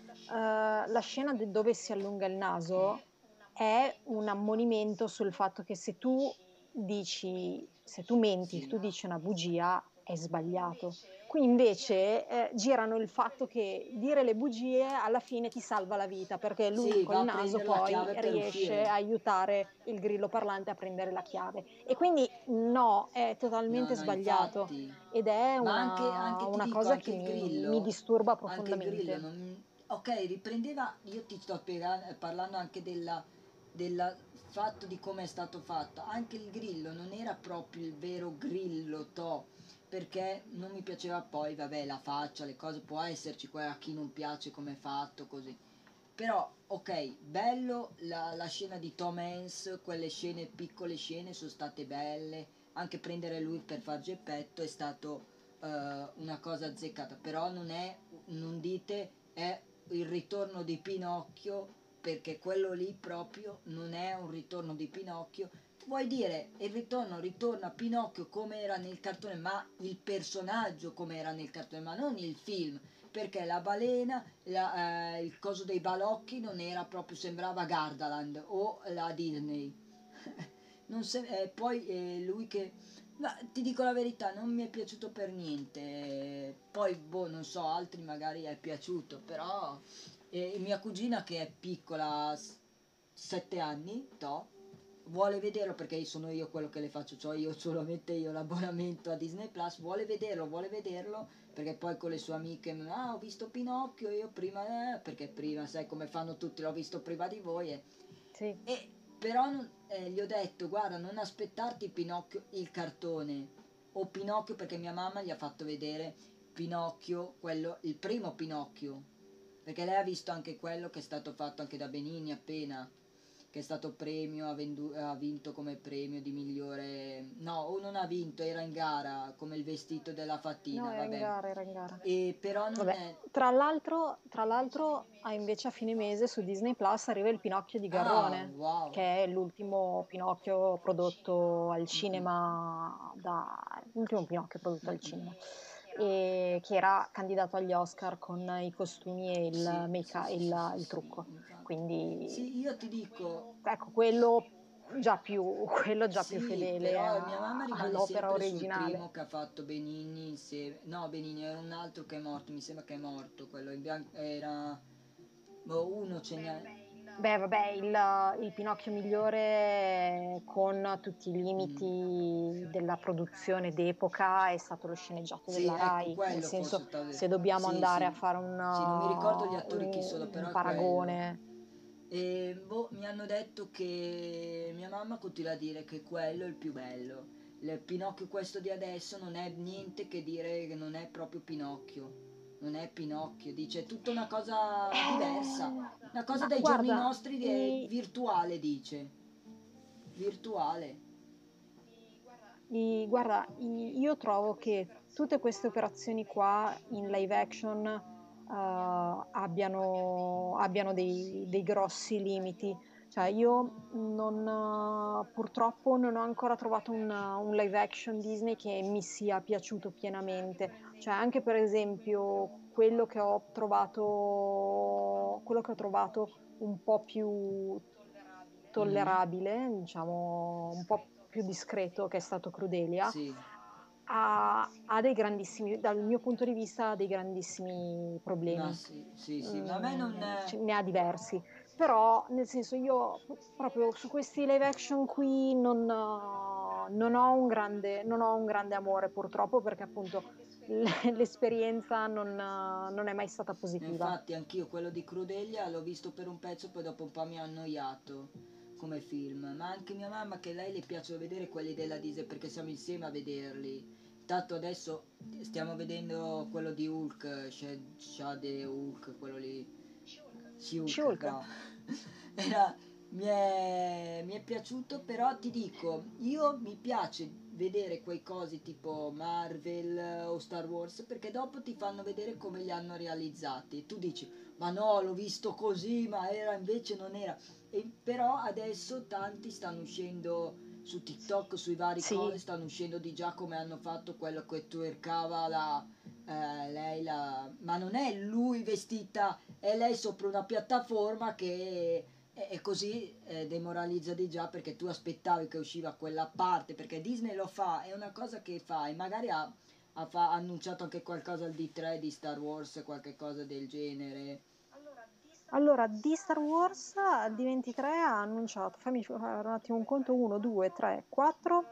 Speaker 3: la scena de- dove si allunga il naso è un ammonimento sul fatto che se tu dici, se tu menti, se
Speaker 1: Sì,
Speaker 3: tu dici una bugia, è sbagliato. Qui invece eh, girano il fatto che dire le bugie alla fine ti salva la vita, perché lui
Speaker 1: sì, va
Speaker 3: col
Speaker 1: a
Speaker 3: naso
Speaker 1: prendere la
Speaker 3: poi
Speaker 1: chiave per
Speaker 3: riesce
Speaker 1: uscire.
Speaker 3: a aiutare il grillo parlante a prendere la chiave. E quindi no, è
Speaker 1: No,
Speaker 3: totalmente
Speaker 1: no,
Speaker 3: sbagliato
Speaker 1: infatti.
Speaker 3: ed è
Speaker 1: Ma anche,
Speaker 3: una,
Speaker 1: anche ti
Speaker 3: una
Speaker 1: dico,
Speaker 3: cosa
Speaker 1: anche
Speaker 3: che
Speaker 1: il
Speaker 3: mi, mi
Speaker 1: grillo,
Speaker 3: disturba
Speaker 1: anche il grillo,
Speaker 3: profondamente.
Speaker 1: non... ok, riprendeva, io ti sto spiega- parlando anche della, della fatto di come è stato fatto, anche il grillo non era proprio il vero grillo, to, perché non mi piaceva poi, vabbè, la faccia, le cose, può esserci qua a chi non piace come è fatto, così. Però, ok, bello la, la scena di Tom Hanks, quelle scene, piccole scene, sono state belle, anche prendere lui per far Geppetto è stato eh, una cosa azzeccata, però non è, non dite, è il ritorno di Pinocchio, perché quello lì proprio non è un ritorno di Pinocchio. Vuoi dire, il ritorno ritorna Pinocchio come era nel cartone, ma il personaggio come era nel cartone, ma non il film, perché la balena, la, eh, il coso dei balocchi non era proprio, sembrava Gardaland o la Disney. Non se- eh, poi eh, lui che... Ma ti dico la verità, non mi è piaciuto per niente. Eh, Poi, boh, non so, altri magari è piaciuto, però eh, mia cugina che è piccola, s- sette anni, to, vuole vederlo perché sono io quello che le faccio, cioè io solamente io l'abbonamento a Disney Plus, vuole vederlo, vuole vederlo perché poi con le sue amiche, ah ho visto Pinocchio, io prima, eh, perché prima sai come fanno tutti, l'ho visto prima di voi e,
Speaker 3: Sì.
Speaker 1: e però non- eh, gli ho detto guarda non aspettarti Pinocchio il cartone o Pinocchio perché mia mamma gli ha fatto vedere Pinocchio, quello, il primo Pinocchio, perché lei ha visto anche quello che è stato fatto anche da Benigni appena, che è stato premio, ha, vendu- ha vinto come premio di migliore, no, o non ha vinto, era in gara come il vestito della
Speaker 3: No,
Speaker 1: fatina,
Speaker 3: era in
Speaker 1: vabbè.
Speaker 3: gara, era in gara.
Speaker 1: E però non
Speaker 3: Vabbè,
Speaker 1: è...
Speaker 3: tra l'altro, tra l'altro, ah, invece a fine mese su Disney Plus arriva il Pinocchio di
Speaker 1: Ah,
Speaker 3: Garrone,
Speaker 1: wow.
Speaker 3: che è l'ultimo Pinocchio prodotto al
Speaker 1: Mm, mm,
Speaker 3: cinema, da, l'ultimo Pinocchio prodotto
Speaker 1: mm,
Speaker 3: al
Speaker 1: mm.
Speaker 3: cinema, e che era candidato agli Oscar con i costumi e il
Speaker 1: Sì, sì,
Speaker 3: make
Speaker 1: sì, sì,
Speaker 3: il,
Speaker 1: sì,
Speaker 3: il
Speaker 1: sì,
Speaker 3: trucco.
Speaker 1: infatti.
Speaker 3: Quindi,
Speaker 1: Sì, io ti dico,
Speaker 3: ecco, quello già più, quello già più
Speaker 1: sì,
Speaker 3: fedele
Speaker 1: però mia
Speaker 3: a-
Speaker 1: mamma rimane
Speaker 3: all'opera
Speaker 1: sempre sul
Speaker 3: originale.
Speaker 1: primo che ha fatto Benigni insieme. No, Benigni era un altro che è morto, mi sembra che è morto, quello in bianco era... Boh, uno ce n'è...
Speaker 3: Beh, vabbè, il, il Pinocchio migliore con tutti i
Speaker 1: Mm.
Speaker 3: limiti della produzione d'epoca è stato lo sceneggiato
Speaker 1: Sì,
Speaker 3: della
Speaker 1: ecco,
Speaker 3: Rai, nel
Speaker 1: quello
Speaker 3: senso
Speaker 1: forse stavo...
Speaker 3: se dobbiamo
Speaker 1: Sì,
Speaker 3: andare a
Speaker 1: sì.
Speaker 3: fare un,
Speaker 1: Sì, non mi ricordo gli
Speaker 3: uh,
Speaker 1: attori chi sono,
Speaker 3: un-
Speaker 1: però
Speaker 3: un
Speaker 1: è quello.
Speaker 3: paragone.
Speaker 1: E boh, mi hanno detto che mia mamma continua a dire che quello è il più bello. Il Pinocchio questo di adesso non è niente che dire che non è proprio Pinocchio. Non è Pinocchio, dice è tutta una cosa diversa.
Speaker 3: Eh,
Speaker 1: Una cosa
Speaker 3: ma
Speaker 1: dai giorni
Speaker 3: guarda,
Speaker 1: nostri eh,
Speaker 3: i-
Speaker 1: virtuale, dice. Virtuale.
Speaker 3: I- guarda, i- io trovo che tutte queste operazioni qua in live action eh, abbiano, abbiano dei, dei grossi limiti, Cioè io non, eh, purtroppo non ho ancora trovato un, un live action Disney che mi sia piaciuto pienamente. Cioè anche per esempio quello che ho trovato, quello che ho trovato un po' più
Speaker 1: Mhm.
Speaker 3: tollerabile, diciamo un po' più discreto, che è stato Crudelia,
Speaker 1: Sì,
Speaker 3: ha, ha dei grandissimi, dal mio punto di vista, ha dei grandissimi
Speaker 1: ma
Speaker 3: problemi.
Speaker 1: sì, sì, sì, ma a me non...
Speaker 3: Mm, ce ne ha diversi, però nel senso io proprio su questi live action qui non, eh, non ho un grande, non ho un grande amore purtroppo perché appunto l- l'esperienza non, eh, non è mai stata positiva.
Speaker 1: Infatti anch'io quello di Crudelia l'ho visto per un pezzo, poi dopo un po' mi ha annoiato come film. Ma anche mia mamma, che a lei le piace vedere quelli della Disney perché siamo insieme a vederli. Tanto adesso stiamo vedendo quello di Hulk, Shad- Shade Hulk, quello lì. She-Hulk,
Speaker 3: Shulk.
Speaker 1: bravo. Era, mi, è, mi è piaciuto, però ti dico, io mi piace vedere quei cosi tipo Marvel eh, o Star Wars perché dopo ti fanno vedere come li hanno realizzati e tu dici ma no, l'ho visto così, ma era invece non era. E però adesso tanti stanno uscendo su TikTok, sui vari cosi,
Speaker 3: Sì,
Speaker 1: stanno uscendo di già come hanno fatto quello che twerkava la, eh, lei, la... ma non è lui vestita, è lei sopra una piattaforma che... E e così eh, demoralizza di già perché tu aspettavi che usciva quella parte, perché Disney lo fa, è una cosa che fa e magari ha, ha fa- ha annunciato anche qualcosa al D tre di Star Wars, qualche cosa del genere.
Speaker 3: allora di Star Wars di ventitré ha annunciato, fammi fare un attimo un conto, uno, due, tre, quattro,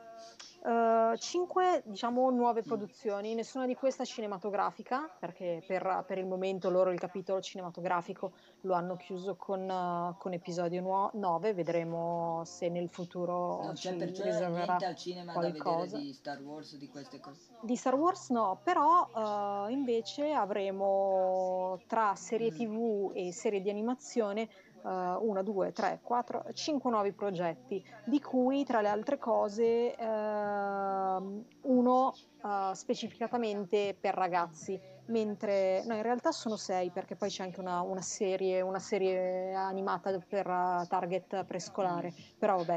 Speaker 3: cinque diciamo nuove
Speaker 1: Mm.
Speaker 3: produzioni, nessuna di queste cinematografica, perché per, per il momento loro il capitolo cinematografico lo hanno chiuso con, eh, con episodio nove, vedremo se nel futuro
Speaker 1: Non c'è
Speaker 3: ci, ci
Speaker 1: perciò
Speaker 3: riserverà
Speaker 1: niente al cinema da vedere
Speaker 3: qualcosa.
Speaker 1: di Star Wars, di queste cose.
Speaker 3: Di Star Wars no, però eh, invece avremo tra serie
Speaker 1: Mm.
Speaker 3: T V e serie di animazione eh, uno, due, tre, quattro, cinque nuovi progetti, di cui tra le altre cose ehm, uno eh, specificatamente per ragazzi, mentre no, in realtà sono sei perché poi c'è anche una, una serie, una serie animata per eh, target
Speaker 1: Mm.
Speaker 3: prescolare, però vabbè.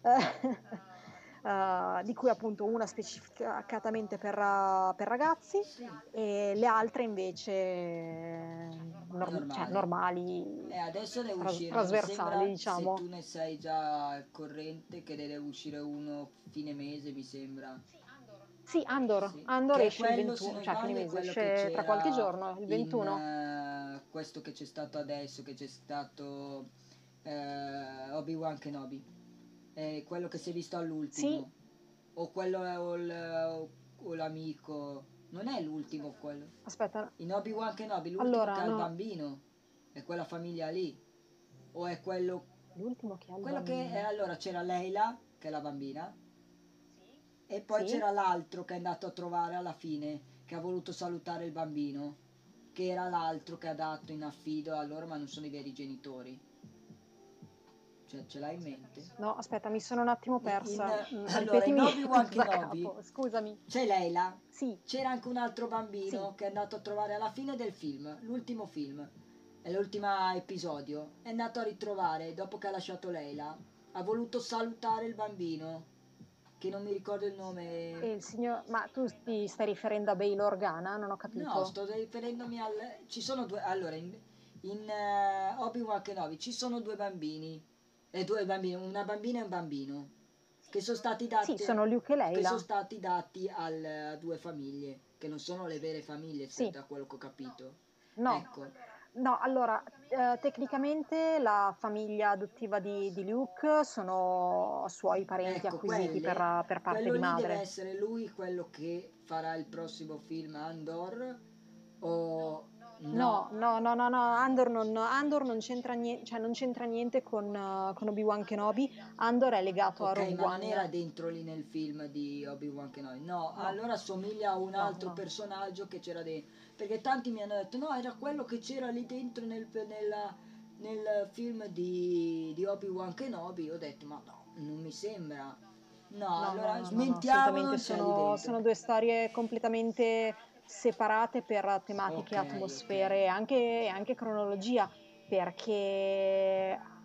Speaker 3: eh, di cui appunto una specificatamente per, uh, per ragazzi
Speaker 1: Sì,
Speaker 3: e le altre invece eh, norm- cioè,
Speaker 1: normali.
Speaker 3: normali,
Speaker 1: E adesso deve
Speaker 3: tras-
Speaker 1: uscire, mi
Speaker 3: trasversali,
Speaker 1: sembra, se
Speaker 3: diciamo.
Speaker 1: tu ne sei già al corrente, che ne deve uscire uno fine mese, mi sembra.
Speaker 3: Sì, Andor,
Speaker 1: Sì,
Speaker 3: Andor
Speaker 1: che è
Speaker 3: esce il
Speaker 1: quello, se
Speaker 3: ventuno,
Speaker 1: non
Speaker 3: cioè a fine
Speaker 1: sbaglio, è
Speaker 3: mese,
Speaker 1: quello che
Speaker 3: esce tra qualche
Speaker 1: c'era
Speaker 3: giorno, il
Speaker 1: in
Speaker 3: ventuno.
Speaker 1: eh, questo che c'è stato adesso, che c'è stato eh, Obi-Wan Kenobi. È quello che si è visto
Speaker 3: Sì,
Speaker 1: all'ultimo. O quello è o, il- o l'amico. Non è l'ultimo quello.
Speaker 3: aspetta,
Speaker 1: In Obi-Wan Kenobi, l'ultimo che
Speaker 3: allora
Speaker 1: ha il
Speaker 3: no,
Speaker 1: bambino. È quella famiglia lì. O è quello...
Speaker 3: l'ultimo che ha il
Speaker 1: Quello che è...
Speaker 3: bambino.
Speaker 1: Allora c'era Leila, che è la bambina. E poi
Speaker 3: Sì?
Speaker 1: c'era l'altro che è andato a trovare alla fine, che ha voluto salutare il bambino, che era l'altro che ha dato in affido a loro, ma non sono i veri genitori. Cioè, ce l'hai in mente?
Speaker 3: No, aspetta, mi sono un attimo
Speaker 1: In, in-
Speaker 3: persa. Mm,
Speaker 1: allora, in
Speaker 3: ripetimi
Speaker 1: Obi-Wan
Speaker 3: tutto da
Speaker 1: Kenobi
Speaker 3: capo, scusami.
Speaker 1: c'è Leila,
Speaker 3: Sì,
Speaker 1: c'era anche un altro
Speaker 3: sì.
Speaker 1: bambino che è andato a trovare alla fine del film, l'ultimo film, è l'ultimo episodio, è andato a ritrovare dopo che ha lasciato Leila, ha voluto salutare il bambino, che non mi ricordo il
Speaker 3: E
Speaker 1: nome.
Speaker 3: il signor... Ma tu ti stai riferendo a Bail Organa? Non ho
Speaker 1: No,
Speaker 3: capito.
Speaker 1: sto riferendomi al... Ci sono due... Allora, in, in eh, Obi-Wan Kenobi ci sono due bambini, e due bambini, una bambina e un bambino, che sono stati
Speaker 3: Sì,
Speaker 1: dati,
Speaker 3: sono Luke e
Speaker 1: che sono
Speaker 3: Leila.
Speaker 1: stati dati al- a due famiglie, che non sono le vere famiglie,
Speaker 3: Sì,
Speaker 1: da quello che ho capito.
Speaker 3: no.
Speaker 1: Ecco,
Speaker 3: No, allora, eh, tecnicamente la famiglia adottiva di, di Luke sono suoi parenti
Speaker 1: ecco,
Speaker 3: acquisiti
Speaker 1: quelle,
Speaker 3: per, per parte
Speaker 1: quello
Speaker 3: di
Speaker 1: lì deve
Speaker 3: madre.
Speaker 1: essere lui quello che farà il prossimo film Andor, o
Speaker 3: No,
Speaker 1: no?
Speaker 3: no, no, no, no, Andor non, Andor non c'entra niente, cioè non c'entra niente con, eh, con Obi-Wan Kenobi. Andor è legato a
Speaker 1: Ok,
Speaker 3: Rogue
Speaker 1: ma non era
Speaker 3: One.
Speaker 1: dentro lì nel film di Obi-Wan Kenobi. No,
Speaker 3: No,
Speaker 1: allora somiglia a un
Speaker 3: no,
Speaker 1: altro
Speaker 3: no.
Speaker 1: personaggio che c'era dentro. Perché tanti mi hanno detto, no, era quello che c'era lì dentro nel, nella- nel film di, di Obi-Wan Kenobi. Ho detto, ma no, non mi sembra. No,
Speaker 3: No, no,
Speaker 1: allora
Speaker 3: no, no, no,
Speaker 1: smentiamo,
Speaker 3: assolutamente
Speaker 1: non c'è lì
Speaker 3: sono,
Speaker 1: dentro.
Speaker 3: sono due storie completamente separate per tematiche,
Speaker 1: Ok, ok.
Speaker 3: atmosfere e anche, e anche cronologia, perché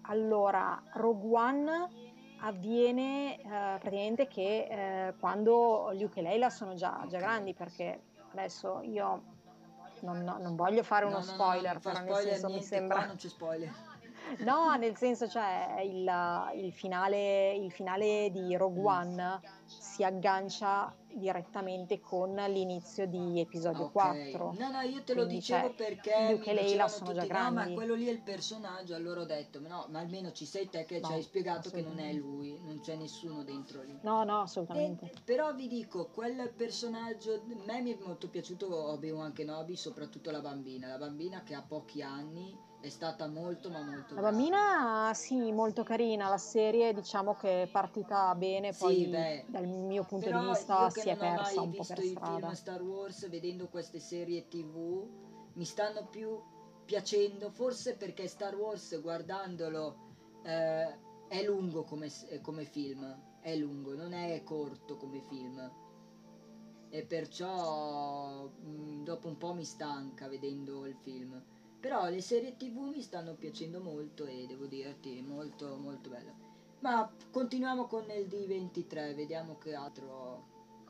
Speaker 3: allora, Rogue One avviene eh, praticamente che eh, quando Luke e Leila sono già, già
Speaker 1: Ok.
Speaker 3: grandi, perché adesso io non, non voglio fare uno
Speaker 1: No, no, no, non
Speaker 3: spoiler,
Speaker 1: fa
Speaker 3: però nel
Speaker 1: spoiler
Speaker 3: senso mi
Speaker 1: niente, qua non
Speaker 3: sembra...
Speaker 1: c'è spoiler.
Speaker 3: No, nel senso, cioè, il, il finale, il finale di Rogue
Speaker 1: Mm.
Speaker 3: One si aggancia direttamente con l'inizio di episodio
Speaker 1: Ok,
Speaker 3: quattro,
Speaker 1: no, no, io te lo
Speaker 3: quindi
Speaker 1: dicevo
Speaker 3: cioè,
Speaker 1: perché
Speaker 3: Luke
Speaker 1: mi
Speaker 3: e Leila
Speaker 1: dicevano
Speaker 3: sono già
Speaker 1: tutti no, ma
Speaker 3: grandi.
Speaker 1: quello lì è il personaggio, allora ho detto, no, ma almeno ci sei te che ci hai
Speaker 3: No,
Speaker 1: spiegato che non è
Speaker 3: assolutamente.
Speaker 1: lui, non c'è nessuno dentro lì.
Speaker 3: No, no,
Speaker 1: E,
Speaker 3: assolutamente.
Speaker 1: però vi dico, quel personaggio, a me mi è molto piaciuto Obi-Wan Kenobi, soprattutto la bambina, la bambina che ha pochi anni è stata molto ma molto
Speaker 3: La
Speaker 1: brava.
Speaker 3: bambina, sì, molto carina, la serie diciamo che è partita bene,
Speaker 1: Sì,
Speaker 3: poi
Speaker 1: beh,
Speaker 3: dal mio punto di
Speaker 1: però
Speaker 3: vista
Speaker 1: io che
Speaker 3: si è
Speaker 1: non ho
Speaker 3: persa
Speaker 1: mai
Speaker 3: un po'
Speaker 1: visto
Speaker 3: per
Speaker 1: i film
Speaker 3: strada.
Speaker 1: Star Wars, vedendo queste serie T V, mi stanno più piacendo, forse perché Star Wars guardandolo eh, è lungo come, s- eh, come film, è lungo, non è corto come film. E perciò mh, dopo un po' mi stanca vedendo il film. Però le serie T V mi stanno piacendo molto e devo dirti, molto molto bello. Ma continuiamo con il D ventitré, vediamo che altro.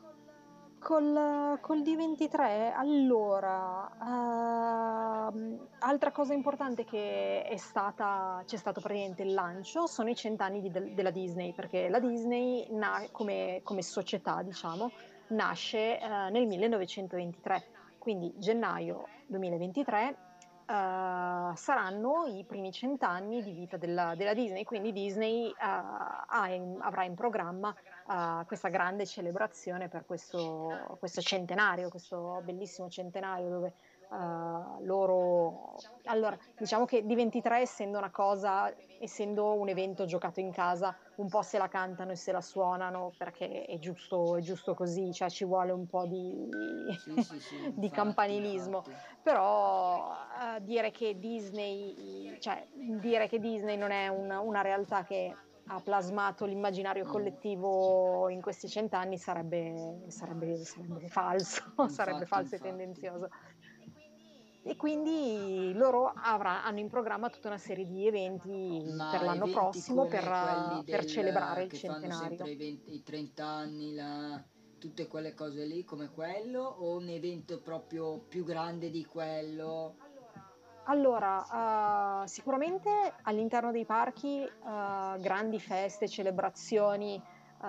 Speaker 3: Col, col D ventitré, allora, ehm, altra cosa importante che è stata, c'è stato praticamente il lancio, sono i cent'anni di- del- della Disney, perché la Disney na- come, come società, diciamo, nasce eh, nel millenovecentoventitré, quindi gennaio duemilaventitré eh, saranno i primi cent'anni di vita della, della Disney, quindi Disney eh, ha in- avrà in programma a questa grande celebrazione per questo, questo centenario, questo bellissimo centenario dove eh, loro... Allora, diciamo che D ventitré, essendo una cosa, essendo un evento giocato in casa, un po' se la cantano e se la suonano perché è giusto, è giusto così, cioè ci vuole un po' di,
Speaker 1: Sì, sì, sì,
Speaker 3: di
Speaker 1: infatti,
Speaker 3: campanilismo,
Speaker 1: infatti.
Speaker 3: però eh, dire che Disney, cioè dire che Disney non è un- una realtà che ha plasmato l'immaginario
Speaker 1: Mm,
Speaker 3: collettivo in questi cent'anni sarebbe, sarebbe, sarebbe falso, sarebbe
Speaker 1: infatti,
Speaker 3: falso e
Speaker 1: infatti.
Speaker 3: tendenzioso. E quindi loro avrà- hanno in programma tutta una serie di eventi per
Speaker 1: Ma
Speaker 3: l'anno
Speaker 1: eventi
Speaker 3: prossimo per,
Speaker 1: come
Speaker 3: eh,
Speaker 1: quelli
Speaker 3: per celebrare
Speaker 1: del
Speaker 3: il
Speaker 1: che fanno sempre
Speaker 3: centenario.
Speaker 1: i, venti i trenta anni, la- tutte quelle cose lì come quello, o un evento proprio più grande di quello?
Speaker 3: Allora, eh, sicuramente all'interno dei parchi, eh, grandi feste, celebrazioni,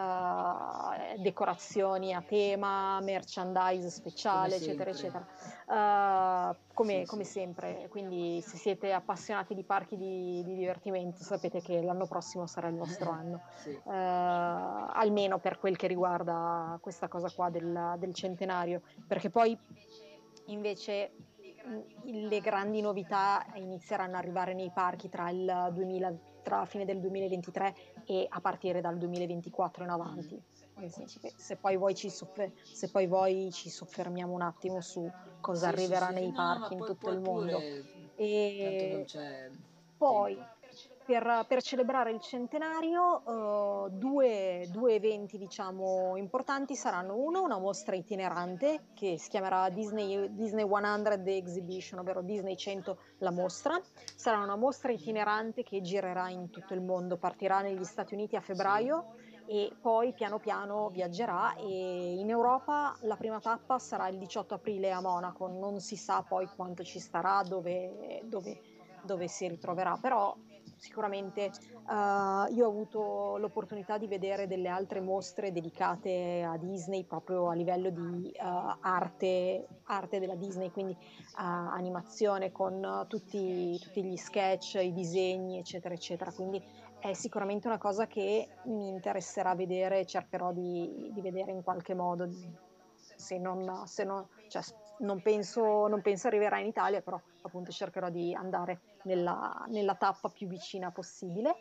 Speaker 3: eh, decorazioni a tema, merchandise
Speaker 1: Come
Speaker 3: speciale, eccetera,
Speaker 1: sempre.
Speaker 3: eccetera. Eh, come,
Speaker 1: Sì,
Speaker 3: come
Speaker 1: sì.
Speaker 3: sempre. Quindi, se siete appassionati di parchi di, di divertimento, sapete che l'anno prossimo sarà il vostro anno.
Speaker 1: Sì.
Speaker 3: Eh, almeno per quel che riguarda questa cosa qua del, del centenario, perché poi invece mh, le grandi novità inizieranno ad arrivare nei parchi tra il duemila, tra la fine del duemilaventitré e a partire dal duemilaventiquattro in
Speaker 1: Mm.
Speaker 3: avanti. Nel senso che se poi voi ci, soffer- se poi voi ci soffermiamo un attimo su cosa
Speaker 1: Sì, sì,
Speaker 3: arriverà
Speaker 1: sì, sì.
Speaker 3: nei
Speaker 1: No, ma
Speaker 3: parchi in
Speaker 1: poi,
Speaker 3: tutto
Speaker 1: poi
Speaker 3: il mondo.
Speaker 1: pure, tanto non
Speaker 3: E
Speaker 1: c'è tempo.
Speaker 3: poi, per, per celebrare il centenario, eh, due, due eventi, diciamo, importanti saranno: uno, una mostra itinerante che si chiamerà Disney, Disney cento The Exhibition, ovvero Disney cento la mostra. Sarà una mostra itinerante che girerà in tutto il mondo, partirà negli Stati Uniti a
Speaker 1: Sì.
Speaker 3: febbraio e poi piano piano viaggerà, e in Europa la prima tappa sarà il diciotto aprile a Monaco. Non si sa poi quanto ci starà, dove, dove dove si ritroverà, però sicuramente eh, io ho avuto l'opportunità di vedere delle altre mostre dedicate a Disney proprio a livello di eh, arte, arte della Disney, quindi eh, animazione con eh, tutti, tutti gli sketch, i disegni, eccetera, eccetera. Quindi è sicuramente una cosa che mi interesserà vedere e cercherò di, di vedere in qualche modo. Se non, se non, cioè, non penso, non penso arriverà in Italia, però appunto cercherò di andare nella, nella tappa più vicina possibile.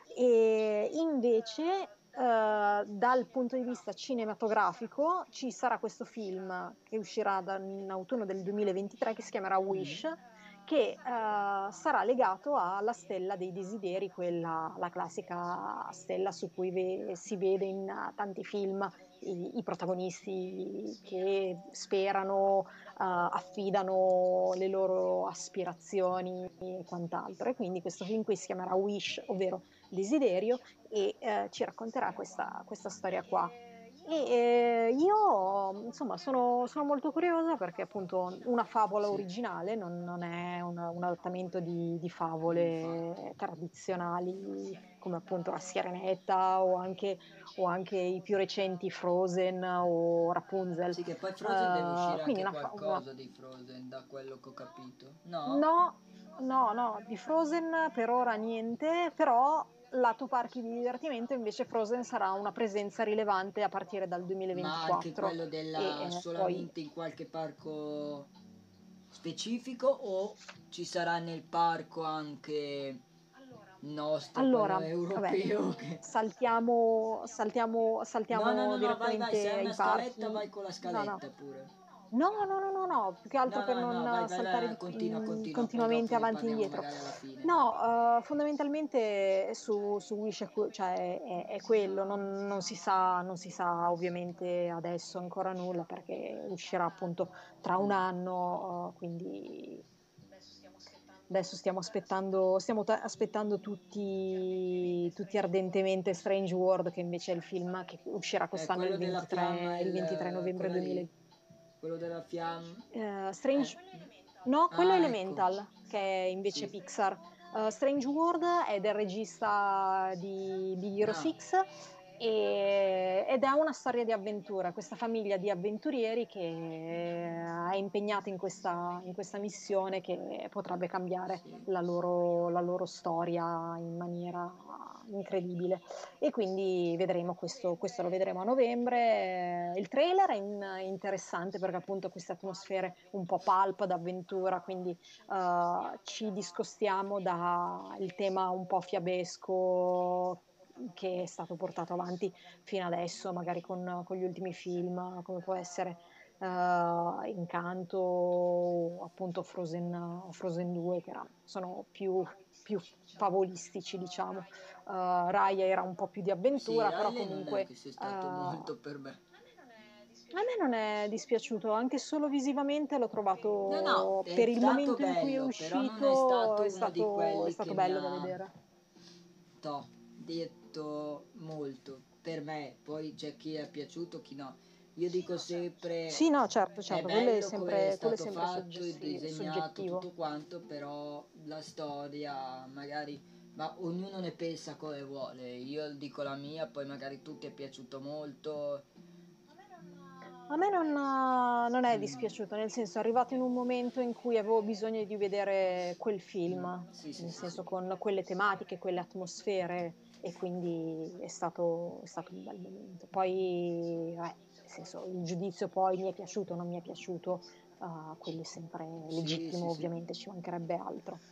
Speaker 3: E invece, eh, dal punto di vista cinematografico, ci sarà questo film che uscirà da- in autunno del duemilaventitré che si chiamerà
Speaker 1: Mm.
Speaker 3: Wish, che eh, sarà legato alla stella dei desideri, quella, la classica stella su cui ve- si vede in eh, tanti film i, i protagonisti che sperano, uh, affidano le loro aspirazioni e quant'altro. E quindi questo film qui si chiamerà Wish, ovvero Desiderio, e uh, ci racconterà questa, questa storia qua. E eh, io insomma sono, sono molto curiosa perché appunto una favola
Speaker 1: Sì,
Speaker 3: originale non, non è una- un adattamento di, di
Speaker 1: infatti.
Speaker 3: favole tradizionali come appunto la Sirenetta o anche, o anche i più recenti Frozen o Rapunzel.
Speaker 1: Sì, che poi Frozen deve
Speaker 3: Eh,
Speaker 1: uscire
Speaker 3: quindi
Speaker 1: anche
Speaker 3: una, fa- una-
Speaker 1: qualcosa di Frozen, da quello che ho capito. No?
Speaker 3: No, no, no, di Frozen per ora niente, però lato parchi di divertimento invece Frozen sarà una presenza rilevante a partire dal
Speaker 1: Ma anche
Speaker 3: duemilaventiquattro
Speaker 1: quello
Speaker 3: e
Speaker 1: della
Speaker 3: eh, poi
Speaker 1: solamente in qualche parco specifico o ci sarà nel parco anche nostro, quello
Speaker 3: allora, vabbè,
Speaker 1: europeo che...
Speaker 3: saltiamo, saltiamo,
Speaker 1: No, no,
Speaker 3: saltiamo
Speaker 1: no, no, vai, vai, se
Speaker 3: direttamente
Speaker 1: hai
Speaker 3: ai
Speaker 1: una scaletta
Speaker 3: parchi.
Speaker 1: vai con la
Speaker 3: No, no.
Speaker 1: scaletta pure.
Speaker 3: No, no, no, no, no, più che altro
Speaker 1: No,
Speaker 3: per
Speaker 1: no, no, vai,
Speaker 3: non
Speaker 1: vai,
Speaker 3: saltare
Speaker 1: vai,
Speaker 3: di-
Speaker 1: continua,
Speaker 3: mh,
Speaker 1: continua, poi dopo
Speaker 3: continuamente
Speaker 1: ne
Speaker 3: avanti e
Speaker 1: parliamo
Speaker 3: indietro.
Speaker 1: magari alla fine.
Speaker 3: No, eh, fondamentalmente su, su Wish è, que- cioè, è- è quello, non, non si sa, non si sa ovviamente adesso ancora nulla perché uscirà appunto tra un
Speaker 1: Mm.
Speaker 3: anno, eh, quindi adesso stiamo aspettando, stiamo ta- aspettando tutti, tutti ardentemente Strange World, che invece è il film che uscirà
Speaker 1: È
Speaker 3: quest'anno il
Speaker 1: quello della fiamma,
Speaker 3: ventitré, il ventitré
Speaker 1: il...
Speaker 3: novembre
Speaker 1: quella lì,
Speaker 3: duemilaventi.
Speaker 1: quello della fiamma.
Speaker 3: Eh,
Speaker 1: Eh.
Speaker 3: Strange... No, quello è
Speaker 1: Ah, ecco,
Speaker 3: Elemental, che è invece
Speaker 1: sì.
Speaker 3: Pixar. Eh, Strange World è del regista di Big Hero
Speaker 1: Ah,
Speaker 3: sei e- ed è una storia di avventura. Questa famiglia di avventurieri che è impegnata in questa, in questa missione che potrebbe cambiare
Speaker 1: sì.
Speaker 3: la loro, la loro storia in maniera incredibile. E quindi vedremo questo, questo lo vedremo a novembre. Il trailer è in- interessante perché appunto ha queste atmosfere un po' pulp d'avventura, quindi eh, ci discostiamo dal tema un po' fiabesco che è stato portato avanti fino adesso, magari con, con gli ultimi film, come può essere eh, Incanto o appunto Frozen, Frozen due, che era- sono più, più favolistici, diciamo. Uh, Raya era un po' più di
Speaker 1: Sì,
Speaker 3: avventura, però
Speaker 1: Riley non è
Speaker 3: comunque
Speaker 1: che sia
Speaker 3: uh,
Speaker 1: stato
Speaker 3: a
Speaker 1: molto per me.
Speaker 3: me non è dispiaciuto, anche solo visivamente l'ho
Speaker 1: No, no,
Speaker 3: trovato,
Speaker 1: è
Speaker 3: per il
Speaker 1: stato
Speaker 3: momento in cui è
Speaker 1: bello, però non è
Speaker 3: uscito,
Speaker 1: stato
Speaker 3: è
Speaker 1: uno di
Speaker 3: stato, è
Speaker 1: quelli
Speaker 3: stato
Speaker 1: che mi
Speaker 3: bello da
Speaker 1: ha
Speaker 3: vedere.
Speaker 1: to, detto molto. Per me, poi c'è chi è piaciuto, chi no. Io dico sempre,
Speaker 3: Sì, no, certo,
Speaker 1: è
Speaker 3: certo, quello è
Speaker 1: bello come è
Speaker 3: sempre, quello è
Speaker 1: stato
Speaker 3: sempre
Speaker 1: fatto, è
Speaker 3: soggessi-
Speaker 1: disegnato,
Speaker 3: soggettivo.
Speaker 1: tutto quanto, però la storia magari... Ma ognuno ne pensa come vuole. Io dico la mia, poi magari tu ti è piaciuto molto.
Speaker 3: A me non, non è
Speaker 1: Mm,
Speaker 3: dispiaciuto, nel senso è arrivato in un momento in cui avevo bisogno di vedere quel
Speaker 1: mm,
Speaker 3: film,
Speaker 1: sì, sì,
Speaker 3: nel
Speaker 1: sì, sì.
Speaker 3: senso con quelle tematiche, quelle atmosfere e quindi è stato, è stato un bel momento. Poi, eh, nel senso, il giudizio poi mi è piaciuto o non mi è piaciuto, uh, quello è sempre
Speaker 1: Sì, sì,
Speaker 3: legittimo,
Speaker 1: sì.
Speaker 3: ovviamente, ci mancherebbe altro.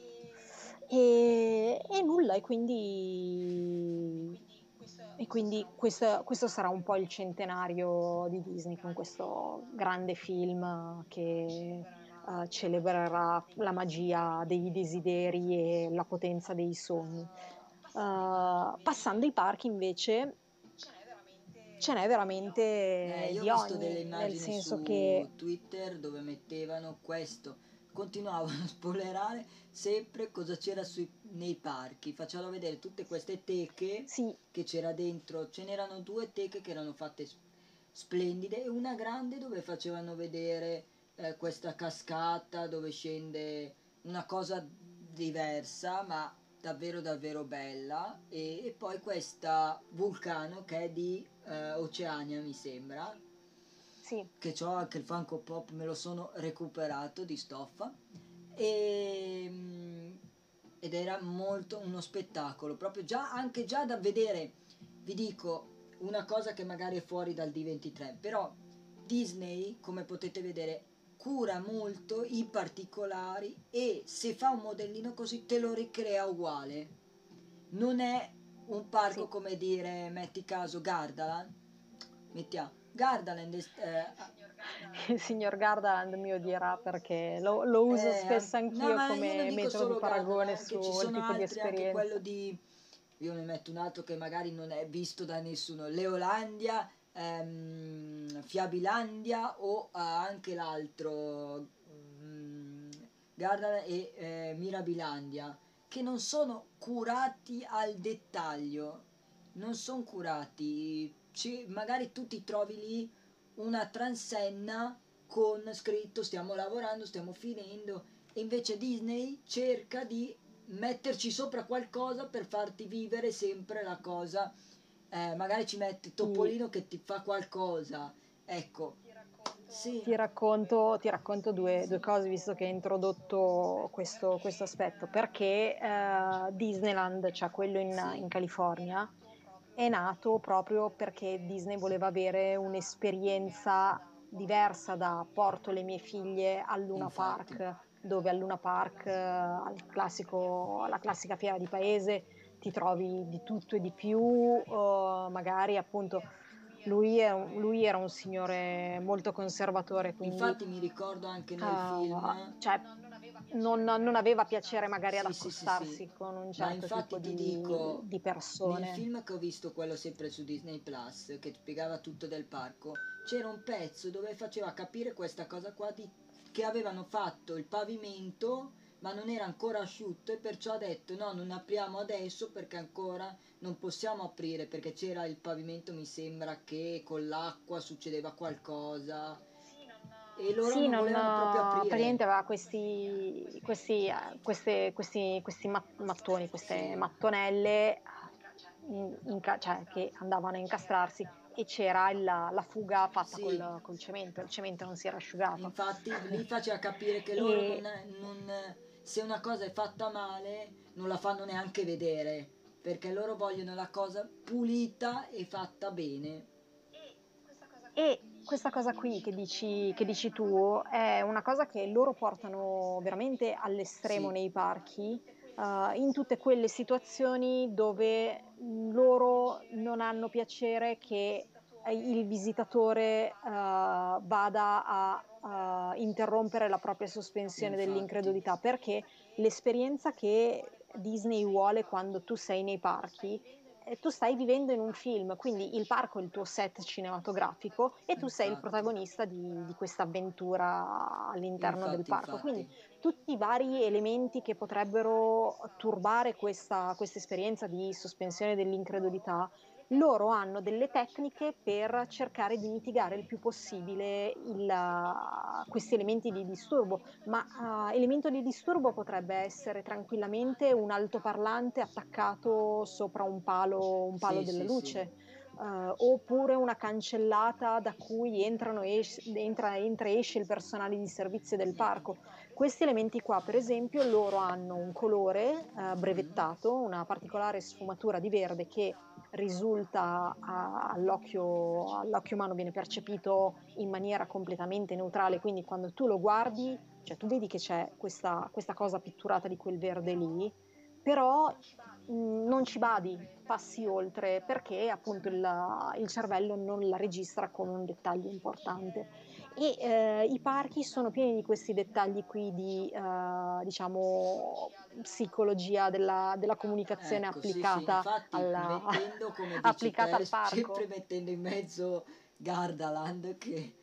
Speaker 3: E, e nulla, e quindi, e quindi questo, questo sarà un po' il centenario di Disney con questo grande film che eh, celebrerà la magia dei desideri e la potenza dei sogni. Uh, passando i parchi invece ce n'è
Speaker 1: Eh,
Speaker 3: veramente
Speaker 1: io ho
Speaker 3: di
Speaker 1: visto delle
Speaker 3: ogni, nel
Speaker 1: immagini
Speaker 3: senso che
Speaker 1: su Twitter dove mettevano questo, continuavano a spoilerare sempre cosa c'era sui- nei parchi, facevano vedere tutte queste teche
Speaker 3: sì,
Speaker 1: che c'era dentro, ce n'erano due teche che erano fatte s- splendide e una grande dove facevano vedere eh, questa cascata dove scende una cosa diversa ma davvero davvero bella e, e poi questa vulcano che è di eh, Oceania mi sembra
Speaker 3: sì,
Speaker 1: che ho anche il Funko Pop me lo sono recuperato di stoffa e, mm, ed era molto uno spettacolo proprio già anche già da vedere vi dico una cosa che magari è fuori dal D ventitré però Disney come potete vedere cura molto i particolari e se fa un modellino così te lo ricrea uguale non è un parco
Speaker 3: sì.
Speaker 1: come dire metti caso Gardaland mettiamo Gardaland eh,
Speaker 3: Il signor Gardaland mi odierà perché lo, lo uso
Speaker 1: eh,
Speaker 3: spesso
Speaker 1: no
Speaker 3: anch'io
Speaker 1: ma io non
Speaker 3: come
Speaker 1: dico
Speaker 3: metodo di
Speaker 1: solo
Speaker 3: paragone
Speaker 1: Gardaland che ci
Speaker 3: sul
Speaker 1: sono
Speaker 3: tipo di
Speaker 1: altri anche quello
Speaker 3: esperienza.
Speaker 1: di io ne metto un altro che magari non è visto da nessuno Leolandia ehm, Fiabilandia o a anche l'altro mm, Gardaland e eh, Mirabilandia, che non sono curati al dettaglio, non sono curati. Ci- magari tu ti trovi lì una transenna con scritto stiamo lavorando, stiamo finendo, e invece Disney cerca di metterci sopra qualcosa per farti vivere sempre la cosa. Eh, magari ci mette
Speaker 3: Ti,
Speaker 1: Topolino che ti fa qualcosa, ecco.
Speaker 2: Ti racconto,
Speaker 1: Sì,
Speaker 3: ti racconto, ti racconto due, due cose, visto che hai introdotto questo, questo aspetto, perché eh, Disneyland, cioè quello in,
Speaker 1: sì,
Speaker 3: in California, è nato proprio perché Disney voleva avere un'esperienza diversa da porto le mie figlie al Luna
Speaker 1: infatti,
Speaker 3: Park, dove al Luna Park, eh, al classico, alla classica fiera di paese, ti trovi di tutto e di più, eh, magari appunto lui, è un- lui era un signore molto conservatore, quindi
Speaker 1: infatti mi ricordo anche nel
Speaker 3: eh,
Speaker 1: film.
Speaker 3: cioè, non, non aveva piacere magari ad
Speaker 1: Sì, sì, sì, sì.
Speaker 3: accostarsi con un
Speaker 1: Ma
Speaker 3: certo tipo
Speaker 1: infatti ti
Speaker 3: di,
Speaker 1: dico,
Speaker 3: di
Speaker 1: nel
Speaker 3: persone.
Speaker 1: film che ho visto, quello sempre su Disney Plus, che spiegava tutto del parco, c'era un pezzo dove faceva capire questa cosa qua di, che avevano fatto il pavimento, ma non era ancora asciutto e perciò ha detto no, non apriamo adesso perché ancora non possiamo aprire perché c'era il pavimento, mi sembra che con l'acqua succedeva qualcosa e loro
Speaker 3: Sì,
Speaker 1: non
Speaker 3: non,
Speaker 1: volevano proprio
Speaker 3: eh,
Speaker 1: aprire.
Speaker 3: praticamente aveva questi, questi, eh, queste- questi, questi mat- mattoni, queste
Speaker 1: Sì,
Speaker 3: mattonelle in- inca- cioè, che andavano a incastrarsi e c'era il- la fuga fatta
Speaker 1: sì.
Speaker 3: col, col cemento, il cemento non si era asciugato.
Speaker 1: Infatti lì faceva capire che loro non,
Speaker 3: E
Speaker 1: non- se una cosa è fatta male non la fanno neanche vedere, perché loro vogliono la cosa pulita e fatta bene.
Speaker 3: E questa cosa qui che dici, che dici tu è una cosa che loro portano veramente all'estremo
Speaker 1: Sì,
Speaker 3: nei parchi, eh, in tutte quelle situazioni dove loro non hanno piacere che eh, il visitatore, eh, vada a, a interrompere la propria sospensione
Speaker 1: infatti.
Speaker 3: dell'incredulità, perché l'esperienza che Disney vuole quando tu sei nei parchi, eh, tu stai vivendo in un film, quindi il parco è il tuo set cinematografico e tu sei il
Speaker 1: Infatti,
Speaker 3: protagonista di, di questa avventura all'interno del
Speaker 1: infatti,
Speaker 3: parco. Quindi
Speaker 1: infatti.
Speaker 3: tutti i vari elementi che potrebbero turbare questa, questa esperienza di sospensione dell'incredulità, loro hanno delle tecniche per cercare di mitigare il più possibile il, questi elementi di disturbo, ma uh, elemento di disturbo potrebbe essere tranquillamente un altoparlante attaccato sopra un palo, un palo
Speaker 1: Sì,
Speaker 3: della
Speaker 1: sì, sì.
Speaker 3: luce, uh, oppure una cancellata da cui entrano e es- entra, entra e esce il personale di servizio del parco. Questi elementi qua, per esempio, loro hanno un colore uh,
Speaker 1: Mm.
Speaker 3: brevettato, una particolare sfumatura di verde che risulta a- all'occhio, all'occhio umano, viene percepito in maniera completamente neutrale, quindi quando tu lo guardi, cioè tu vedi che c'è questa, questa cosa pitturata di quel verde lì, però mh, non ci badi, passi oltre perché appunto il, il cervello non la registra come un dettaglio importante. E eh, i parchi sono pieni di questi dettagli qui di, eh, diciamo, psicologia della, della comunicazione
Speaker 1: Ecco, sì, sì,
Speaker 3: applicata
Speaker 1: infatti
Speaker 3: alla,
Speaker 1: mettendo, come dici
Speaker 3: applicata
Speaker 1: te,
Speaker 3: al
Speaker 1: sempre
Speaker 3: parco.
Speaker 1: mettendo in mezzo Gardaland che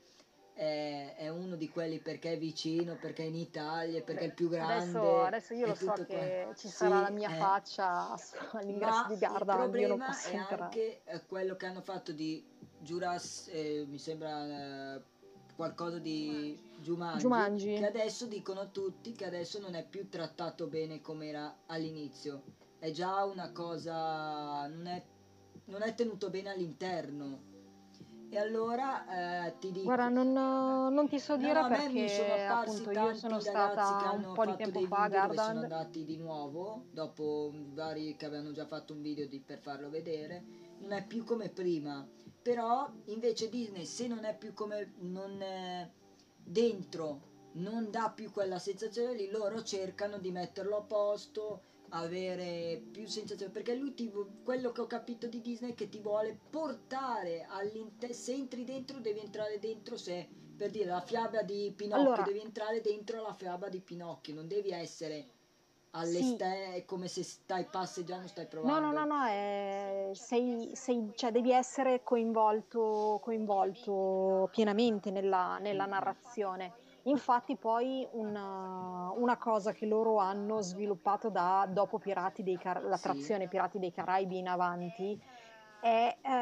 Speaker 1: è, è uno di quelli perché è vicino, perché è in Italia, perché è il più
Speaker 3: Adesso,
Speaker 1: grande
Speaker 3: adesso io lo
Speaker 1: e
Speaker 3: so
Speaker 1: tutto qua.
Speaker 3: che ci sarà la
Speaker 1: Sì,
Speaker 3: mia
Speaker 1: eh.
Speaker 3: faccia su- all'ingresso
Speaker 1: Ma
Speaker 3: di
Speaker 1: il
Speaker 3: Gardaland, io non
Speaker 1: problema
Speaker 3: posso
Speaker 1: è
Speaker 3: entrare.
Speaker 1: anche eh, quello che hanno fatto di Jurassic, eh, mi sembra eh, qualcosa di Jumanji,
Speaker 3: Jumanji.
Speaker 1: che adesso dicono tutti che adesso non è più trattato bene come era all'inizio. È già una cosa, non è, non è tenuto bene all'interno. E allora eh, ti
Speaker 3: Guarda,
Speaker 1: dico,
Speaker 3: non, non ti so
Speaker 1: no, no,
Speaker 3: dire
Speaker 1: a me mi sono
Speaker 3: perché
Speaker 1: apparsi
Speaker 3: appunto io sono
Speaker 1: tanti ragazzi che
Speaker 3: stata un
Speaker 1: hanno
Speaker 3: po' di
Speaker 1: fatto
Speaker 3: tempo
Speaker 1: dei
Speaker 3: fa a
Speaker 1: video dove sono
Speaker 3: Gardaland.
Speaker 1: andati di nuovo, dopo vari che avevano già fatto un video di- per farlo vedere, non è più come prima. Però invece Disney, se non è più come non è dentro, non dà più quella sensazione lì, loro cercano di metterlo a posto, avere più sensazioni, perché lui ti, vo- quello che ho capito di Disney è che ti vuole portare all'interno, se entri dentro devi entrare dentro, se per dire la fiaba di Pinocchio
Speaker 3: Allora,
Speaker 1: devi entrare dentro la fiaba di Pinocchio, non devi essere
Speaker 3: Sì.
Speaker 1: all'esterno, è come se stai passeggiando, stai
Speaker 3: No, no, no,
Speaker 1: provando.
Speaker 3: no, è- sei, sei- cioè devi essere coinvolto, coinvolto pienamente nella, nella
Speaker 1: Mm, mm.
Speaker 3: narrazione. Infatti poi una, una cosa che loro hanno sviluppato da dopo Pirati dei Car-
Speaker 1: Sì,
Speaker 3: l'attrazione Pirati dei Caraibi in avanti è eh,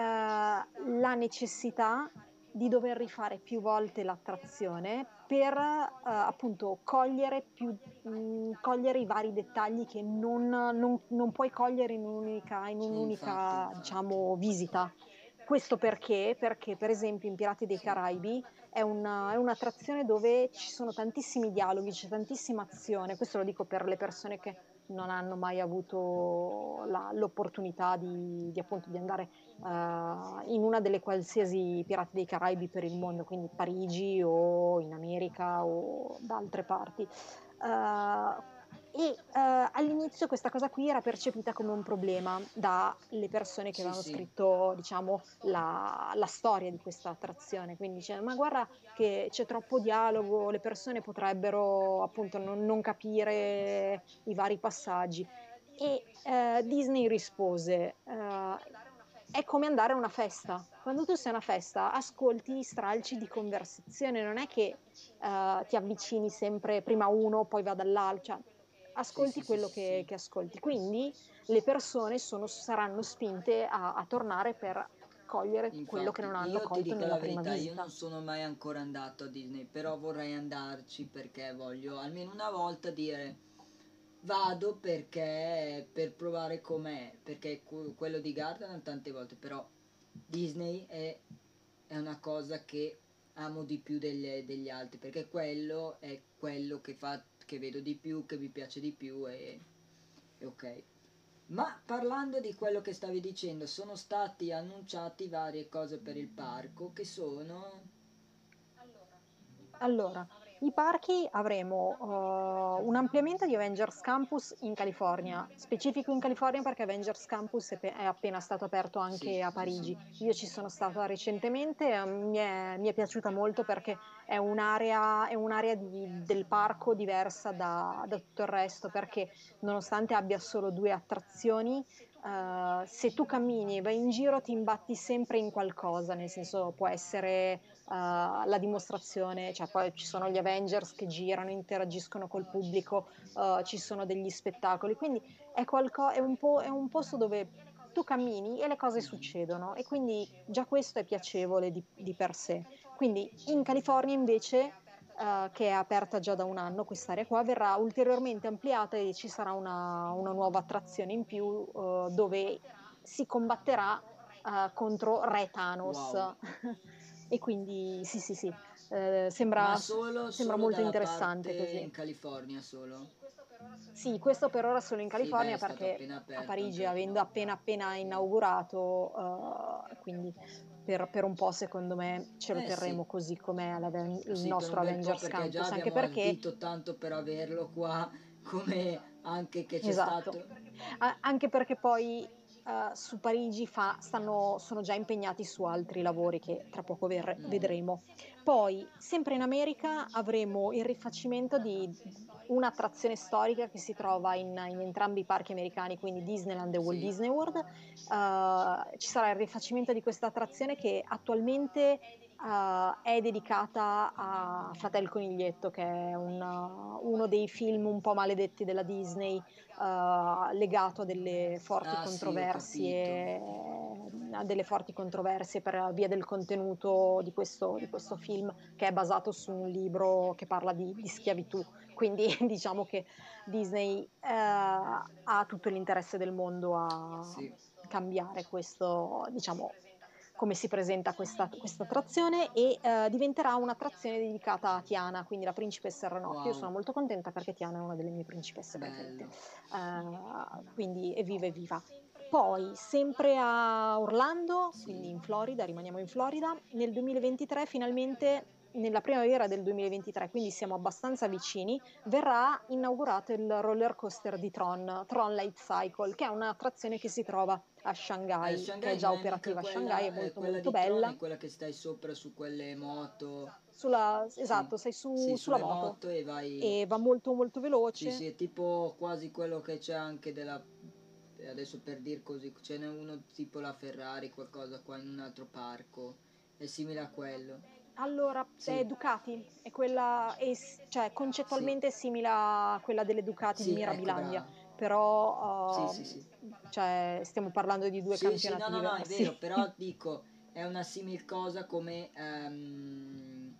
Speaker 3: la necessità di dover rifare più volte l'attrazione per eh, appunto cogliere, più, mh, cogliere i vari dettagli che non, non- non puoi cogliere in un'unica, in
Speaker 1: infatti,
Speaker 3: un'unica,
Speaker 1: infatti.
Speaker 3: diciamo, visita. Questo perché? Perché, per esempio, in Pirati dei
Speaker 1: Sì.
Speaker 3: Caraibi è una- è un'attrazione dove ci sono tantissimi dialoghi, c'è tantissima azione. Questo lo dico per le persone che non hanno mai avuto la- l'opportunità di, di, appunto, di andare eh, in una delle qualsiasi Pirati dei Caraibi per il mondo, quindi Parigi o in America o da altre parti. Eh, e eh, all'inizio questa cosa qui era percepita come un problema dalle persone che
Speaker 1: Sì,
Speaker 3: avevano
Speaker 1: sì,
Speaker 3: scritto, diciamo, la, la storia di questa attrazione. Quindi dicevano, ma guarda che c'è troppo dialogo, le persone potrebbero appunto non, non capire i vari passaggi. E eh, Disney rispose, eh, è come andare a una festa. Quando tu sei a una festa, ascolti i stralci di conversazione, non è che eh, ti avvicini sempre prima a uno, poi va dall'altro, cioè,
Speaker 1: sì,
Speaker 3: ascolti
Speaker 1: sì, sì,
Speaker 3: quello
Speaker 1: sì,
Speaker 3: che,
Speaker 1: sì.
Speaker 3: che ascolti. Quindi le persone sono- saranno spinte a, a tornare per cogliere quello che
Speaker 1: Infatti,
Speaker 3: non hanno
Speaker 1: io ti
Speaker 3: colto
Speaker 1: dico
Speaker 3: nella
Speaker 1: la
Speaker 3: prima
Speaker 1: verità, io
Speaker 3: visita.
Speaker 1: non sono mai ancora andato a Disney, però vorrei andarci perché voglio almeno una volta dire vado perché per provare com'è, perché que- quello di Gardaland tante volte, però Disney è, è una cosa che amo di più degli, degli altri, perché quello è quello che fa, che vedo di più, che mi piace di più e, e ok. Ma parlando di quello che stavi dicendo, sono stati annunciati varie cose per il parco che sono...
Speaker 3: Allora, i parchi avremo uh, un ampliamento di Avengers Campus in California, specifico in California perché Avengers Campus è, pe- è appena stato aperto
Speaker 1: Sì,
Speaker 3: anche a
Speaker 1: sì, sì.
Speaker 3: Parigi. Io ci sono stata recentemente e mi è, mi è piaciuta molto perché è un'area, è un'area di- del parco diversa da, da tutto il resto, perché nonostante abbia solo due attrazioni, uh, se tu cammini e vai in giro ti imbatti sempre in qualcosa, nel senso può essere uh, la dimostrazione, cioè poi ci sono gli Avengers che girano, interagiscono col pubblico, uh, ci sono degli spettacoli, quindi è, qualco- è un po', è un posto dove tu cammini e le cose
Speaker 1: Mhm.
Speaker 3: succedono e quindi già questo è piacevole di, di per sé. Quindi in California invece, uh, che è aperta già da un anno, quest'area qua verrà ulteriormente ampliata e ci sarà una, una nuova attrazione in più uh, dove si combatterà uh, contro Re Thanos.
Speaker 1: Wow.
Speaker 3: E quindi sì, sì, sì, eh,
Speaker 1: Ma
Speaker 3: sembra,
Speaker 1: solo,
Speaker 3: sembra
Speaker 1: solo
Speaker 3: molto
Speaker 1: dalla parte
Speaker 3: interessante
Speaker 1: in
Speaker 3: così.
Speaker 1: California solo?
Speaker 3: Sì, questo per ora solo in
Speaker 1: Sì, beh,
Speaker 3: California
Speaker 1: è stato
Speaker 3: perché
Speaker 1: appena
Speaker 3: a
Speaker 1: aperto
Speaker 3: Parigi,
Speaker 1: anche...
Speaker 3: avendo appena appena inaugurato, eh, quindi per, per un po' secondo me ce lo
Speaker 1: Eh sì,
Speaker 3: terremo così com'è l'Aven- il
Speaker 1: sì, per un
Speaker 3: nostro
Speaker 1: bel po'
Speaker 3: Avengers
Speaker 1: perché già
Speaker 3: Campus, anche
Speaker 1: abbiamo
Speaker 3: perché
Speaker 1: ardito tanto per averlo qua, come anche che c'è
Speaker 3: esatto.
Speaker 1: stato...
Speaker 3: A- anche perché poi eh, su Parigi fa- stanno- sono già impegnati su altri lavori che tra poco ver-
Speaker 1: Mhm.
Speaker 3: vedremo. Poi, sempre in America, avremo il rifacimento di un'attrazione storica che si trova in, in entrambi i parchi americani, quindi Disneyland e Walt
Speaker 1: Sì.
Speaker 3: Disney World. Eh, ci sarà il rifacimento di questa attrazione che attualmente Uh, è dedicata a Fratel Coniglietto, che è un, uh, uno dei film un po' maledetti della Disney, uh, legato a delle forti
Speaker 1: Ah sì, ho capito.
Speaker 3: controversie, a delle forti controversie per via del contenuto di questo, di questo film, che è basato su un libro che parla di, di schiavitù. Quindi diciamo che Disney uh, ha tutto l'interesse del mondo a
Speaker 1: Sì.
Speaker 3: cambiare questo, diciamo, come si presenta questa, questa attrazione e eh, diventerà un'attrazione dedicata a Tiana, quindi la principessa del Ranocchio. Io sono
Speaker 1: Wow,
Speaker 3: molto contenta perché Tiana è una delle mie principesse preferite.
Speaker 1: bello.
Speaker 3: Uh, quindi evviva evviva. Poi, sempre a Orlando, quindi
Speaker 1: Sì.
Speaker 3: in Florida, rimaniamo in Florida, nel duemilaventitré finalmente, nella primavera del duemilaventitré, quindi siamo abbastanza vicini, verrà inaugurato il roller coaster di Tron, Tron Light Cycle, che è un'attrazione che si trova a
Speaker 1: Eh,
Speaker 3: Shanghai, che è
Speaker 1: Shanghai
Speaker 3: già
Speaker 1: non è mica
Speaker 3: operativa a Shanghai, è
Speaker 1: quella, è
Speaker 3: molto
Speaker 1: quella
Speaker 3: molto
Speaker 1: di Tron,
Speaker 3: bella.
Speaker 1: è quella che stai sopra su quelle moto.
Speaker 3: Sulla,
Speaker 1: Sì,
Speaker 3: esatto, sei su,
Speaker 1: sì,
Speaker 3: sulla
Speaker 1: sulle
Speaker 3: moto
Speaker 1: moto e vai.
Speaker 3: e va molto molto
Speaker 1: Sì,
Speaker 3: veloce.
Speaker 1: sì, è tipo quasi quello che c'è anche della. Adesso per dir così, ce n'è uno tipo la Ferrari, qualcosa qua in un altro parco. È simile a quello.
Speaker 3: Allora, è
Speaker 1: Sì,
Speaker 3: Ducati, è quella, è, s- cioè
Speaker 1: sì,
Speaker 3: concettualmente è simile a quella delle Ducati di
Speaker 1: sì, ecco,
Speaker 3: Mirabilandia,
Speaker 1: brava. Sì,
Speaker 3: però
Speaker 1: sì,
Speaker 3: uh,
Speaker 1: sì.
Speaker 3: cioè, stiamo parlando di due
Speaker 1: Sì, sì, no,
Speaker 3: campionati
Speaker 1: no, no, è
Speaker 3: diversi.
Speaker 1: vero, però dico, è una simil cosa come, ehm,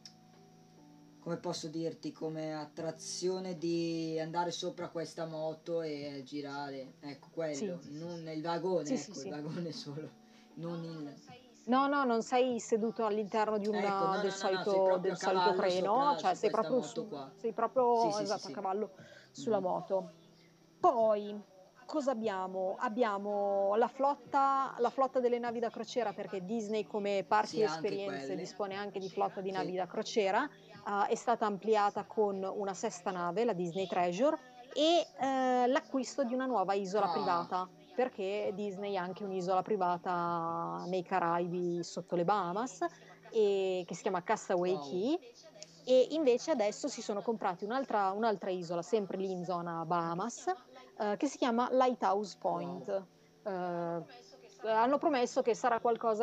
Speaker 1: come posso dirti, come attrazione di andare sopra questa moto e girare, ecco,
Speaker 3: Sì,
Speaker 1: quello, non il
Speaker 3: sì,
Speaker 1: vagone,
Speaker 3: sì,
Speaker 1: ecco, il
Speaker 3: sì.
Speaker 1: vagone solo, non il.
Speaker 3: No, no, non sei seduto all'interno di
Speaker 1: Ecco,
Speaker 3: una,
Speaker 1: no,
Speaker 3: del
Speaker 1: no, no, no, sei
Speaker 3: solito,
Speaker 1: proprio
Speaker 3: del
Speaker 1: a
Speaker 3: solito
Speaker 1: cavallo
Speaker 3: treno,
Speaker 1: sopra
Speaker 3: cioè
Speaker 1: su
Speaker 3: sei
Speaker 1: questa
Speaker 3: proprio,
Speaker 1: moto
Speaker 3: su,
Speaker 1: qua.
Speaker 3: sei
Speaker 1: Sì,
Speaker 3: proprio
Speaker 1: sì, sì,
Speaker 3: esatto, a
Speaker 1: sì.
Speaker 3: cavallo sulla
Speaker 1: Mhm.
Speaker 3: moto. Poi, cosa abbiamo? Abbiamo la flotta, la flotta delle navi da crociera, perché Disney come parchi
Speaker 1: Sì, anche
Speaker 3: esperienze
Speaker 1: quelle.
Speaker 3: dispone anche di flotta di
Speaker 1: Sì,
Speaker 3: navi da crociera, eh, è stata ampliata con una sesta nave, la Disney Treasure, e eh, l'acquisto di una nuova isola
Speaker 1: ah,
Speaker 3: privata, perché Disney ha anche un'isola privata nei Caraibi sotto le Bahamas, e- che si chiama Castaway
Speaker 1: wow,
Speaker 3: Key. E invece adesso si sono comprati un'altra, un'altra isola, sempre lì in zona Bahamas, eh, che si chiama Lighthouse
Speaker 1: wow,
Speaker 3: Point. Eh, hanno promesso che sarà qualcosa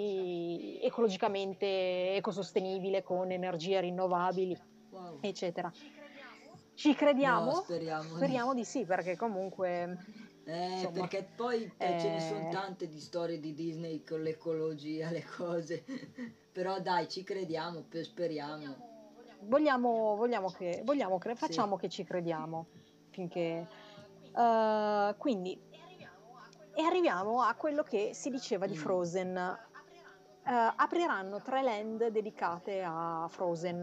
Speaker 3: di ecologicamente ecosostenibile, con energie rinnovabili,
Speaker 1: wow.
Speaker 3: eccetera. Ci
Speaker 1: No,
Speaker 3: crediamo?
Speaker 1: speriamo di.
Speaker 3: Speriamo di sì, perché comunque,
Speaker 1: Eh,
Speaker 3: insomma,
Speaker 1: perché poi eh, ce ne sono
Speaker 3: eh,
Speaker 1: tante di storie di Disney con l'ecologia, le cose. Però dai, ci crediamo, pe- speriamo.
Speaker 3: vogliamo, vogliamo che, vogliamo cre-
Speaker 1: Sì.
Speaker 3: facciamo che ci crediamo finché. eh, quindi, e arriviamo a quello che si diceva di
Speaker 1: Mm,
Speaker 3: Frozen. Eh, apriranno tre land dedicate a Frozen,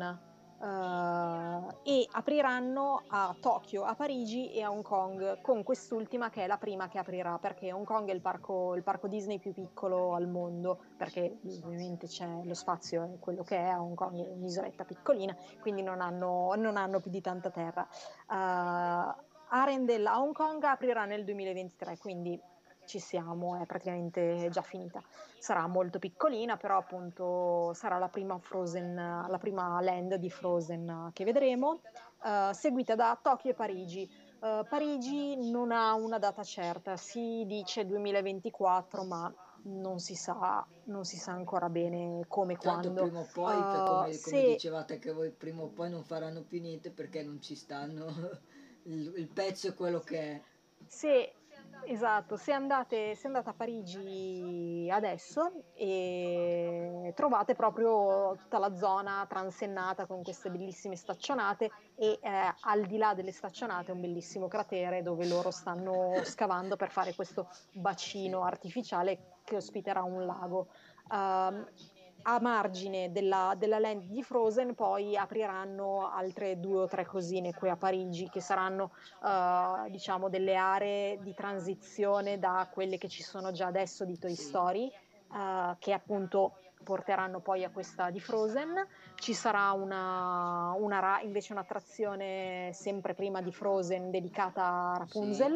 Speaker 3: eh, e apriranno a Tokyo, a Parigi e a Hong Kong, con quest'ultima che è la prima che aprirà, perché Hong Kong è il parco, il parco Disney più piccolo al mondo, perché ovviamente c'è lo spazio, è quello che è, a Hong Kong è un'isoletta piccolina, quindi non hanno, non hanno più di tanta terra. Uh, Arendelle a Hong Kong aprirà nel duemilaventitré, quindi ci siamo, è praticamente già finita. Sarà molto piccolina, però appunto sarà la prima Frozen, la prima land di Frozen che vedremo, eh, seguita da Tokyo e Parigi. Eh, Parigi non ha una data certa, si dice duemilaventiquattro, ma non si sa, non si sa ancora bene come e
Speaker 1: Tanto
Speaker 3: quando.
Speaker 1: prima o poi, per
Speaker 3: Uh,
Speaker 1: come, come
Speaker 3: se
Speaker 1: dicevate che voi prima o poi non faranno più niente perché non ci stanno. Il, il pezzo è quello che è.
Speaker 3: Se, esatto, se andate, se andate a Parigi adesso e trovate proprio tutta la zona transennata con queste bellissime staccionate e eh, al di là delle staccionate un bellissimo cratere dove loro stanno scavando per fare questo
Speaker 1: Sì,
Speaker 3: bacino artificiale che ospiterà un lago. Um, a margine della, della land di Frozen poi apriranno altre due o tre cosine qui a Parigi che saranno uh, diciamo delle aree di transizione da quelle che ci sono già adesso di Toy
Speaker 1: sì,
Speaker 3: Story, uh, che appunto porteranno poi a questa di Frozen. Ci sarà una, una invece un'attrazione sempre prima di Frozen dedicata a
Speaker 1: sì.
Speaker 3: Rapunzel.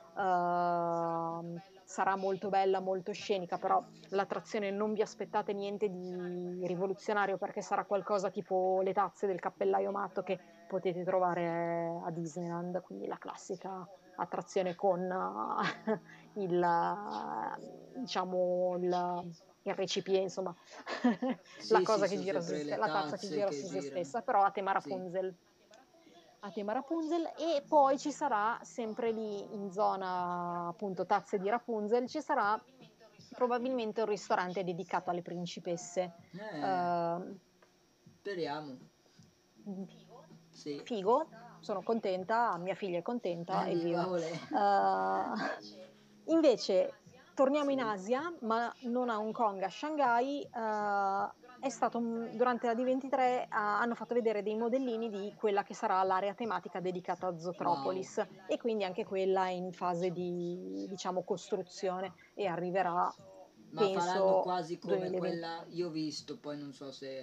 Speaker 3: Uh, sarà molto bella, molto scenica, però l'attrazione non vi aspettate niente di rivoluzionario, perché sarà qualcosa tipo le tazze del cappellaio matto che potete trovare a Disneyland, quindi la classica attrazione con uh, il, uh, diciamo, il, il recipiente, insomma, la
Speaker 1: Sì, sì,
Speaker 3: cosa che
Speaker 1: sono
Speaker 3: gira su se
Speaker 1: sempre
Speaker 3: stessa,
Speaker 1: le
Speaker 3: la tazza che
Speaker 1: tazze
Speaker 3: gira
Speaker 1: che
Speaker 3: su se
Speaker 1: girano.
Speaker 3: stessa, però a tema
Speaker 1: Sì,
Speaker 3: Rapunzel. A tema Rapunzel, e poi ci sarà sempre lì in zona appunto tazze di Rapunzel, ci sarà probabilmente un ristorante dedicato alle principesse.
Speaker 1: eh,
Speaker 3: Uh,
Speaker 1: speriamo. Sì,
Speaker 3: figo, sono contenta, mia figlia è contenta,
Speaker 1: evviva,
Speaker 3: evviva.
Speaker 1: olè.
Speaker 3: Uh, invece, torniamo in
Speaker 1: Sì,
Speaker 3: Asia, ma non a Hong Kong, a Shanghai. Uh, è stato un- durante la D ventitré, uh, hanno fatto vedere dei modellini di quella che sarà l'area tematica dedicata a
Speaker 1: wow.
Speaker 3: Zootropolis, e quindi anche quella è in fase di, diciamo, costruzione e arriverà,
Speaker 1: Ma faranno
Speaker 3: penso,
Speaker 1: quasi come
Speaker 3: duemilaventi.
Speaker 1: quella, io ho visto, poi non so se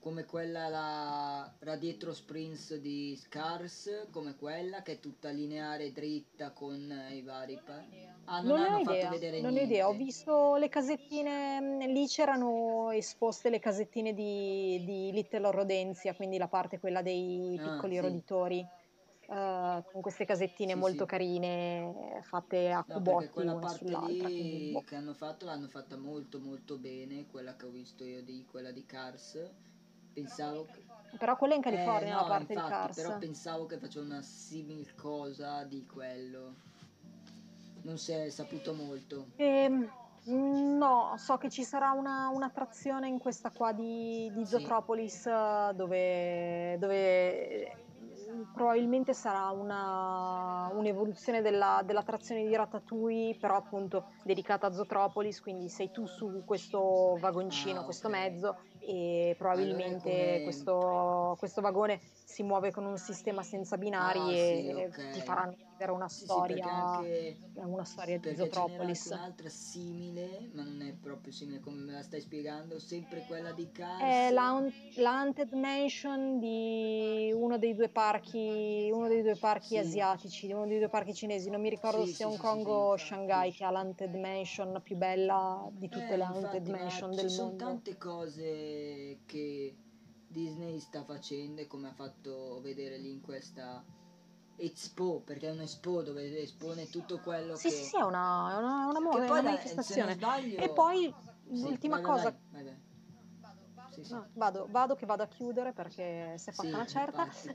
Speaker 1: come quella la Radietro Springs di Scars, come quella che è tutta lineare e dritta con eh, i vari pa- ah, non
Speaker 3: Non ne ho
Speaker 1: hanno fatto
Speaker 3: idea,
Speaker 1: vedere
Speaker 3: non ne ho idea. Ho
Speaker 1: niente.
Speaker 3: visto le casettine, mh, lì c'erano esposte le casettine di, di Little Rodenzia, quindi la parte quella dei
Speaker 1: Ah,
Speaker 3: piccoli
Speaker 1: sì,
Speaker 3: roditori, eh, con queste casettine
Speaker 1: sì,
Speaker 3: molto
Speaker 1: sì.
Speaker 3: carine, eh, fatte a
Speaker 1: No, perché
Speaker 3: cubotti
Speaker 1: quella
Speaker 3: una
Speaker 1: parte
Speaker 3: sull'altra, quindi
Speaker 1: lì
Speaker 3: boh.
Speaker 1: che hanno fatto l'hanno fatta molto molto bene, quella che ho visto io di quella di Cars. Pensavo che...
Speaker 3: Però quella è in
Speaker 1: Eh
Speaker 3: California, la
Speaker 1: no,
Speaker 3: parte di
Speaker 1: infatti, però
Speaker 3: Cars.
Speaker 1: pensavo che faceva una simil cosa di quello. Non si è saputo molto.
Speaker 3: Ehm, no, so che ci sarà una, un'attrazione in questa qua di, di
Speaker 1: Sì,
Speaker 3: Zootropolis, eh, dove, dove mm, probabilmente sarà una, un'evoluzione della, dell'attrazione di Ratatouille, però appunto dedicata a Zootropolis, quindi sei tu su questo vagoncino,
Speaker 1: ah
Speaker 3: questo
Speaker 1: ok.
Speaker 3: mezzo, e
Speaker 1: Allora è
Speaker 3: probabilmente
Speaker 1: come...
Speaker 3: questo, questo vagone si muove con un sistema senza binari
Speaker 1: Ah sì,
Speaker 3: e ti
Speaker 1: ok.
Speaker 3: faranno vivere una
Speaker 1: Sì, sì, perché
Speaker 3: storia,
Speaker 1: anche...
Speaker 3: una storia di
Speaker 1: Perché ce n'era anche
Speaker 3: Zootropolis.
Speaker 1: un'altra simile, ma non è proprio simile come me la stai spiegando, sempre quella di
Speaker 3: È
Speaker 1: Cars.
Speaker 3: la, la Haunted Mansion di uno dei due parchi, uno dei due parchi
Speaker 1: Sì,
Speaker 3: asiatici, di uno dei due parchi cinesi. Non mi ricordo
Speaker 1: sì,
Speaker 3: se sia
Speaker 1: sì,
Speaker 3: Hong
Speaker 1: sì, sì,
Speaker 3: Kong
Speaker 1: sì,
Speaker 3: o
Speaker 1: infatti.
Speaker 3: Shanghai che ha l'Haunted Mansion più bella di tutte
Speaker 1: Eh,
Speaker 3: le Haunted
Speaker 1: infatti, ma
Speaker 3: Mansion
Speaker 1: ci
Speaker 3: del
Speaker 1: sono
Speaker 3: mondo.
Speaker 1: tante cose che Disney sta facendo, e come ha fatto vedere lì in questa Expo, perché è un Expo dove espone tutto quello
Speaker 3: Sì, sì,
Speaker 1: che...
Speaker 3: sì, è una, è una- è una mo-
Speaker 1: Che
Speaker 3: è
Speaker 1: poi,
Speaker 3: una
Speaker 1: da- se non
Speaker 3: manifestazione. E
Speaker 1: sbaglio...
Speaker 3: poi
Speaker 1: Sì,
Speaker 3: l'ultima
Speaker 1: vai, vai, vai,
Speaker 3: cosa.
Speaker 1: vai, vai. Sì, sì.
Speaker 3: No, vado, vado che vado a chiudere perché si è fatta
Speaker 1: Sì,
Speaker 3: una certa.
Speaker 1: infatti.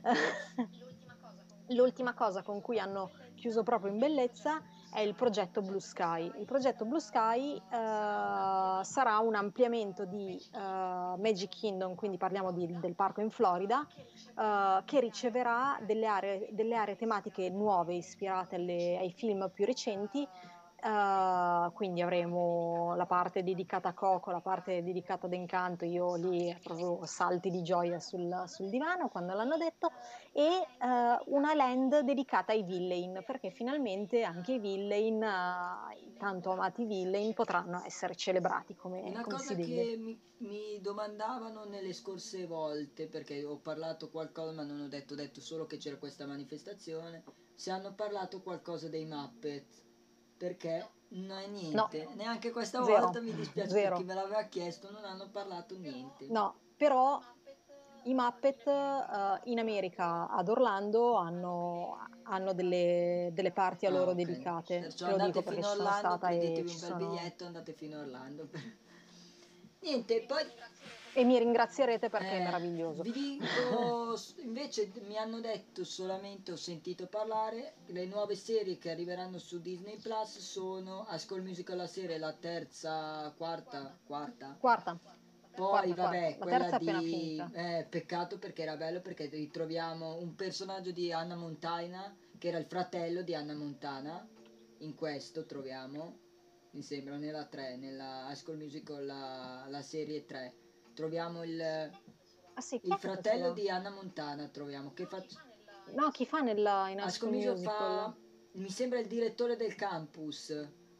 Speaker 3: L'ultima cosa con cui hanno chiuso proprio in bellezza è il progetto Blue Sky. Il progetto Blue Sky eh, sarà un ampliamento di eh, Magic Kingdom, quindi parliamo di- del parco in Florida, eh, che riceverà delle aree, delle aree tematiche nuove ispirate alle- ai film più recenti. Uh, quindi avremo la parte dedicata a Coco, la parte dedicata ad Encanto, io lì proprio salti di gioia sul, sul divano quando l'hanno detto, e uh, una land dedicata ai villain, perché finalmente anche i villain, uh, i tanto amati villain, potranno essere celebrati come,
Speaker 1: Una
Speaker 3: come si
Speaker 1: cosa
Speaker 3: deve.
Speaker 1: che mi, mi domandavano nelle scorse volte, perché ho parlato qualcosa ma non ho detto, ho detto solo che c'era questa manifestazione, se hanno parlato qualcosa dei Muppet, perché non è
Speaker 3: No,
Speaker 1: niente, neanche questa volta
Speaker 3: zero,
Speaker 1: mi dispiace per chi
Speaker 3: zero.
Speaker 1: me l'aveva chiesto, non hanno parlato niente.
Speaker 3: No, però i Muppet eh, in America ad Orlando hanno, hanno delle, delle parti a
Speaker 1: Ah,
Speaker 3: loro
Speaker 1: ok.
Speaker 3: dedicate.
Speaker 1: Perciò
Speaker 3: Te lo dico
Speaker 1: andate
Speaker 3: perché
Speaker 1: fino a
Speaker 3: ci sono
Speaker 1: Orlando,
Speaker 3: stata e
Speaker 1: prendetevi
Speaker 3: ci
Speaker 1: un bel
Speaker 3: sono.
Speaker 1: biglietto, andate fino a Orlando. Niente, poi
Speaker 3: E mi ringrazierete perché è
Speaker 1: eh,
Speaker 3: meraviglioso.
Speaker 1: vi dico, s- invece mi hanno detto solamente, ho sentito parlare, le nuove serie che arriveranno su Disney Plus sono High School Musical la serie, la terza, quarta, quarta.
Speaker 3: Quarta,
Speaker 1: Poi
Speaker 3: quarta, quarta.
Speaker 1: vabbè,
Speaker 3: La
Speaker 1: quella
Speaker 3: terza è appena
Speaker 1: di...
Speaker 3: finita.
Speaker 1: Eh, peccato perché era bello perché ritroviamo un personaggio di Anna Montana, che era il fratello di Anna Montana, in questo troviamo, mi sembra, nella tre, nella High School Musical, la, la serie tre. Troviamo il,
Speaker 3: Ah sì, chi
Speaker 1: il
Speaker 3: è che
Speaker 1: fratello
Speaker 3: faceva?
Speaker 1: di Anna Montana, troviamo, che fa...
Speaker 3: No, chi fa nella, in High
Speaker 1: High School
Speaker 3: School
Speaker 1: Musical
Speaker 3: Musical?
Speaker 1: fa... mi sembra il direttore del campus.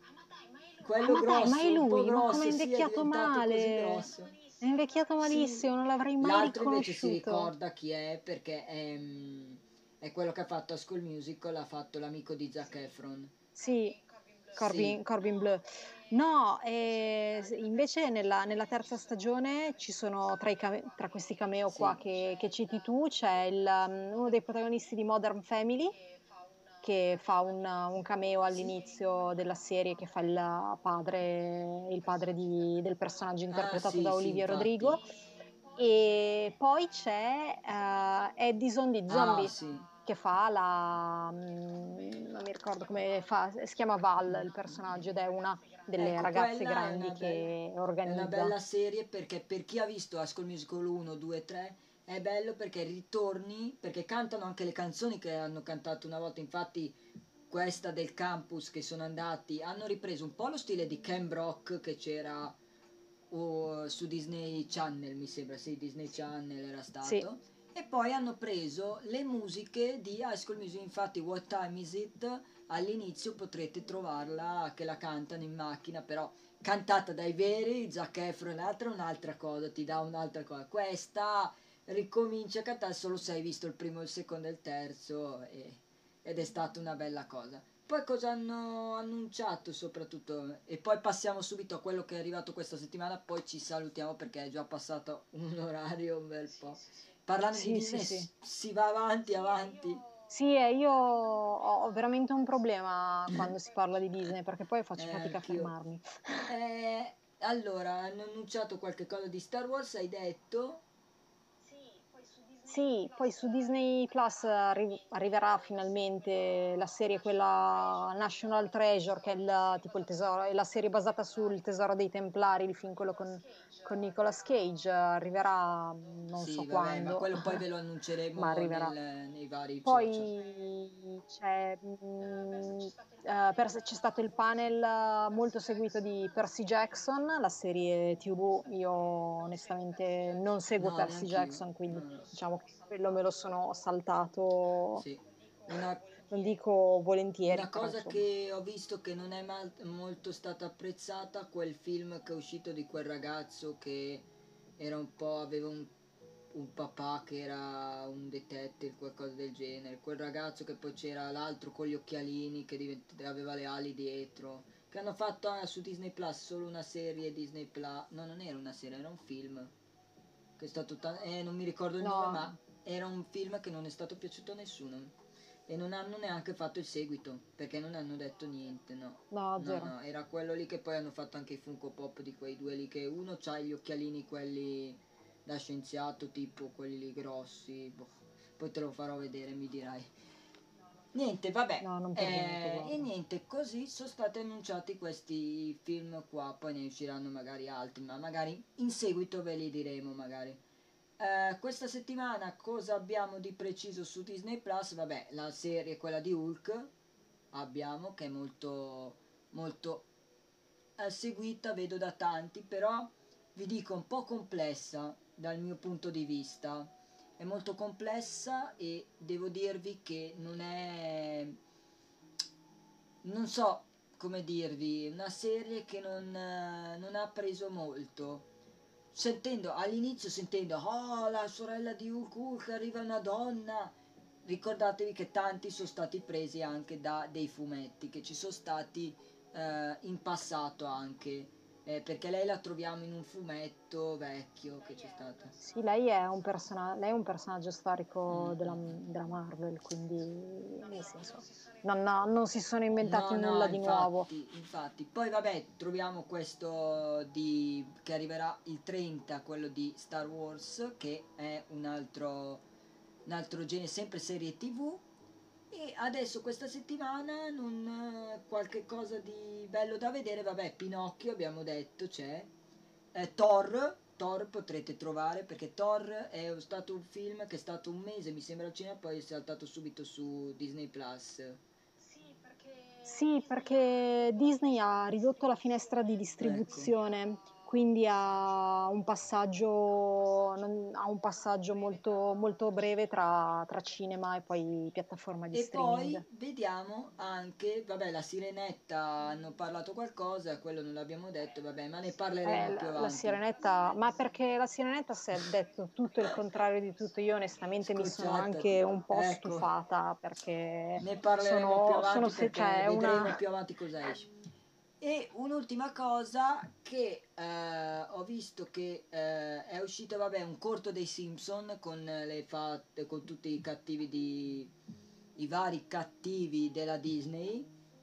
Speaker 3: Ah,
Speaker 1: Quello
Speaker 3: ma dai, ma è
Speaker 1: grosso, un po'
Speaker 3: lui? Ma come è
Speaker 1: grosso, sì, è
Speaker 3: invecchiato
Speaker 1: diventato così
Speaker 3: male?
Speaker 1: grosso.
Speaker 3: È invecchiato
Speaker 1: Sì,
Speaker 3: malissimo, non l'avrei mai
Speaker 1: l'altro invece si
Speaker 3: riconosciuto.
Speaker 1: ricorda chi è perché è, mm, è quello che ha fatto a School Musical, ha fatto l'amico di Zac Efron.
Speaker 3: Sì,
Speaker 1: Sì,
Speaker 3: Corbin, Corbin Bleu. No, eh, s- invece nella, nella terza stagione ci sono tra, i came- tra questi cameo qua
Speaker 1: sì.
Speaker 3: che, che citi tu, c'è il, um, uno dei protagonisti di Modern Family che fa un, un cameo
Speaker 1: Sì?
Speaker 3: all'inizio della serie, che fa il padre, il padre di- del personaggio
Speaker 1: Ah,
Speaker 3: interpretato
Speaker 1: sì,
Speaker 3: da
Speaker 1: sì,
Speaker 3: Olivia
Speaker 1: infatti.
Speaker 3: Rodrigo. E poi c'è eh, Edison di
Speaker 1: Ah,
Speaker 3: Zombie
Speaker 1: sì.
Speaker 3: che fa la... mm, non mi ricordo come fa, si chiama Val il personaggio ed è una delle
Speaker 1: Ecco,
Speaker 3: ragazze
Speaker 1: quella è
Speaker 3: grandi
Speaker 1: una bella,
Speaker 3: che
Speaker 1: è una
Speaker 3: organizza.
Speaker 1: bella serie perché per chi ha visto High School Musical uno, due, tre è bello perché ritorni, perché cantano anche le canzoni che hanno cantato una volta, infatti questa del campus che sono andati, hanno ripreso un po' lo stile di Camp Rock che c'era oh, su Disney Channel, mi sembra, sì, Disney Channel era
Speaker 3: Sì,
Speaker 1: stato, E poi hanno preso le musiche di High School Music, infatti What Time Is It all'inizio potrete trovarla che la cantano in macchina, però cantata dai veri Zac Efron, l'altra è un'altra cosa, ti dà un'altra cosa. Questa ricomincia a cantare solo se hai visto il primo, il secondo e il terzo e- ed è stata una bella cosa. Poi cosa hanno annunciato soprattutto? E poi passiamo subito a quello che è arrivato questa settimana, poi ci salutiamo perché è già passato un orario un bel po'. Parlando di
Speaker 3: Sì, sì,
Speaker 1: Disney
Speaker 3: sì.
Speaker 1: s- si va avanti,
Speaker 2: Sì,
Speaker 1: avanti.
Speaker 2: io...
Speaker 3: Sì, e io ho ho veramente un problema quando si parla di Disney perché poi faccio
Speaker 1: Eh,
Speaker 3: fatica a
Speaker 1: anch'io.
Speaker 3: fermarmi.
Speaker 1: Eh, allora, hanno annunciato qualche cosa di Star Wars, hai detto?
Speaker 2: Sì, poi su Disney
Speaker 3: Sì, poi
Speaker 2: Plus
Speaker 3: su
Speaker 2: eh,
Speaker 3: Disney Plus arri- arriverà finalmente la serie, quella National Treasure, che è il, tipo il tesoro, è la serie basata sul Tesoro dei Templari, il film quello
Speaker 2: Nicolas
Speaker 3: con,
Speaker 2: Cage,
Speaker 3: con
Speaker 2: eh,
Speaker 3: Nicolas Cage, arriverà mm, non so
Speaker 1: Sì, vabbè, ma
Speaker 3: quando,
Speaker 1: quello poi ve lo
Speaker 3: ma
Speaker 1: annunceremo
Speaker 3: arriverà.
Speaker 1: nel- nei vari social.
Speaker 3: Poi c'è mm,
Speaker 2: c'è stato il
Speaker 3: eh,
Speaker 2: panel
Speaker 3: per- c'è stato il panel eh, molto seguito di Percy Jackson, la serie T V. Io onestamente non seguo
Speaker 1: No,
Speaker 3: Percy
Speaker 1: neanch'io.
Speaker 3: Jackson,
Speaker 1: No,
Speaker 3: quindi
Speaker 1: no.
Speaker 3: diciamo che quello me lo sono saltato,
Speaker 1: Sì.
Speaker 2: non dico
Speaker 1: Una,
Speaker 3: non
Speaker 2: volentieri.
Speaker 3: dico volentieri,
Speaker 1: una
Speaker 3: però
Speaker 1: cosa
Speaker 3: insomma.
Speaker 1: che ho visto che non è mal- molto stata apprezzata, quel film che è uscito di quel ragazzo che era un po', aveva un, un papà che era un detective, qualcosa del genere. Quel ragazzo che poi c'era l'altro con gli occhialini che divent- aveva le ali dietro. Che hanno fatto eh, su Disney Plus solo una serie Disney Plus. No, non era una serie, era un film. Che è stato ta- eh, non mi ricordo il nome,
Speaker 3: No,
Speaker 1: ma era un film che non è stato piaciuto a nessuno. E non hanno neanche fatto il seguito, perché non hanno detto niente, no.
Speaker 3: no,
Speaker 1: No,
Speaker 3: zero.
Speaker 1: no, era quello lì che poi hanno fatto anche i Funko Pop di quei due lì, che uno c'ha gli occhialini quelli da scienziato, tipo quelli lì grossi, boh. Poi te lo farò vedere, mi dirai.
Speaker 2: No, no,
Speaker 1: Niente, vabbè.
Speaker 3: No, non per niente,
Speaker 1: Eh, e
Speaker 3: guarda.
Speaker 1: niente, così sono stati annunciati questi film qua, poi ne usciranno magari altri, ma magari in seguito ve li diremo magari. Eh, questa settimana cosa abbiamo di preciso su Disney Plus? Vabbè, la serie, quella di Hulk, abbiamo, che è molto, molto eh, seguita, vedo da tanti, però vi dico un po' complessa dal mio punto di vista. È molto complessa e devo dirvi che non è, non so come dirvi, una serie che non, eh, non ha preso molto. Sentendo all'inizio, sentendo, oh, la sorella di Hulk, Hulk, arriva una donna. Ricordatevi che tanti sono stati presi anche da dei fumetti, che ci sono stati eh, in passato anche, eh, perché lei la troviamo in un fumetto vecchio che
Speaker 2: lei
Speaker 1: c'è
Speaker 2: è un
Speaker 1: stato.
Speaker 3: Sì,
Speaker 2: personaggio
Speaker 3: lei è un,
Speaker 2: storico.
Speaker 3: persona- lei è un personaggio storico
Speaker 1: Mm,
Speaker 3: della,
Speaker 1: mm, mm.
Speaker 3: della Marvel, quindi
Speaker 2: Non,
Speaker 3: nel
Speaker 2: non
Speaker 3: senso
Speaker 2: si sono
Speaker 3: non,
Speaker 2: inventati
Speaker 3: non si sono
Speaker 2: nulla.
Speaker 3: inventati
Speaker 1: No, no,
Speaker 3: nulla di nuovo.
Speaker 1: infatti, infatti. Poi vabbè, troviamo questo di, che arriverà il trenta, quello di Star Wars, che è un altro, un altro genere, sempre serie T V. E adesso questa settimana non, eh, qualche cosa di bello da vedere, vabbè, Pinocchio abbiamo detto c'è. Eh, Thor, Thor potrete trovare perché Thor è stato un film che è stato un mese, mi sembra al cinema, poi è saltato subito su Disney Plus.
Speaker 2: Sì, perché
Speaker 3: Sì,
Speaker 2: Disney ha
Speaker 3: perché
Speaker 2: ridotto
Speaker 3: Disney
Speaker 2: la
Speaker 3: ha ridotto la finestra di
Speaker 2: distribuzione,
Speaker 1: Ecco.
Speaker 3: distribuzione, quindi ha un passaggio, non- ha un passaggio molto, molto breve tra, tra cinema e poi piattaforma di
Speaker 1: E poi
Speaker 3: streaming.
Speaker 1: vediamo anche, vabbè, la Sirenetta hanno parlato qualcosa, quello non l'abbiamo detto, vabbè, ma ne
Speaker 3: Eh,
Speaker 1: parleremo più
Speaker 3: la, la
Speaker 1: avanti.
Speaker 3: Sirenetta, ma perché la Sirenetta si è detto tutto il contrario di tutto. Io onestamente mi sono
Speaker 1: Scocciatati.
Speaker 3: anche un po'
Speaker 1: Ecco,
Speaker 3: stufata perché
Speaker 1: ne parleremo più
Speaker 3: sono, sono
Speaker 1: avanti
Speaker 3: se-
Speaker 1: perché
Speaker 3: cioè, è
Speaker 1: vedremo
Speaker 3: una...
Speaker 1: più avanti cosa esce. E un'ultima cosa che eh, ho visto che eh, è uscito, vabbè, un corto dei Simpson con le fatte, con tutti i cattivi di, i vari cattivi della Disney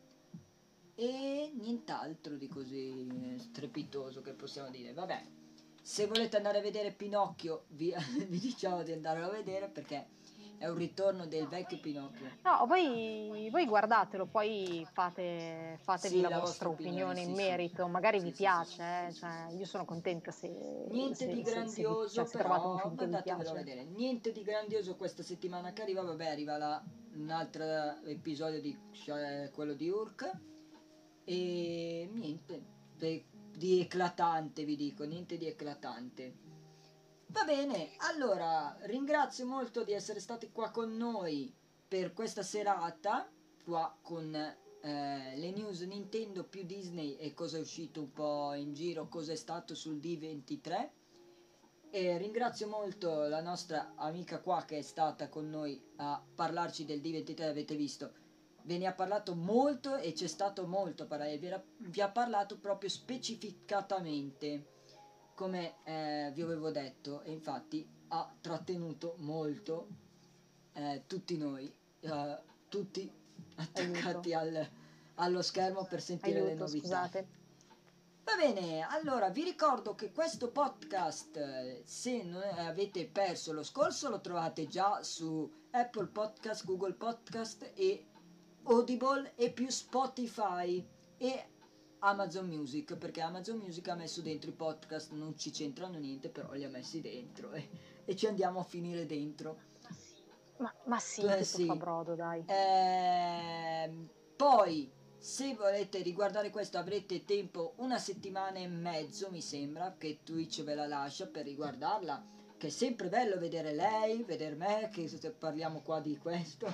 Speaker 1: e nient'altro di così eh, strepitoso che possiamo dire. Vabbè, se volete andare a vedere Pinocchio, vi, vi diciamo di andarlo a vedere perché è un ritorno del
Speaker 2: no,
Speaker 1: vecchio Pinocchio.
Speaker 2: poi
Speaker 3: No, voi, voi guardatelo, poi fate, fatevi
Speaker 1: Sì,
Speaker 3: la
Speaker 1: la
Speaker 3: vostra
Speaker 1: vostra opinione,
Speaker 3: opinione in
Speaker 1: sì, sì.
Speaker 3: merito, magari vi
Speaker 1: Sì, sì, sì, sì,
Speaker 3: piace,
Speaker 1: sì,
Speaker 3: eh,
Speaker 1: sì, sì,
Speaker 3: cioè, io
Speaker 1: sì,
Speaker 3: sono
Speaker 1: sì.
Speaker 3: contenta se,
Speaker 1: Niente di
Speaker 3: se- se- se vi- cioè,
Speaker 1: grandioso,
Speaker 3: se trovate un
Speaker 1: però
Speaker 3: film che vi
Speaker 1: andatevelo a
Speaker 3: piace.
Speaker 1: vedere. Niente di grandioso questa settimana che arriva, vabbè, arriva la, un altro episodio di Sha- quello di Urk. E niente, pe- di eclatante vi dico, niente di eclatante. Va bene, allora ringrazio molto di essere stati qua con noi per questa serata, qua con eh, le news Nintendo più Disney e cosa è uscito un po' in giro, cosa è stato sul D ventitré. E ringrazio molto la nostra amica qua che è stata con noi a parlarci del D ventitré, avete visto, ve ne ha parlato molto e c'è stato molto a parlare, vi, era- vi ha parlato proprio specificatamente come eh, vi avevo detto, e infatti ha trattenuto molto eh, tutti noi, eh, tutti attaccati al- allo schermo per sentire le
Speaker 3: Aiuto,
Speaker 1: novità.
Speaker 3: scusate.
Speaker 1: Va bene, allora vi ricordo che questo podcast, eh, se non avete perso lo scorso, lo trovate già su Apple Podcast, Google Podcast e Audible e più Spotify e Amazon Music, perché Amazon Music ha messo dentro i podcast, non ci c'entrano niente, però li ha messi dentro e, e ci andiamo a finire dentro.
Speaker 3: Ma, ma sì,
Speaker 1: Eh,
Speaker 3: tutto
Speaker 1: sì.
Speaker 3: fa brodo, dai.
Speaker 1: Ehm, poi, se volete riguardare questo, avrete tempo una settimana e mezzo, mi sembra, che Twitch ve la lascia per riguardarla. Che è sempre bello vedere lei, vedere me, che se- parliamo qua di questo,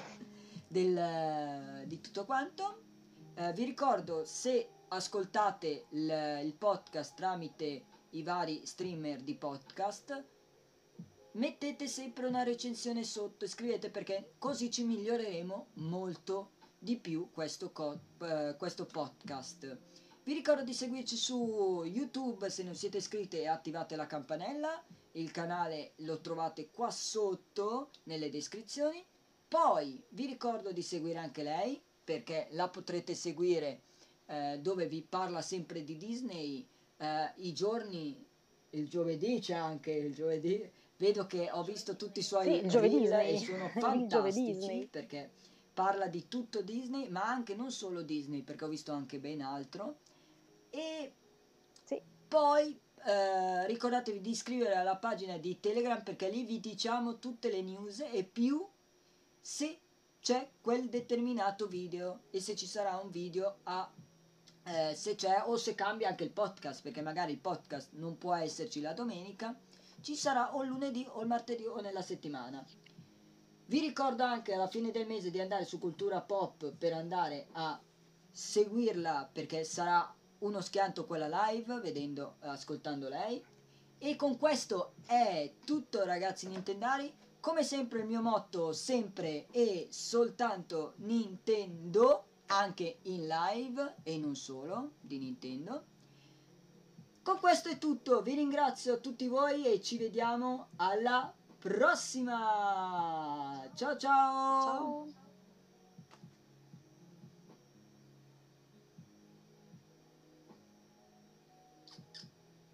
Speaker 1: del, di tutto quanto. Eh, vi ricordo, se ascoltate il, il podcast tramite i vari streamer di podcast, mettete sempre una recensione sotto e scrivete, perché così ci miglioreremo molto di più questo, co- eh, questo podcast. Vi ricordo di seguirci su YouTube se non siete iscritti e attivate la campanella. Il canale lo trovate qua sotto nelle descrizioni. Poi vi ricordo di seguire anche lei, perché la potrete seguire eh, dove vi parla sempre di Disney eh, i giorni, il giovedì c'è anche il giovedì. Vedo che ho visto tutti i suoi
Speaker 3: Sì, il giovedì
Speaker 1: reel
Speaker 3: Disney.
Speaker 1: e sono
Speaker 3: Il giovedì
Speaker 1: fantastici,
Speaker 3: Disney.
Speaker 1: perché parla di tutto Disney, ma anche non solo Disney, perché ho visto anche ben altro. E
Speaker 3: Sì.
Speaker 1: poi eh, ricordatevi di iscrivervi alla pagina di Telegram, perché lì vi diciamo tutte le news e più se c'è quel determinato video e se ci sarà un video a eh, se c'è o se cambia anche il podcast, perché magari il podcast non può esserci la domenica, ci sarà o il lunedì o il martedì o nella settimana. Vi ricordo anche alla fine del mese di andare su Cultura Pop per andare a seguirla, perché sarà uno schianto quella live, vedendo, ascoltando lei. E con questo è tutto, ragazzi nintendari. Come sempre il mio motto, sempre e soltanto Nintendo, anche in live e non solo di Nintendo. Con questo è tutto, vi ringrazio tutti voi e ci vediamo alla prossima. Ciao ciao.
Speaker 3: Ciao.